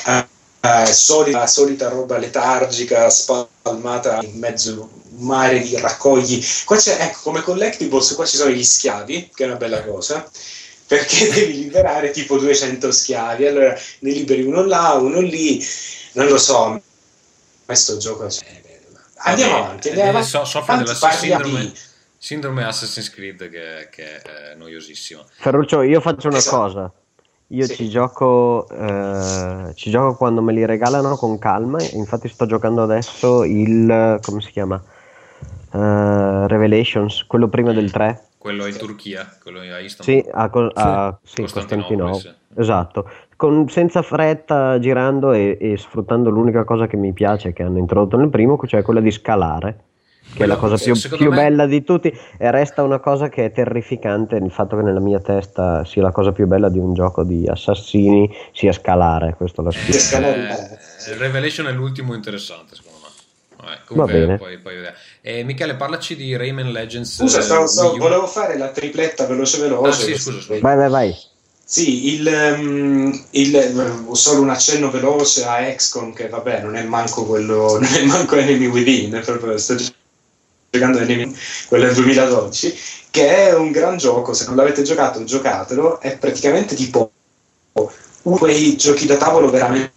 solita roba letargica spalmata in mezzo a un mare di raccogli. Qua c'è, ecco, come collectibles, qua ci sono gli schiavi, che è una bella cosa, perché devi liberare tipo 200 schiavi, allora ne liberi uno là, uno lì, non lo so, questo gioco andiamo avanti, soffre della sindrome Assassin's Creed che è noiosissima. Ferruccio, io faccio una cosa. Io ci gioco quando me li regalano con calma. Infatti sto giocando adesso il, come si chiama? Revelations, quello prima del 3. Quello in Turchia, quello a Istanbul. Sì, Costantinopoli. Sì. Esatto. Senza fretta, girando e sfruttando l'unica cosa che mi piace che hanno introdotto nel primo, cioè quella di scalare. Che è la cosa più bella di tutti, e resta una cosa che è terrificante, il fatto che nella mia testa sia la cosa più bella di un gioco di assassini sia scalare. Questo la schifo. Revelation è l'ultimo interessante secondo me. Comunque, va bene. Poi Michele, parlaci di Rayman Legends. Scusa, volevo fare la tripletta veloce. Sì, scusa. Vai. Sì, solo un accenno veloce a XCOM, che vabbè non è manco Enemy Within, proprio sto giocando Enemy, quello del 2012, che è un gran gioco. Se non l'avete giocato, giocatelo. È praticamente tipo quei giochi da tavolo veramente.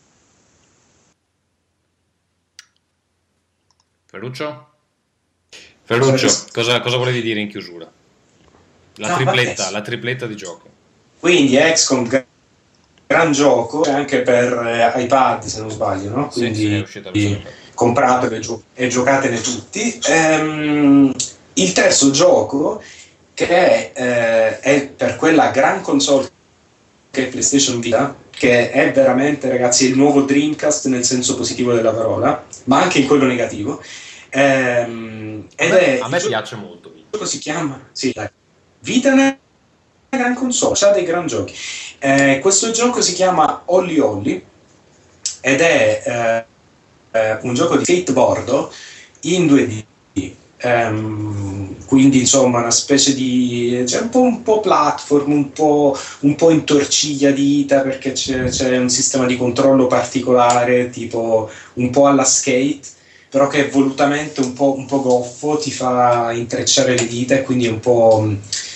Ferruccio, cosa volevi dire in chiusura? La tripletta di giochi. Quindi XCOM, gran gioco, anche per iPad se non sbaglio, no? Quindi sì, compratelo e giocatene tutti. Il terzo gioco che è per quella gran console che è PlayStation Vita, che è veramente, ragazzi, il nuovo Dreamcast nel senso positivo della parola, ma anche in quello negativo. A me piace molto. Il gioco si chiama Vita è una gran console, ha dei gran giochi. Questo gioco si chiama Olli Olli ed è un gioco di skateboard in 2D. Quindi insomma una specie di un po' platform, un po' intorcigliadita, perché c'è un sistema di controllo particolare, tipo un po' alla Skate, però che è volutamente un po' goffo, ti fa intrecciare le dita e quindi è un po'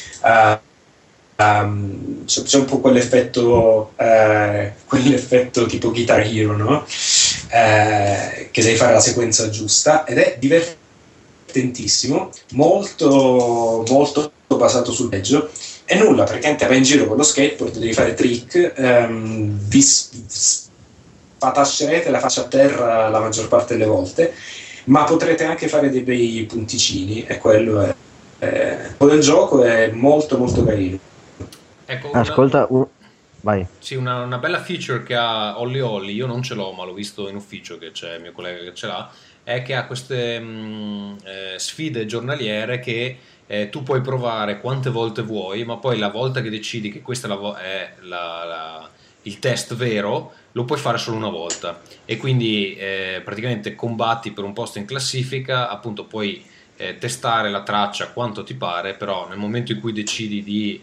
c'è un po' quell'effetto tipo Guitar Hero, no? Che devi fare la sequenza giusta, ed è divertentissimo, molto molto basato sul peggio, e nulla, perché vai in giro con lo skateboard, devi fare trick, vi spatascerete la faccia a terra la maggior parte delle volte, ma potrete anche fare dei bei punticini, e quello è del gioco è molto molto carino. Ecco, vai. Sì, una bella feature che ha Olli Olli, io non ce l'ho, ma l'ho visto in ufficio, che c'è il mio collega che ce l'ha, è che ha queste sfide giornaliere che tu puoi provare quante volte vuoi, ma poi la volta che decidi che questa è il test vero, lo puoi fare solo una volta, e quindi praticamente combatti per un posto in classifica, appunto puoi testare la traccia quanto ti pare, però nel momento in cui decidi di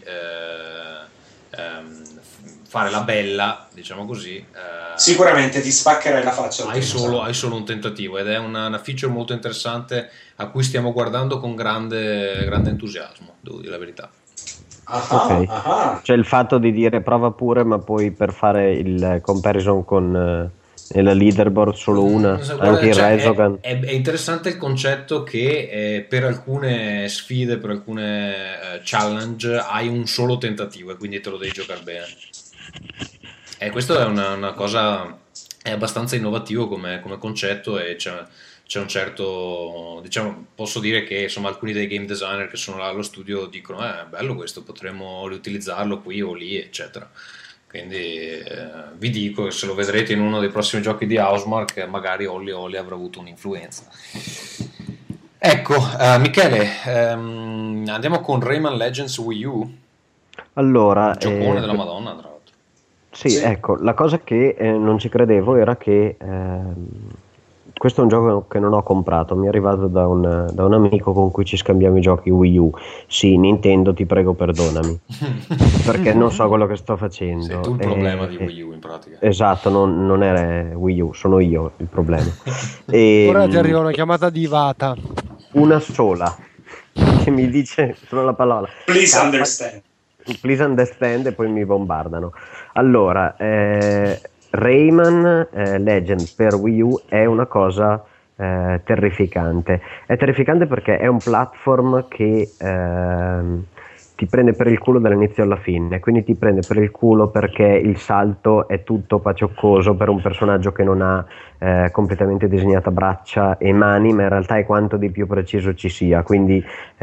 fare la bella, diciamo così, sicuramente ti spaccherai la faccia. Hai solo un tentativo, ed è una feature molto interessante a cui stiamo guardando con grande entusiasmo, devo dire la verità. Okay. C'è il fatto di dire prova pure, ma poi per fare il comparison con nella leaderboard solo una, anche il Resogun. È interessante il concetto che per alcune sfide, per alcune challenge hai un solo tentativo e quindi te lo devi giocare bene. Questo è una cosa, è abbastanza innovativo come concetto, e c'è un certo, diciamo, posso dire che insomma alcuni dei game designer che sono là allo studio dicono è bello questo, potremmo riutilizzarlo qui o lì, eccetera. Quindi vi dico che se lo vedrete in uno dei prossimi giochi di Housemarque, magari Olli Olli avrà avuto un'influenza. Ecco, Michele, andiamo con Rayman Legends Wii U. Allora, giocone della Madonna, tra l'altro. Sì, ecco, la cosa che non ci credevo era che questo è un gioco che non ho comprato, mi è arrivato da un amico con cui ci scambiamo i giochi Wii U. Sì, Nintendo, ti prego, perdonami, perché non so quello che sto facendo. Sei tu il problema di Wii U, in pratica. Esatto, non è Wii U, sono io il problema. Ora ti arriva una chiamata di Ivata. Una sola, che mi dice solo la parola. Please understand, e poi mi bombardano. Allora, Rayman Legend per Wii U è una cosa terrificante. È terrificante perché è un platform che ti prende per il culo dall'inizio alla fine, quindi ti prende per il culo perché il salto è tutto pacioccoso per un personaggio che non ha completamente disegnata braccia e mani, ma in realtà è quanto di più preciso ci sia, quindi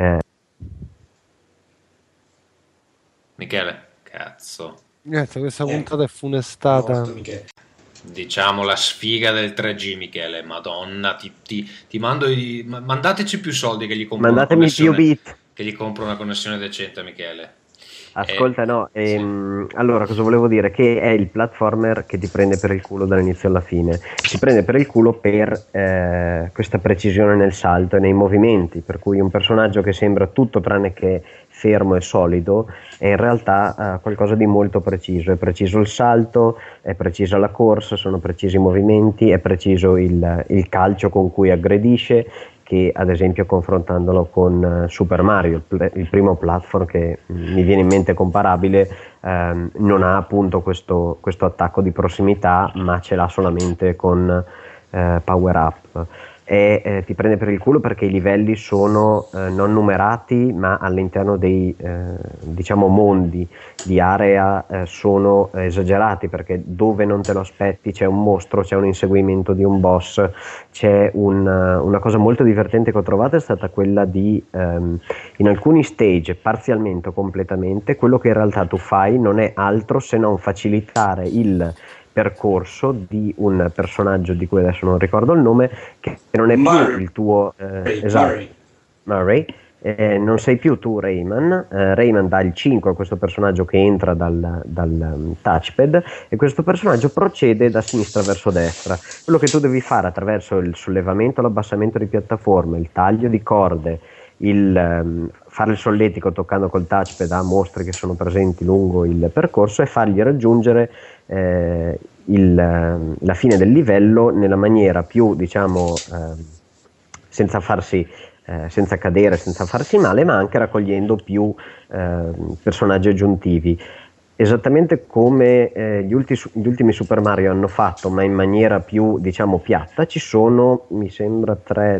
Michele, cazzo. Questa puntata è funestata. Diciamo la sfiga del 3G, Michele. Madonna, ti mando mandateci più soldi che gli compro. Mandatemi più bit. Che gli compro una connessione decente, Michele. Ascolta, sì. Allora, cosa volevo dire? Che è il platformer che ti prende per il culo dall'inizio alla fine. Ti prende per il culo per questa precisione nel salto e nei movimenti, per cui un personaggio che sembra tutto tranne che fermo e solido è in realtà qualcosa di molto preciso. È preciso il salto, è precisa la corsa, sono precisi i movimenti, è preciso il calcio con cui aggredisce, che ad esempio confrontandolo con Super Mario, il primo platform che mi viene in mente comparabile, non ha appunto questo attacco di prossimità, ma ce l'ha solamente con power up. Ti prende per il culo perché i livelli sono non numerati, ma all'interno dei diciamo mondi di area sono esagerati, perché dove non te lo aspetti c'è un mostro, c'è un inseguimento di un boss, c'è una cosa molto divertente che ho trovato è stata quella di in alcuni stage parzialmente o completamente quello che in realtà tu fai non è altro se non facilitare il percorso di un personaggio di cui adesso non ricordo il nome, che non è più il tuo esatto, Murray. Non sei più tu Rayman. Rayman dà il 5 a questo personaggio che entra dal touchpad, e questo personaggio procede da sinistra verso destra. Quello che tu devi fare attraverso il sollevamento, l'abbassamento di piattaforme, il taglio di corde, fare il solletico toccando col touchpad a mostri che sono presenti lungo il percorso, e fargli raggiungere la fine del livello nella maniera più, diciamo, senza cadere, senza farsi male, ma anche raccogliendo più personaggi aggiuntivi. Esattamente come gli ultimi Super Mario hanno fatto, ma in maniera più, diciamo, piatta. Ci sono, mi sembra,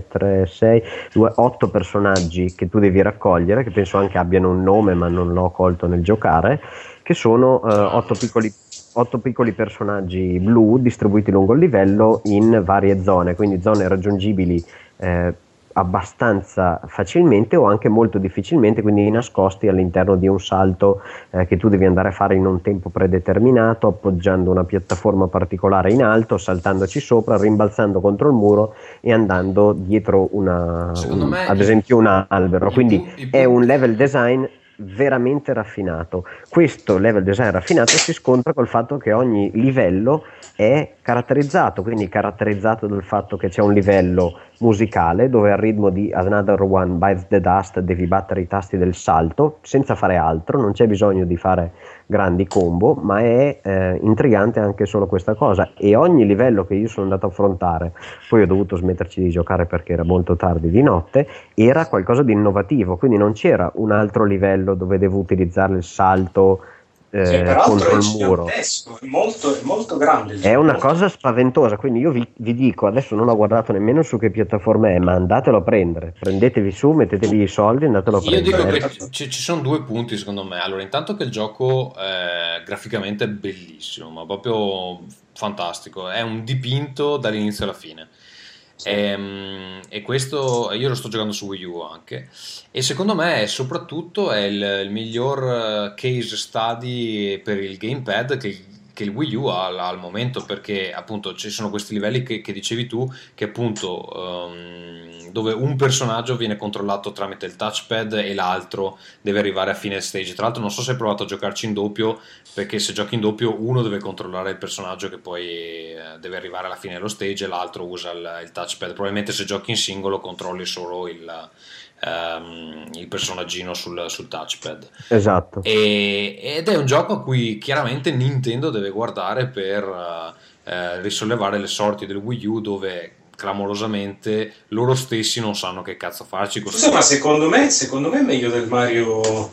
8 personaggi che tu devi raccogliere, che penso anche abbiano un nome, ma non l'ho colto nel giocare, che sono 8 piccoli personaggi blu distribuiti lungo il livello in varie zone, quindi zone raggiungibili abbastanza facilmente o anche molto difficilmente, quindi nascosti all'interno di un salto che tu devi andare a fare in un tempo predeterminato, appoggiando una piattaforma particolare in alto, saltandoci sopra, rimbalzando contro il muro e andando dietro ad esempio un albero. Quindi è un level design veramente raffinato. Questo level design raffinato si scontra col fatto che ogni livello è caratterizzato, quindi caratterizzato dal fatto che c'è un livello musicale dove al ritmo di Another One Bites the Dust devi battere i tasti del salto senza fare altro, non c'è bisogno di fare grandi combo, ma è intrigante anche solo questa cosa. E ogni livello che io sono andato a affrontare, poi ho dovuto smetterci di giocare perché era molto tardi di notte, era qualcosa di innovativo, quindi non c'era un altro livello dove devo utilizzare il salto contro il muro. È molto grande. È una cosa spaventosa, quindi io vi dico, adesso non ho guardato nemmeno su che piattaforma è, ma andatelo a prendere, prendetevi su, mettetevi i soldi e andatelo a prendere. Io dico che ci sono 2 punti secondo me. Allora, intanto che il gioco graficamente è bellissimo, ma proprio fantastico, è un dipinto dall'inizio alla fine. E questo io lo sto giocando su Wii U anche, e secondo me soprattutto è il miglior case study per il gamepad che il Wii U ha al momento, perché appunto ci sono questi livelli che dicevi tu, che appunto dove un personaggio viene controllato tramite il touchpad e l'altro deve arrivare a fine stage. Tra l'altro non so se hai provato a giocarci in doppio, perché se giochi in doppio uno deve controllare il personaggio che poi deve arrivare alla fine dello stage e l'altro usa il touchpad. Probabilmente se giochi in singolo controlli solo il personaggino sul touchpad. Esatto. Ed è un gioco a cui chiaramente Nintendo deve guardare per risollevare le sorti del Wii U, dove clamorosamente loro stessi non sanno che cazzo farci. Scusa, ma secondo me è meglio del Mario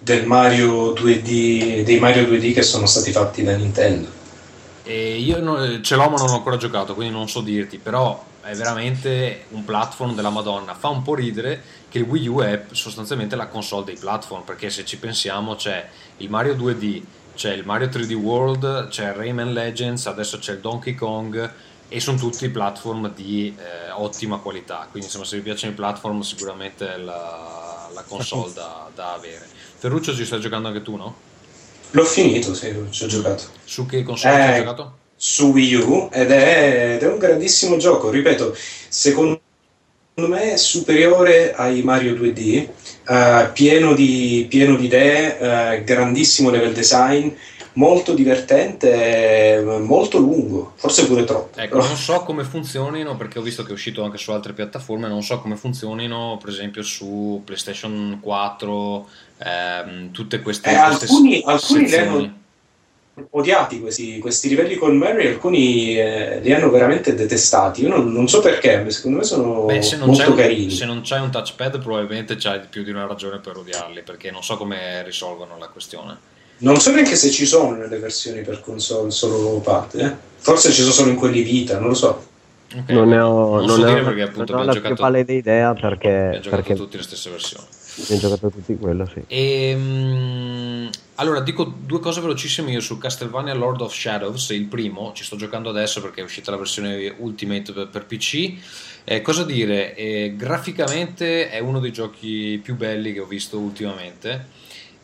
2D, dei Mario 2D che sono stati fatti da Nintendo. E io ce l'ho ma non l'ho ancora giocato, quindi non so dirti, però è veramente un platform della Madonna. Fa un po' ridere che il Wii U è sostanzialmente la console dei platform, perché se ci pensiamo c'è il Mario 2D, c'è il Mario 3D World, c'è il Rayman Legends, adesso c'è il Donkey Kong, e sono tutti platform di ottima qualità, quindi insomma se vi piacciono i platform sicuramente è la console da avere. Ferruccio, ci stai giocando anche tu, no? L'ho finito, sì, ci ho giocato. Su che console hai giocato? Su Wii U, ed è un grandissimo gioco, ripeto, secondo me è superiore ai Mario 2D, pieno di idee, grandissimo level design, molto divertente, molto lungo, forse pure troppo. Ecco, non so come funzionino, perché ho visto che è uscito anche su altre piattaforme, non so come funzionino per esempio su PlayStation 4, tutte queste alcuni li hanno odiati questi livelli con Mary, alcuni li hanno veramente detestati. Io non so perché, secondo me sono molto carini. Se non c'hai un touchpad probabilmente c'hai più di una ragione per odiarli, perché non so come risolvono la questione. Non so neanche se ci sono nelle versioni per console solo parte, Forse ci sono solo in quelli Vita, non lo so. Okay, non ne ho, non so dire perché appunto non ho la più pallida idea perché giocato tutti le stesse versioni. Abbiamo giocato tutti quello, sì. Allora dico due cose velocissime io su Castlevania Lord of Shadows, il primo, ci sto giocando adesso perché è uscita la versione Ultimate per PC. Cosa dire, graficamente è uno dei giochi più belli che ho visto ultimamente.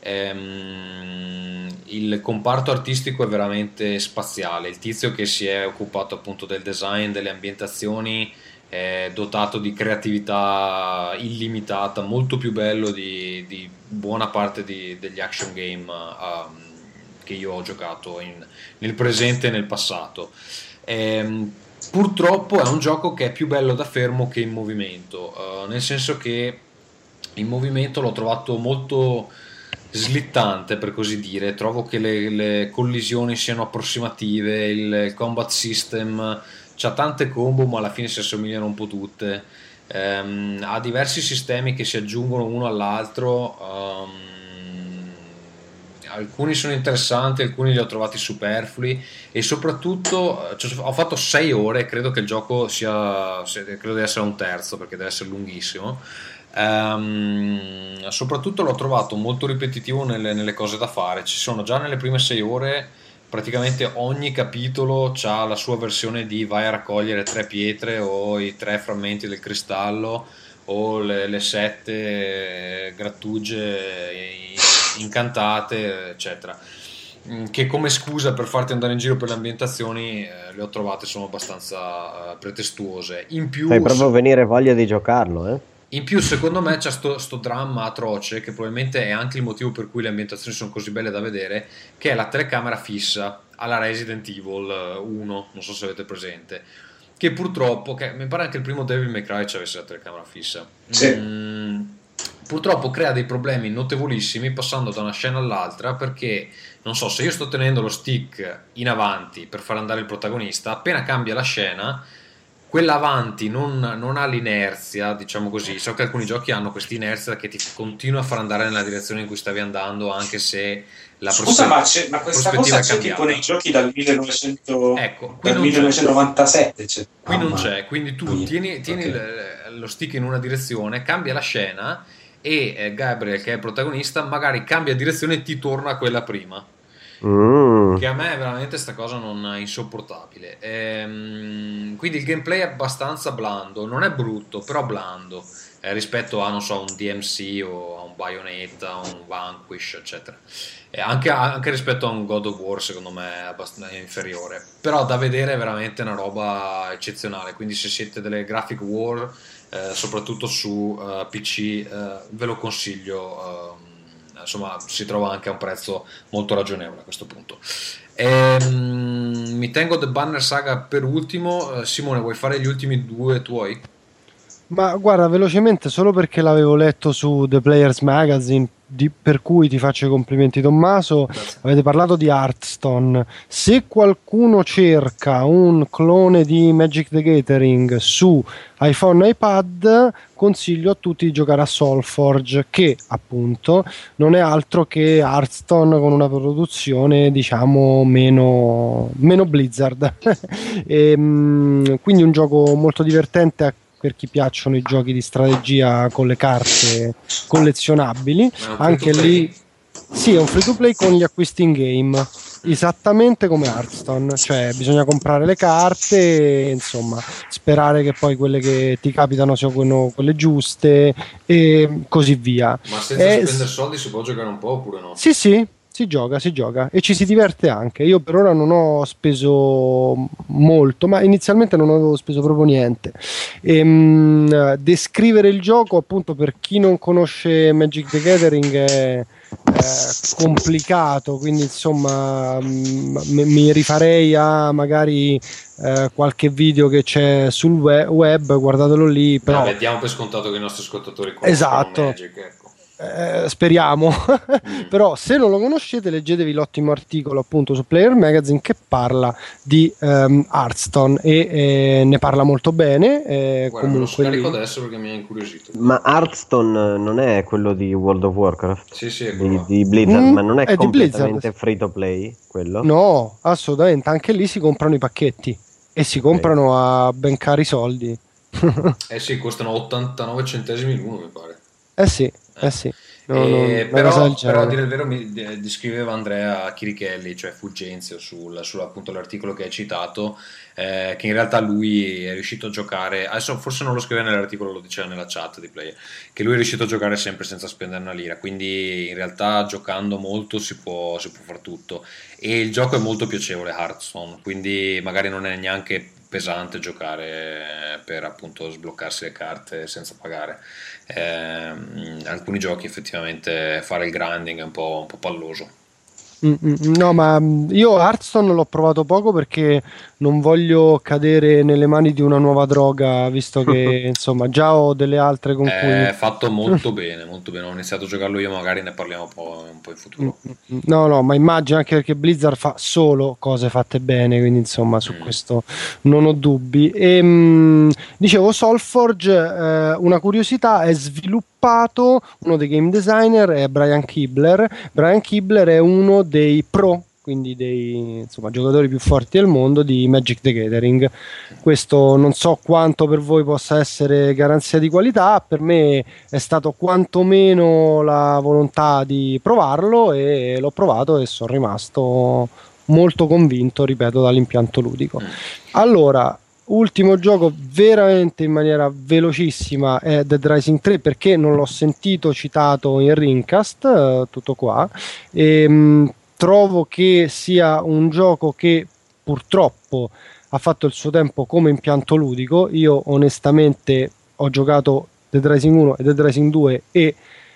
Il comparto artistico è veramente spaziale, il tizio che si è occupato appunto del design, delle ambientazioni, è dotato di creatività illimitata, molto più bello di buona parte degli action game che io ho giocato nel presente e nel passato. Purtroppo è un gioco che è più bello da fermo che in movimento, nel senso che in movimento l'ho trovato molto slittante, per così dire. Trovo che le collisioni siano approssimative, il combat system c'ha tante combo ma alla fine si assomigliano un po' tutte, ha diversi sistemi che si aggiungono uno all'altro, alcuni sono interessanti, alcuni li ho trovati superflui e soprattutto ho fatto 6 ore, credo che il gioco credo di essere un terzo perché deve essere lunghissimo. Soprattutto l'ho trovato molto ripetitivo nelle cose da fare. Ci sono già nelle prime 6 ore praticamente ogni capitolo ha la sua versione di vai a raccogliere 3 pietre o i 3 frammenti del cristallo o le 7 grattugie incantate, eccetera, che come scusa per farti andare in giro per le ambientazioni le ho trovate, sono abbastanza pretestuose. In più fai proprio venire voglia di giocarlo, eh? In più secondo me c'è sto dramma atroce che probabilmente è anche il motivo per cui le ambientazioni sono così belle da vedere, che è la telecamera fissa alla Resident Evil 1, non so se avete presente, che purtroppo, che mi pare anche il primo Devil May Cry avesse la telecamera fissa, sì. Purtroppo crea dei problemi notevolissimi passando da una scena all'altra, perché non so, se io sto tenendo lo stick in avanti per far andare il protagonista, appena cambia la scena quella avanti non ha l'inerzia, diciamo così. So che alcuni giochi hanno questa inerzia che ti continua a far andare nella direzione in cui stavi andando, anche se la ma questa cosa c'è tipo nei giochi dal 1997. Qui non c'è, quindi tu tieni lo stick in una direzione, cambia la scena e Gabriel, che è il protagonista, magari cambia direzione e ti torna a quella prima. Che a me è veramente sta cosa non è insopportabile. Quindi il gameplay è abbastanza blando, non è brutto, però blando rispetto a, non so, un DMC o a un Bayonetta, a un Vanquish, eccetera. Anche rispetto a un God of War, secondo me è abbastanza inferiore, però da vedere è veramente una roba eccezionale. Quindi se siete delle graphic war, soprattutto su PC, ve lo consiglio. Insomma, si trova anche a un prezzo molto ragionevole a questo punto. Mi tengo The Banner Saga per ultimo. Simone, vuoi fare gli ultimi 2 tuoi? Ma guarda, velocemente, solo perché l'avevo letto su The Players Magazine, per cui ti faccio i complimenti Tommaso. Grazie. Avete parlato di Hearthstone. Se qualcuno cerca un clone di Magic the Gathering su iPhone e iPad, consiglio a tutti di giocare a Soulforge, che appunto non è altro che Hearthstone con una produzione diciamo meno Blizzard. Quindi un gioco molto divertente per chi piacciono i giochi di strategia con le carte collezionabili. Anche lì sì, è un free to play con gli acquisti in game, esattamente come Hearthstone, cioè bisogna comprare le carte e, insomma, sperare che poi quelle che ti capitano siano quelle giuste e così via. Ma senza spendere soldi si può giocare un po' oppure no? Sì, si gioca e ci si diverte anche. Io per ora non ho speso molto, ma inizialmente non avevo speso proprio niente. Descrivere il gioco, appunto, per chi non conosce Magic the Gathering è complicato, quindi insomma mi rifarei a magari qualche video che c'è sul web, guardatelo lì. Però diamo per scontato che i nostri ascoltatori conoscono Magic, ecco. Speriamo. Però se non lo conoscete, leggetevi l'ottimo articolo appunto su Player Magazine che parla di Hearthstone e ne parla molto bene. Guarda, me lo scarico adesso perché mi ha incuriosito. Ma Hearthstone non è quello di World of Warcraft? Sì, è di Blizzard, ma non è completamente free to play quello? No, assolutamente, anche lì si comprano i pacchetti. E si comprano a ben cari soldi. Eh sì, costano 89 centesimi l'uno, mi pare. Eh sì. Però a dire il vero mi descriveva Andrea Chirichelli, cioè Fulgenzio, appunto l'articolo che hai citato, che in realtà lui è riuscito a giocare, adesso forse non lo scriveva nell'articolo, lo diceva nella chat di Player, che lui è riuscito a giocare sempre senza spendere una lira, quindi in realtà giocando molto si può far tutto, e il gioco è molto piacevole, Hearthstone, quindi magari non è neanche pesante giocare per appunto sbloccarsi le carte senza pagare. Alcuni giochi effettivamente fare il grinding è un po' palloso. No, ma io Hearthstone l'ho provato poco perché non voglio cadere nelle mani di una nuova droga, visto che insomma già ho delle altre con cui... È fatto molto bene, molto bene. Ho iniziato a giocarlo io, magari ne parliamo un po' in futuro. No, ma immagino, anche perché Blizzard fa solo cose fatte bene, quindi insomma su questo non ho dubbi. Dicevo, Soulforge, una curiosità, è sviluppato, uno dei game designer è Brian Kibler. Brian Kibler è uno dei pro, quindi dei giocatori più forti del mondo di Magic the Gathering. Questo non so quanto per voi possa essere garanzia di qualità, per me è stato quantomeno la volontà di provarlo, e l'ho provato e sono rimasto molto convinto, ripeto, dall'impianto ludico. Allora, ultimo gioco veramente in maniera velocissima è Dead Rising 3, perché non l'ho sentito citato in Rincast, tutto qua. Trovo che sia un gioco che purtroppo ha fatto il suo tempo come impianto ludico. Io onestamente ho giocato Dead Rising 1 e Dead Rising 2 e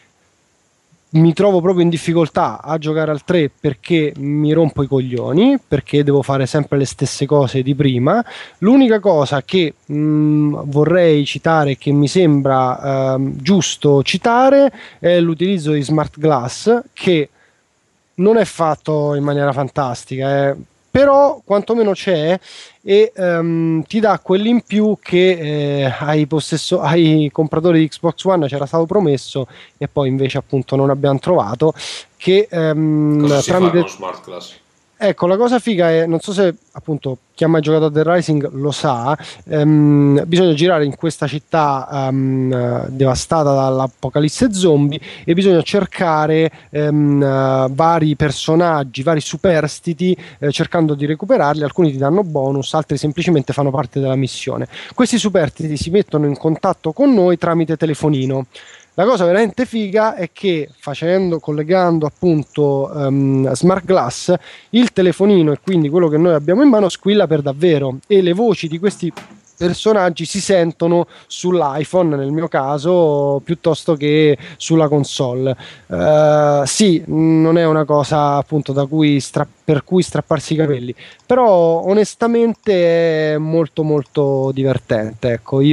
mi trovo proprio in difficoltà a giocare al 3 perché mi rompo i coglioni, perché devo fare sempre le stesse cose di prima. L'unica cosa che vorrei citare, che mi sembra giusto citare, è l'utilizzo di Smart Glass, che non è fatto in maniera fantastica, però quantomeno c'è, e ti dà quell'in più che ai compratori di Xbox One c'era stato promesso e poi invece appunto non abbiamo trovato, che cosa si fa con Smart Glass? Ecco, la cosa figa è, non so se appunto chi ha mai giocato a The Rising lo sa, bisogna girare in questa città devastata dall'apocalisse zombie, e bisogna cercare vari personaggi, vari superstiti, cercando di recuperarli. Alcuni ti danno bonus, altri semplicemente fanno parte della missione. Questi superstiti si mettono in contatto con noi tramite telefonino. La cosa veramente figa è che collegando appunto Smart Glass, il telefonino, e quindi quello che noi abbiamo in mano, squilla per davvero, e le voci di questi personaggi si sentono sull'iPhone, nel mio caso, piuttosto che sulla console. Sì, non è una cosa appunto per cui strapparsi i capelli, però onestamente è molto molto divertente. Ecco,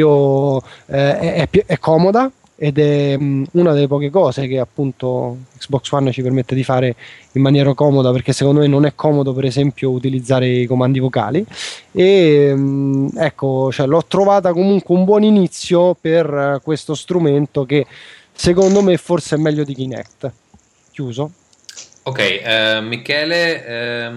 è comoda, ed è una delle poche cose che appunto Xbox One ci permette di fare in maniera comoda, perché secondo me non è comodo per esempio utilizzare i comandi vocali, e ecco, cioè, l'ho trovata comunque un buon inizio per questo strumento, che secondo me forse è meglio di Kinect. Chiuso. Ok, Michele,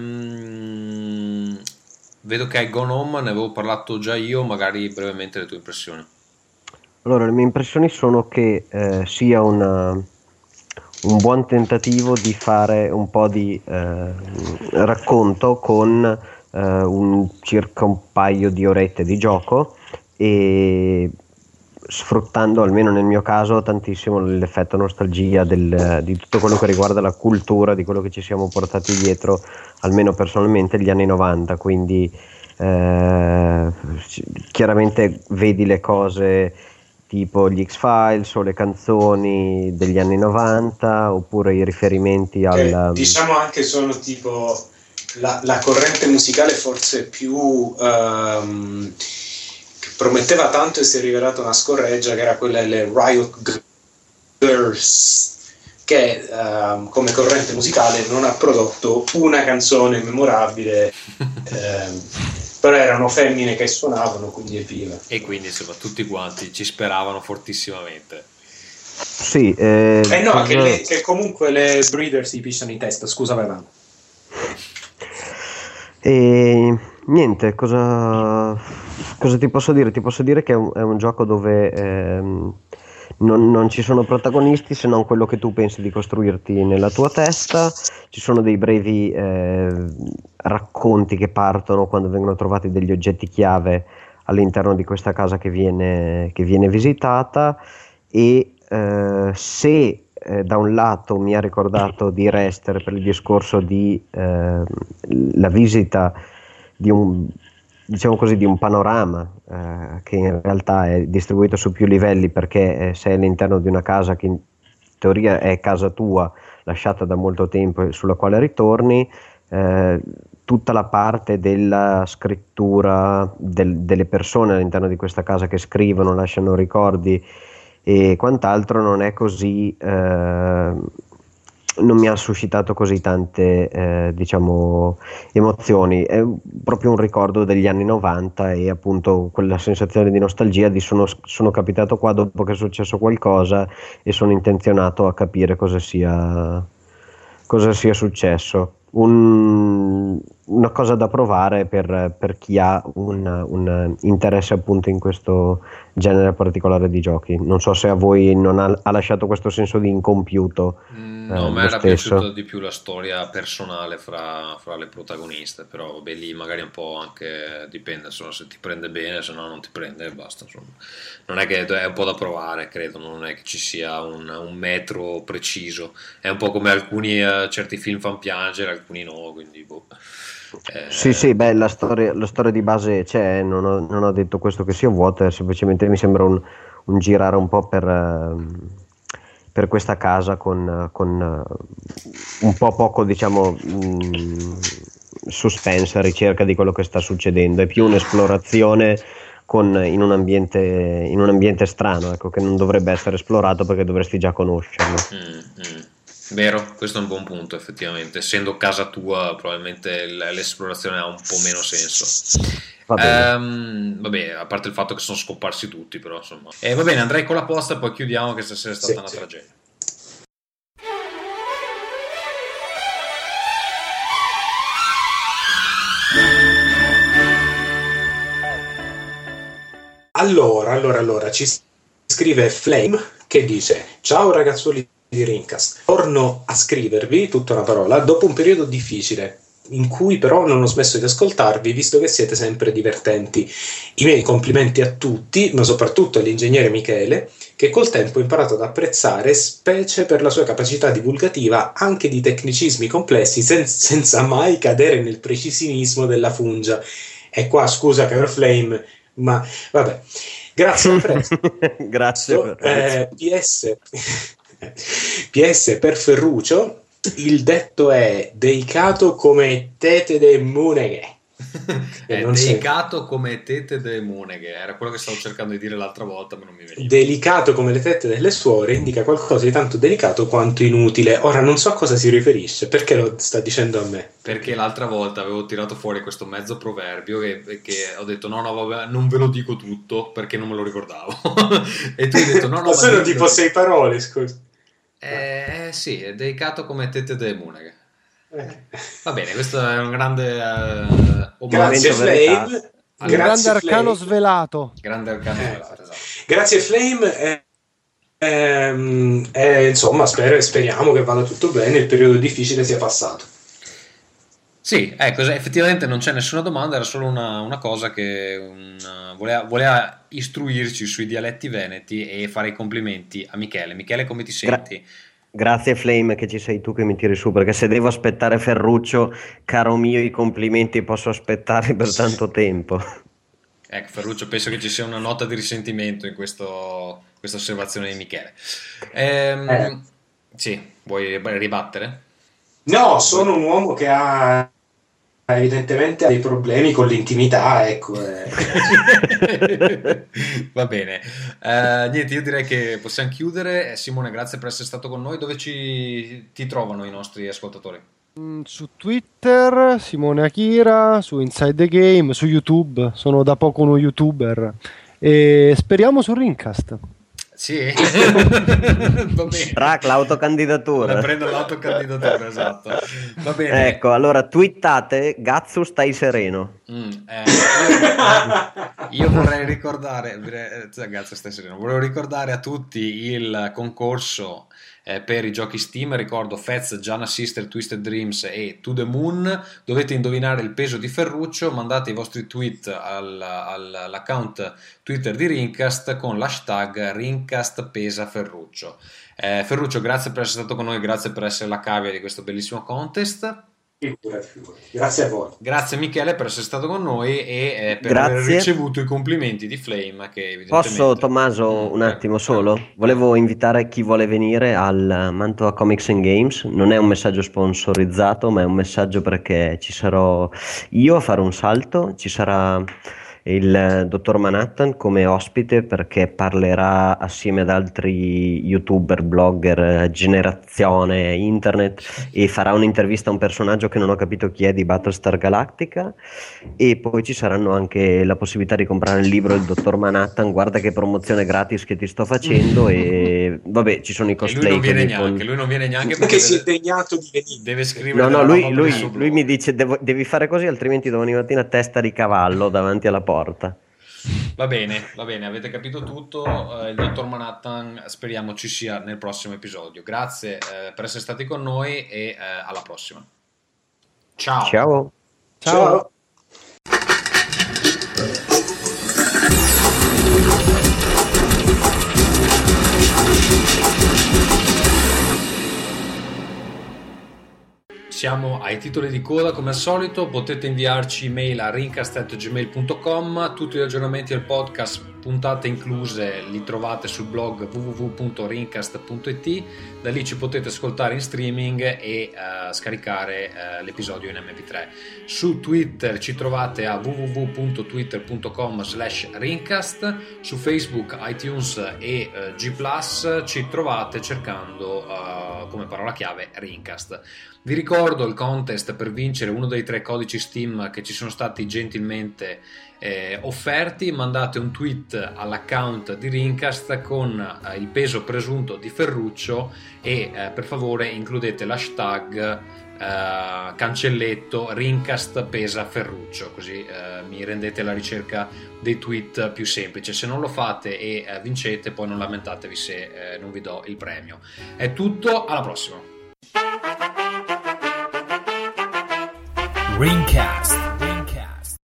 vedo che hai Gone Home, ne avevo parlato già io, magari brevemente le tue impressioni. Allora, le mie impressioni sono che sia un buon tentativo di fare un po' di racconto con circa un paio di orette di gioco, e sfruttando, almeno nel mio caso, tantissimo l'effetto nostalgia di tutto quello che riguarda la cultura, di quello che ci siamo portati dietro, almeno personalmente, gli anni 90, quindi chiaramente vedi le cose tipo gli X-Files o le canzoni degli anni 90, oppure i riferimenti al... diciamo anche sono tipo la corrente musicale forse più che prometteva tanto e si è rivelata una scorreggia, che era quella delle Riot Girls, che come corrente musicale non ha prodotto una canzone memorabile, però erano femmine che suonavano, quindi evviva. E quindi insomma tutti quanti ci speravano fortissimamente. Sì, no, che comunque le breeder si pisciano in testa. Scusa, vai avanti. Niente, cosa ti posso dire? Ti posso dire che è un gioco dove non ci sono protagonisti se non quello che tu pensi di costruirti nella tua testa. Ci sono dei brevi racconti che partono quando vengono trovati degli oggetti chiave all'interno di questa casa che viene visitata, e se da un lato mi ha ricordato di Rester per il discorso di la visita di un, diciamo così, di un panorama che in realtà è distribuito su più livelli, perché sei all'interno di una casa che in teoria è casa tua, lasciata da molto tempo e sulla quale ritorni. Tutta la parte della scrittura delle persone all'interno di questa casa che scrivono, lasciano ricordi e quant'altro non è così, non mi ha suscitato così tante diciamo emozioni. È proprio un ricordo degli anni 90 e appunto quella sensazione di nostalgia di sono capitato qua dopo che è successo qualcosa e sono intenzionato a capire cosa sia successo. Una cosa da provare per chi ha un interesse appunto in questo genere particolare di giochi. Non so se a voi non ha lasciato questo senso di incompiuto. No, a me era piaciuta di più la storia personale fra le protagoniste, però vabbè, lì magari un po' anche dipende, insomma, se ti prende bene, se no non ti prende e basta, insomma. Non è che è un po' da provare, credo, non è che ci sia un metro preciso, è un po' come alcuni certi film fan piangere, alcuni no, quindi boh. Sì, beh, la storia di base c'è, non ho detto questo che sia vuota, semplicemente mi sembra un girare un po' per questa casa con un po' poco, diciamo, suspense, ricerca di quello che sta succedendo. È più un'esplorazione in un ambiente strano, ecco, che non dovrebbe essere esplorato perché dovresti già conoscerlo. Vero, questo è un buon punto, effettivamente. Essendo casa tua, probabilmente l'esplorazione ha un po' meno senso. Vabbè, a parte il fatto che sono scomparsi tutti, però insomma. Va bene, andrei con la posta e poi chiudiamo, che stasera è stata una tragedia. Allora, ci scrive Flame che dice: ciao ragazzuoli di Rincast, torno a scrivervi, tutta una parola, dopo un periodo difficile in cui però non ho smesso di ascoltarvi, visto che siete sempre divertenti. I miei complimenti a tutti, ma soprattutto all'ingegnere Michele, che col tempo ho imparato ad apprezzare, specie per la sua capacità divulgativa anche di tecnicismi complessi senza mai cadere nel precisionismo della fungia. E qua scusa caro Flame, ma vabbè, grazie a presto. Grazie. PS per Ferruccio, il detto è delicato come tete de muneghe. È delicato come tete de muneghe, era quello che stavo cercando di dire l'altra volta, ma non mi veniva. Delicato come le tette delle suore indica qualcosa di tanto delicato quanto inutile. Ora non so a cosa si riferisce, perché lo sta dicendo a me? Perché l'altra volta avevo tirato fuori questo mezzo proverbio che ho detto no vabbè, non ve lo dico tutto perché non me lo ricordavo. E tu hai detto no ma sono tipo 6 parole, scusa. Sì, è delicato come tette de muneghe. Va bene, questo è un grande grazie Flame, un grande arcano svelato. Grande arcano svelato, esatto. Grazie Flame. Insomma, speriamo che vada tutto bene, il periodo difficile sia passato. Sì, ecco, effettivamente non c'è nessuna domanda, era solo una cosa che voleva istruirci sui dialetti veneti e fare i complimenti a Michele. Michele, come ti senti? Grazie Flame che ci sei tu che mi tiri su, perché se devo aspettare Ferruccio, caro mio, i complimenti posso aspettare per tanto tempo. Ecco, Ferruccio, penso che ci sia una nota di risentimento in questa osservazione di Michele. Sì, vuoi ribattere? No, sono un uomo che ha evidentemente dei problemi con l'intimità, ecco. Va bene, niente, io direi che possiamo chiudere. Simone, grazie per essere stato con noi. Dove ti trovano i nostri ascoltatori? Su Twitter Simone Akira, su Inside the Game, su YouTube, sono da poco uno youtuber, e speriamo su Rincast. Sì. Va bene. Track, l'autocandidatura. Prendo l'autocandidatura, esatto. Va bene. Ecco, allora twittate Gazzu stai sereno. Io vorrei ricordare, Gazzu stai sereno. Volevo ricordare a tutti il concorso per i giochi Steam. Ricordo Fez, Gianna Sister, Twisted Dreams e To The Moon. Dovete indovinare il peso di Ferruccio. Mandate i vostri tweet all'account Twitter di Rincast con l'hashtag Rincast pesa Ferruccio. Ferruccio, grazie per essere stato con noi, grazie per essere la cavia di questo bellissimo contest. Grazie a voi. Grazie Michele per essere stato con noi e per aver ricevuto i complimenti di Flame, che evidentemente... Posso, Tommaso, un attimo solo? Volevo invitare chi vuole venire al Mantua Comics and Games. Non è un messaggio sponsorizzato, ma è un messaggio perché ci sarò io a fare un salto, ci sarà il dottor Manhattan come ospite perché parlerà assieme ad altri youtuber, blogger, generazione internet, e farà un'intervista a un personaggio che non ho capito chi è di Battlestar Galactica, e poi ci saranno anche la possibilità di comprare il libro del dottor Manhattan. Guarda che promozione gratis che ti sto facendo. E vabbè, ci sono i cosplay. Lui non viene neanche perché si è degnato di venire. Deve scrivere. No, lui mi dice devi fare così, altrimenti domani mattina testa di cavallo davanti alla porta. Va bene, avete capito tutto. Il dottor Manhattan speriamo ci sia nel prossimo episodio. Grazie per essere stati con noi e alla prossima. Ciao. Siamo ai titoli di coda come al solito. Potete inviarci email a rincast@gmail.com. Tutti gli aggiornamenti del podcast, puntate incluse, li trovate sul blog www.rincast.it. Da lì ci potete ascoltare in streaming e scaricare l'episodio in MP3. Su Twitter ci trovate a www.twitter.com/rincast. Su Facebook, iTunes e G+, ci trovate cercando come parola chiave Rincast. Vi ricordo il contest per vincere uno dei 3 codici Steam che ci sono stati gentilmente offerti. Mandate un tweet all'account di Rincast con il peso presunto di Ferruccio e per favore includete l'hashtag cancelletto Rincast pesa Ferruccio, così mi rendete la ricerca dei tweet più semplice. Se non lo fate e vincete, poi non lamentatevi se non vi do il premio. È tutto, alla prossima. Rincast.